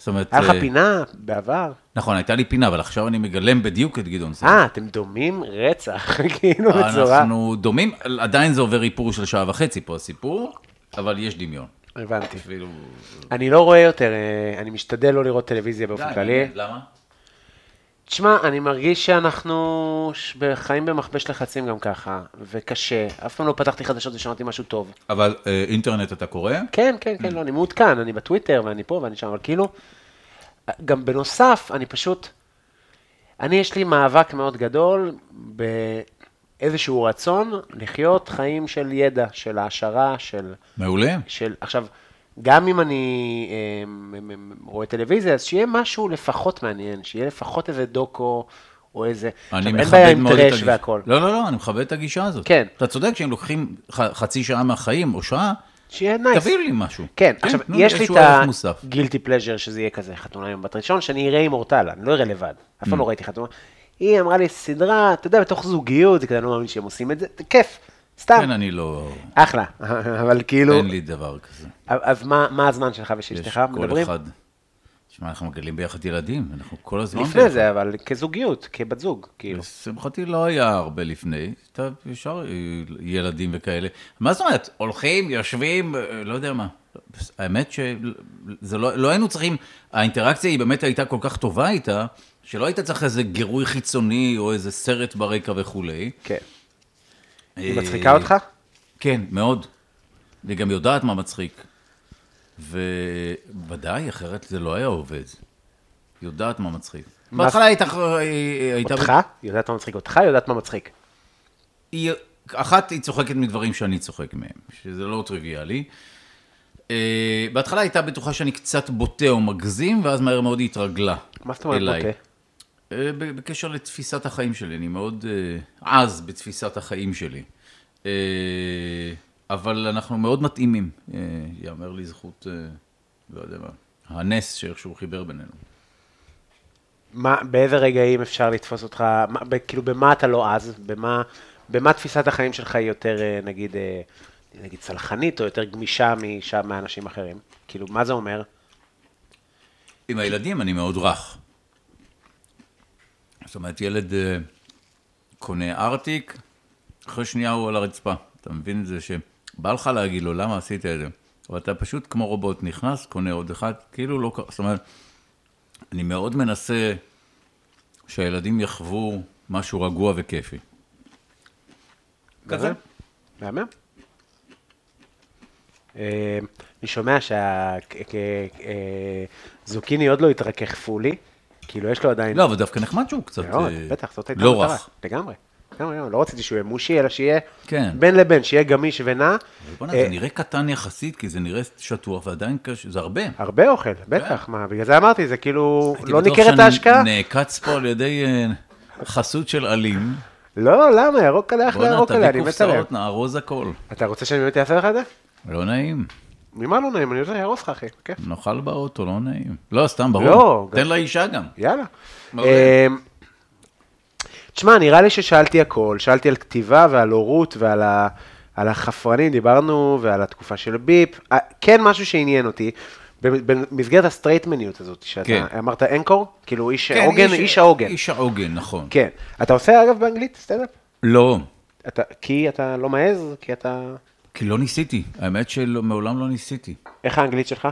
זאת אומרת... היה לך פינה בעבר? נכון, הייתה לי פינה, אבל עכשיו אני מגלם בדיוק את גדעון סער. אה, אתם דומים רצח, כאילו בצורה. אנחנו דומים, עדיין זה עובר איפור של שעה וחצי פה הסיפור, אבל יש דמיון. הבנתי. אפילו... אני לא רואה יותר, אני משתדל לא לראות טלוויזיה באופן כללי. למה? תשמע, אני מרגיש שאנחנו חיים במכבש לחצים גם ככה, וקשה. אף פעם לא פתחתי חדשות ושמעתי משהו טוב. אבל אה, אינטרנט אתה קורא? כן, כן, כן, לא, אני מעודכן, אני בטוויטר ואני פה ואני שם, אבל כאילו, גם בנוסף, אני פשוט, אני יש לי מאבק מאוד גדול באיזשהו רצון לחיות חיים של ידע, של העשרה, של... מעולה. של, עכשיו, גם אם אני אה, רואה טלוויזיה, אז שיהיה משהו לפחות מעניין, שיהיה לפחות איזה דוקו או איזה... אני עכשיו, אין בעיה עם מכבד מאוד את טרש הגישה. והכל. לא, לא, לא, אני מכבד את הגישה הזאת. כן. אתה צודק שהם לוקחים ח- חצי שעה מהחיים או שעה, שיהיה נייס. תביאו לי משהו. כן, עכשיו, תנו יש לי איזשהו את ערך מוסף. הגילטי פלז'ר שזה יהיה כזה, חתונה יום בת ראשון, שאני אראה עם אורטל, אני לא אראה לבד. אף פעם לא ראיתי חתונה. היא אמרה לי, סדרה, אתה יודע, בתוך זוגיות, זה כזה, אני לא מאמין שהם עושים את זה, זה כיף, סתם. כן, אני לא... אחלה, אבל כאילו... אין לי דבר כזה. אז מה מה הזמן שלך ושאשתך יש כל מדברים? אחד... תשמע, אנחנו מגלים ביחד ילדים, אנחנו כל הזמן לפני זה, אבל כזוגיות, כבת זוג, כאילו. לשמחתי לא היה הרבה לפני, אתה ישר ילדים וכאלה. מה זאת אומרת? הולכים, יושבים, לא יודע מה. האמת שזה לא, לא היינו צריכים, האינטראקציה היא באמת הייתה כל כך טובה איתה, שלא היית צריך איזה גירוי חיצוני או איזה סרט ברקע וכולי. כן. היא מצחיקה אותך? כן, מאוד. והיא גם יודעת מה מצחיק. וודאי, אחרת זה לא היה עובד. יודעת מה מצחיק. בהתחלה הייתה... אותך? יודעת מה מצחיק אותך? יודעת מה מצחיק? אחת היא צוחקת מדברים שאני צוחק מהם, שזה לא טריוויאלי. בהתחלה הייתה בטוחה שאני קצת בוטה או מגזים, ואז מהר מאוד היא התרגלה. מה זאת אומרת בוטה? בקשר לתפיסת החיים שלי, אני מאוד עז בתפיסת החיים שלי. אבל אנחנו מאוד מתאימים, יאמר לי זכות, לא יודע מה, הנס שאיכשהו חיבר בינינו. מה, באיזה רגעים אפשר לתפוס אותך, מה, כאילו במה אתה לא עז, במה, במה תפיסת החיים שלך היא יותר, נגיד, נגיד צלחנית או יותר גמישה משם מאנשים אחרים? כאילו, מה זה אומר? עם הילדים אני מאוד רך. זאת אומרת, ילד קונה ארטיק, אחרי שנייה הוא על הרצפה. אתה מבין את זה שבא לך להגיד לו, למה עשית את זה? אבל אתה פשוט כמו רובוט נכנס, קונה עוד אחד, כאילו לא קרה. זאת אומרת, אני מאוד מנסה שהילדים יחוו משהו רגוע וכיפי. כזה? מהמם. אני שומע שהזוקיני עוד לא התרכך פולי, כאילו יש לו עדיין... לא, אבל דווקא נחמד שהוא קצת בטח, זאת הייתה לא רך. לגמרי. לא רציתי שהוא יהיה מושי, אלא שיהיה כן. בין לבין, שיהיה גמיש ונע. בוא'נה, זה נראה קטן יחסית, כי זה נראה שטוח, ועדיין קשה, זה הרבה. הרבה אוכל, בטח, מה, בגלל זה אמרתי, זה כאילו, לא ניכרת הייתי ההשקעה. בטוח שאני נעקץ פה על ידי חסות של אלים. לא, למה? ירוק עליה אחלה ירוק עליה, אני בוא'נה, מת עליהם. תביא קופסאות, נארוז הכל. אתה רוצה שאני באמת אעשה לך את זה? לא נעים. ממה לא נעים? אני רוצה להרוס לך, אחי. כיף. נאכל באוטו, לא נעים. לא, סתם, ברור. לא. תן לאישה גם. יאללה. תשמע, נראה לי ששאלתי הכל, שאלתי על כתיבה ועל הורות ועל ה... על החפרנים, דיברנו, ועל התקופה של ביפ. כן, משהו שעניין אותי, במסגרת הסטרייטמניות הזאת, שאתה אמרת אנקור? כאילו איש העוגן, איש העוגן. איש העוגן, נכון. כן. אתה עושה אגב באנגלית סטנדאפ? לא. כי אתה לא מעז? כי אתה... כי לא ניסיתי. האמת שמעולם לא ניסיתי. איך האנגלית שלך?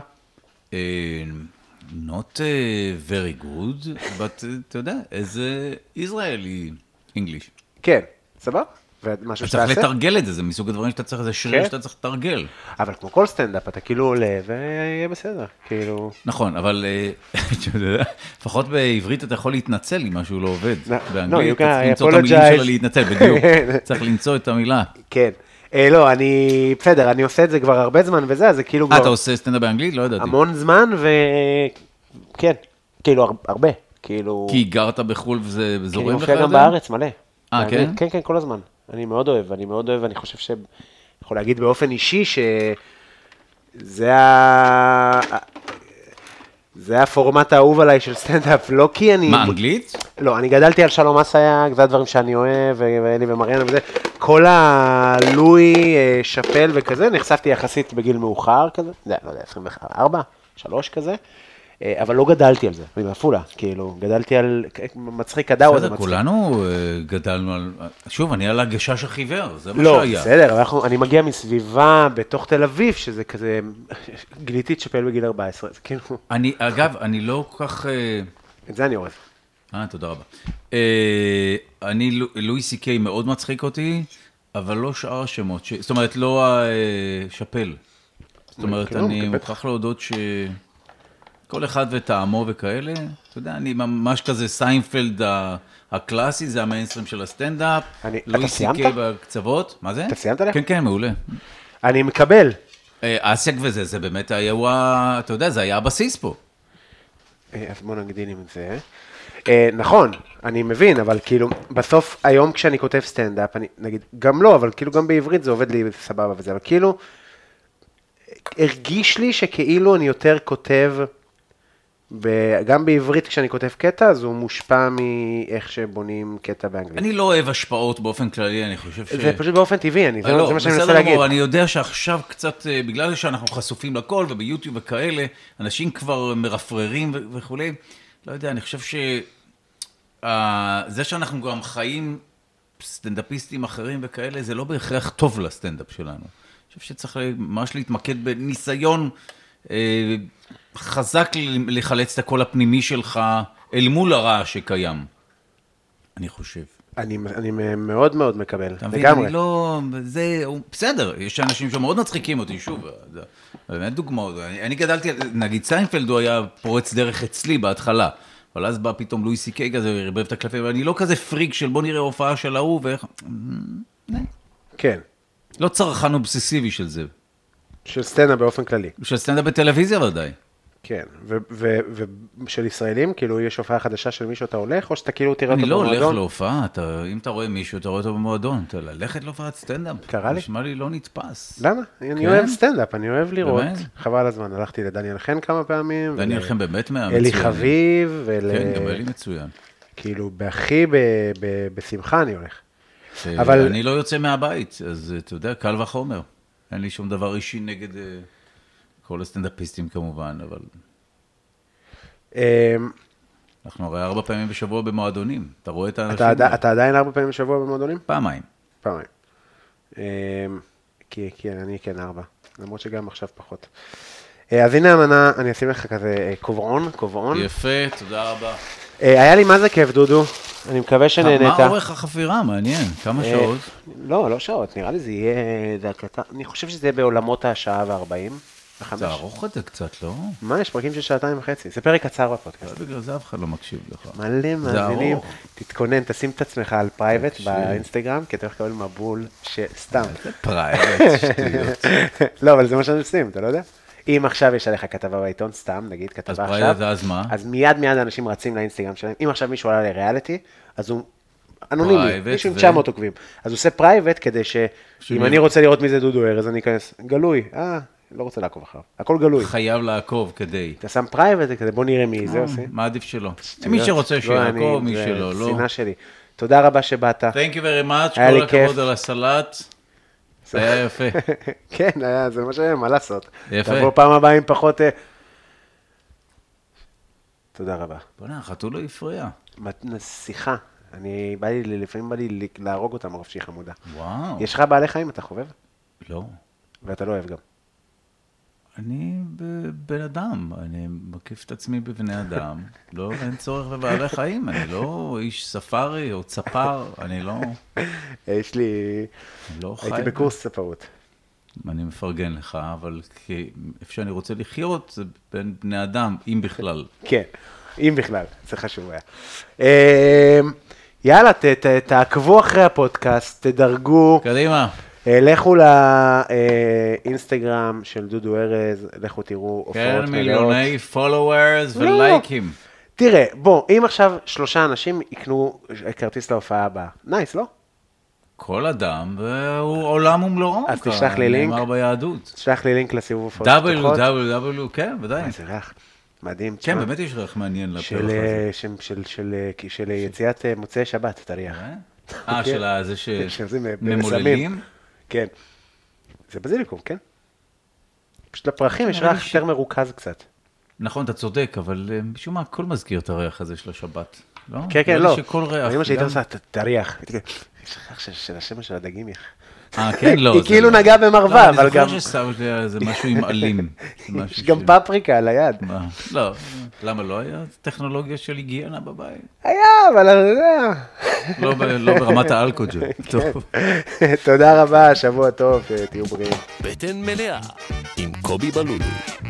Not very good, but אתה יודע, איזה Israeli English. כן, סבבה? ומשהו שאתה צריך לתרגל את זה, זה מסוג הדברים שאתה צריך, זה שריר שאתה צריך לתרגל. אבל כמו כל סטנדאפ, אתה כאילו עולה ויהיה בסדר, כאילו... נכון, אבל לפחות בעברית אתה יכול להתנצל אם משהו לא עובד. באנגלית אתה צריך למצוא את המילים שלה להתנצל, בדיוק. צריך למצוא את המילה. כן. לא, אני... בסדר, אני עושה את זה כבר הרבה זמן וזה, אז זה כאילו כבר... אתה עושה סטנדאפ באנגלית? לא ידעתי. המון זמן ו... כן, כאילו הרבה, כאילו... כי גרת בחול וזה זורם לך? כי אני מופיע גם בארץ, מלא. אה, כן? כן, כן, כל הזמן. אני מאוד אוהב, אני מאוד אוהב, אני חושב ש... יכול להגיד באופן אישי שזה ה... זה הפורמט האהוב עליי של סטנדאפ, לא כי אני... מה, אנגלית? לא, אני גדלתי על שלום אסייג, זה הדברים שאני אוהב, ואלי ומריאנה וזה. כל הלואי, שאפל וכזה, נחשפתי יחסית בגיל מאוחר כזה, זה, לא יודע, עשרים וארבע, שלוש כזה. אבל לא גדלתי על זה, אני בעפולה, כאילו, גדלתי על מצחיק הדאו, בסדר, כולנו גדלנו על, שוב, אני על הגשש החיוור, זה מה לא, שהיה. לא, בסדר, אני מגיע מסביבה בתוך תל אביב, שזה כזה, גיליתי את שפל בגיל ארבע עשרה, זה כאילו... אני, אגב, אני לא כל כך... את זה אני אוהב. אה, תודה רבה. אני, לואי סי קיי מאוד מצחיק אותי, אבל לא שאר השמות, זאת אומרת, לא השפל. זאת אומרת, אני מוכרח להודות ש... כל אחד וטעמו וכאלה, אתה יודע, אני ממש כזה סיינפלד הקלאסי, זה המיינסטרים של הסטנדאפ, לואי סי קיי בקצוות, מה זה? אתה סיימת לך? כן, כן, מעולה. אני מקבל. אסק וזה, זה באמת היה, אתה יודע, זה היה הבסיס פה. אז בוא נגדיל עם זה. נכון, אני מבין, אבל כאילו, בסוף, היום כשאני כותב סטנדאפ, אני נגיד, גם לא, אבל כאילו גם בעברית זה עובד לי סבבה וזה, אבל כאילו, הרגיש לי שכאילו אני יותר כותב, גם בעברית כשאני כותב קטע, אז הוא מושפע מאיך שבונים קטע באנגלית. אני לא אוהב השפעות באופן כללי, אני חושב ש... זה פשוט באופן טבעי, אני, זה, זה מה שאני מנסה להגיד. אני יודע שעכשיו קצת, בגלל שאנחנו חשופים לכל, וביוטיוב וכאלה, אנשים כבר מרפררים וכו'. לא יודע, אני חושב ש... זה שאנחנו גם חיים סטנדאפיסטים אחרים וכאלה, זה לא בהכרח טוב לסטנדאפ שלנו. אני חושב שצריך ממש להתמקד בניסיון... חזק לחלץ את הקול הפנימי שלך אל מול הרעש שקיים, אני חושב. אני, אני מאוד מאוד מקבל, אתה מבין, לגמרי. אני לא, זה, בסדר, יש אנשים שמאוד מצחיקים אותי, שוב, זה באמת דוגמאות. אני, אני גדלתי, נגיד סיינפלד הוא היה פורץ דרך אצלי בהתחלה, אבל אז בא פתאום לואי סי קיי כזה, הרבב את הקלפים, ואני לא כזה פריק של בוא נראה הופעה של ההוא, ואיך... כן. לא צרכן אובססיבי של זה. של סטנדאפ באופן כללי. של סטנדאפ בטלוויזיה ודאי. כן, ושל ישראלים, כאילו יש הופעה חדשה של מישהו, אתה הולך, או שאתה כאילו תראה אותו במועדון? אני לא הולך להופעה, אם אתה רואה מישהו, אתה רואה אותו במועדון, אתה ללכת להופעת סטנדאפ. קרה לי? נשמע לי לא נתפס. למה? אני אוהב סטנדאפ, אני אוהב לראות. חבל הזמן, הלכתי לדניאל חן כמה פעמים. דניאל חן באמת מהמצוין. אלי חביב. כן, גם אלי מצוין. כאילו, בהכי בשמחה אני הולך. אני לא יוצא מהבית, אז אתה יודע, קל וחומר. אין לי שום דבר אישי נגד כל הסטנדאפיסטים כמובן, אבל... אנחנו הרי ארבע פעמים בשבוע במועדונים. אתה רואה את האנשים? אתה עדיין ארבע פעמים בשבוע במועדונים? פעמיים. פעמיים. כי אני כן ארבע, למרות שגם עכשיו פחות. אז הנה המנה, אני אשים לך כזה קוברון, קוברון. יפה, תודה רבה. היה לי מה זה כיף, דודו. אני מקווה שנהנית. מה אורך החפירה? מעניין. כמה שעות? לא, לא שעות. נראה לי זה יהיה... אני חושב שזה יהיה בעולמות השעה וארבעים. זה ארוך את זה קצת, לא? מה, יש פרקים של שעתיים וחצי. זה פרק קצר בפודקאסט. בגלל זה אף אחד לא מקשיב לך. מלא מאזינים. תתכונן, תשים את עצמך על פרייבט באינסטגרם, כי אתה הולך לקבל מבול שסתם. זה פרייבט, שטויות. לא, אבל זה מה שאני עושים, אתה לא יודע? אם עכשיו יש עליך כתבה בעיתון, סתם, נגיד כתבה עכשיו. אז פרייבט, אז מה? אז מיד מיד אנשים רצים לאינסטגרם שלהם. אם עכשיו מישהו עלה לריאליטי, אז הוא אנונימי, מישהו עם תשע מאות עוקבים. אז הוא עושה פרייבט כדי שאם אני רוצה לראות מי זה דודו ארז, אני אכנס גלוי. אה, לא רוצה לעקוב אחריו. הכל גלוי. חייב לעקוב כדי. אתה שם פרייבט כדי, בוא נראה מי זה עושה. מה עדיף שלא? מי שרוצה שיעקוב, מי שלא, לא. סינה שלי. תודה רבה שבאת. Thank you very much, כל הכבוד על הסלט. זה היה יפה. כן, זה מה שהיה, מה לעשות. יפה. תבוא פעם הבאה עם פחות... תודה רבה. בוא'נה, חתול לא הפריע. שיחה. אני, בא לי, לפעמים בא לי להרוג אותם מרוב שהיא חמודה. וואו. יש לך בעלי חיים, אתה חובב? לא. ואתה לא אוהב גם. אני בן אדם, אני מקיף את עצמי בבני אדם, לא, אין צורך בבעלי חיים, אני לא איש ספארי או צפר, אני לא... יש לי... לא חי... הייתי בקורס ספרות. אני מפרגן לך, אבל איפה שאני רוצה לחיות, זה בין בני אדם, אם בכלל. כן, אם בכלל, זה חשוב היה. יאללה, תעקבו אחרי הפודקאסט, תדרגו. קדימה. לכו לאינסטגרם של דודו ארז, לכו תראו הופעות מלאות. כן, מיליוני פולוורס ולייקים. תראה, בוא, אם עכשיו שלושה אנשים יקנו כרטיס להופעה הבאה, נייס, לא? כל אדם, והוא עולם ומלואו. אז תשלח לי לינק. נאמר ביהדות. תשלח לי לינק לסיבוב הופעות פתוחות. דאבליו דאבליו דאבליו, כן, ודאי. איזה ריח, מדהים. כן, באמת יש ריח מעניין לפרח הזה. של יציאת מוצאי שבת, את הריח. אה, של זה שממוללים? כן. זה בזיליקום, כן? פשוט לפרחים יש ריח יותר מרוכז קצת. נכון, אתה צודק, אבל משום מה, הכל מזכיר את הריח הזה של השבת. לא? כן, כן, לא. שכל ריח... אמא שהייתה עושה, תריח. יש לך של השמש של הדגים יח. אה, כן, לא. היא כאילו נגעה במרווה, אבל גם... אני זוכר ששם זה משהו עם עלים. יש גם פפריקה על היד. לא, למה לא היה טכנולוגיה של היגיינה בבית? היה, אבל אני יודע. לא ברמת האלכוג'ל. תודה רבה, שבוע טוב, תהיו בריאים. בטן מלאה עם קובי בלולו.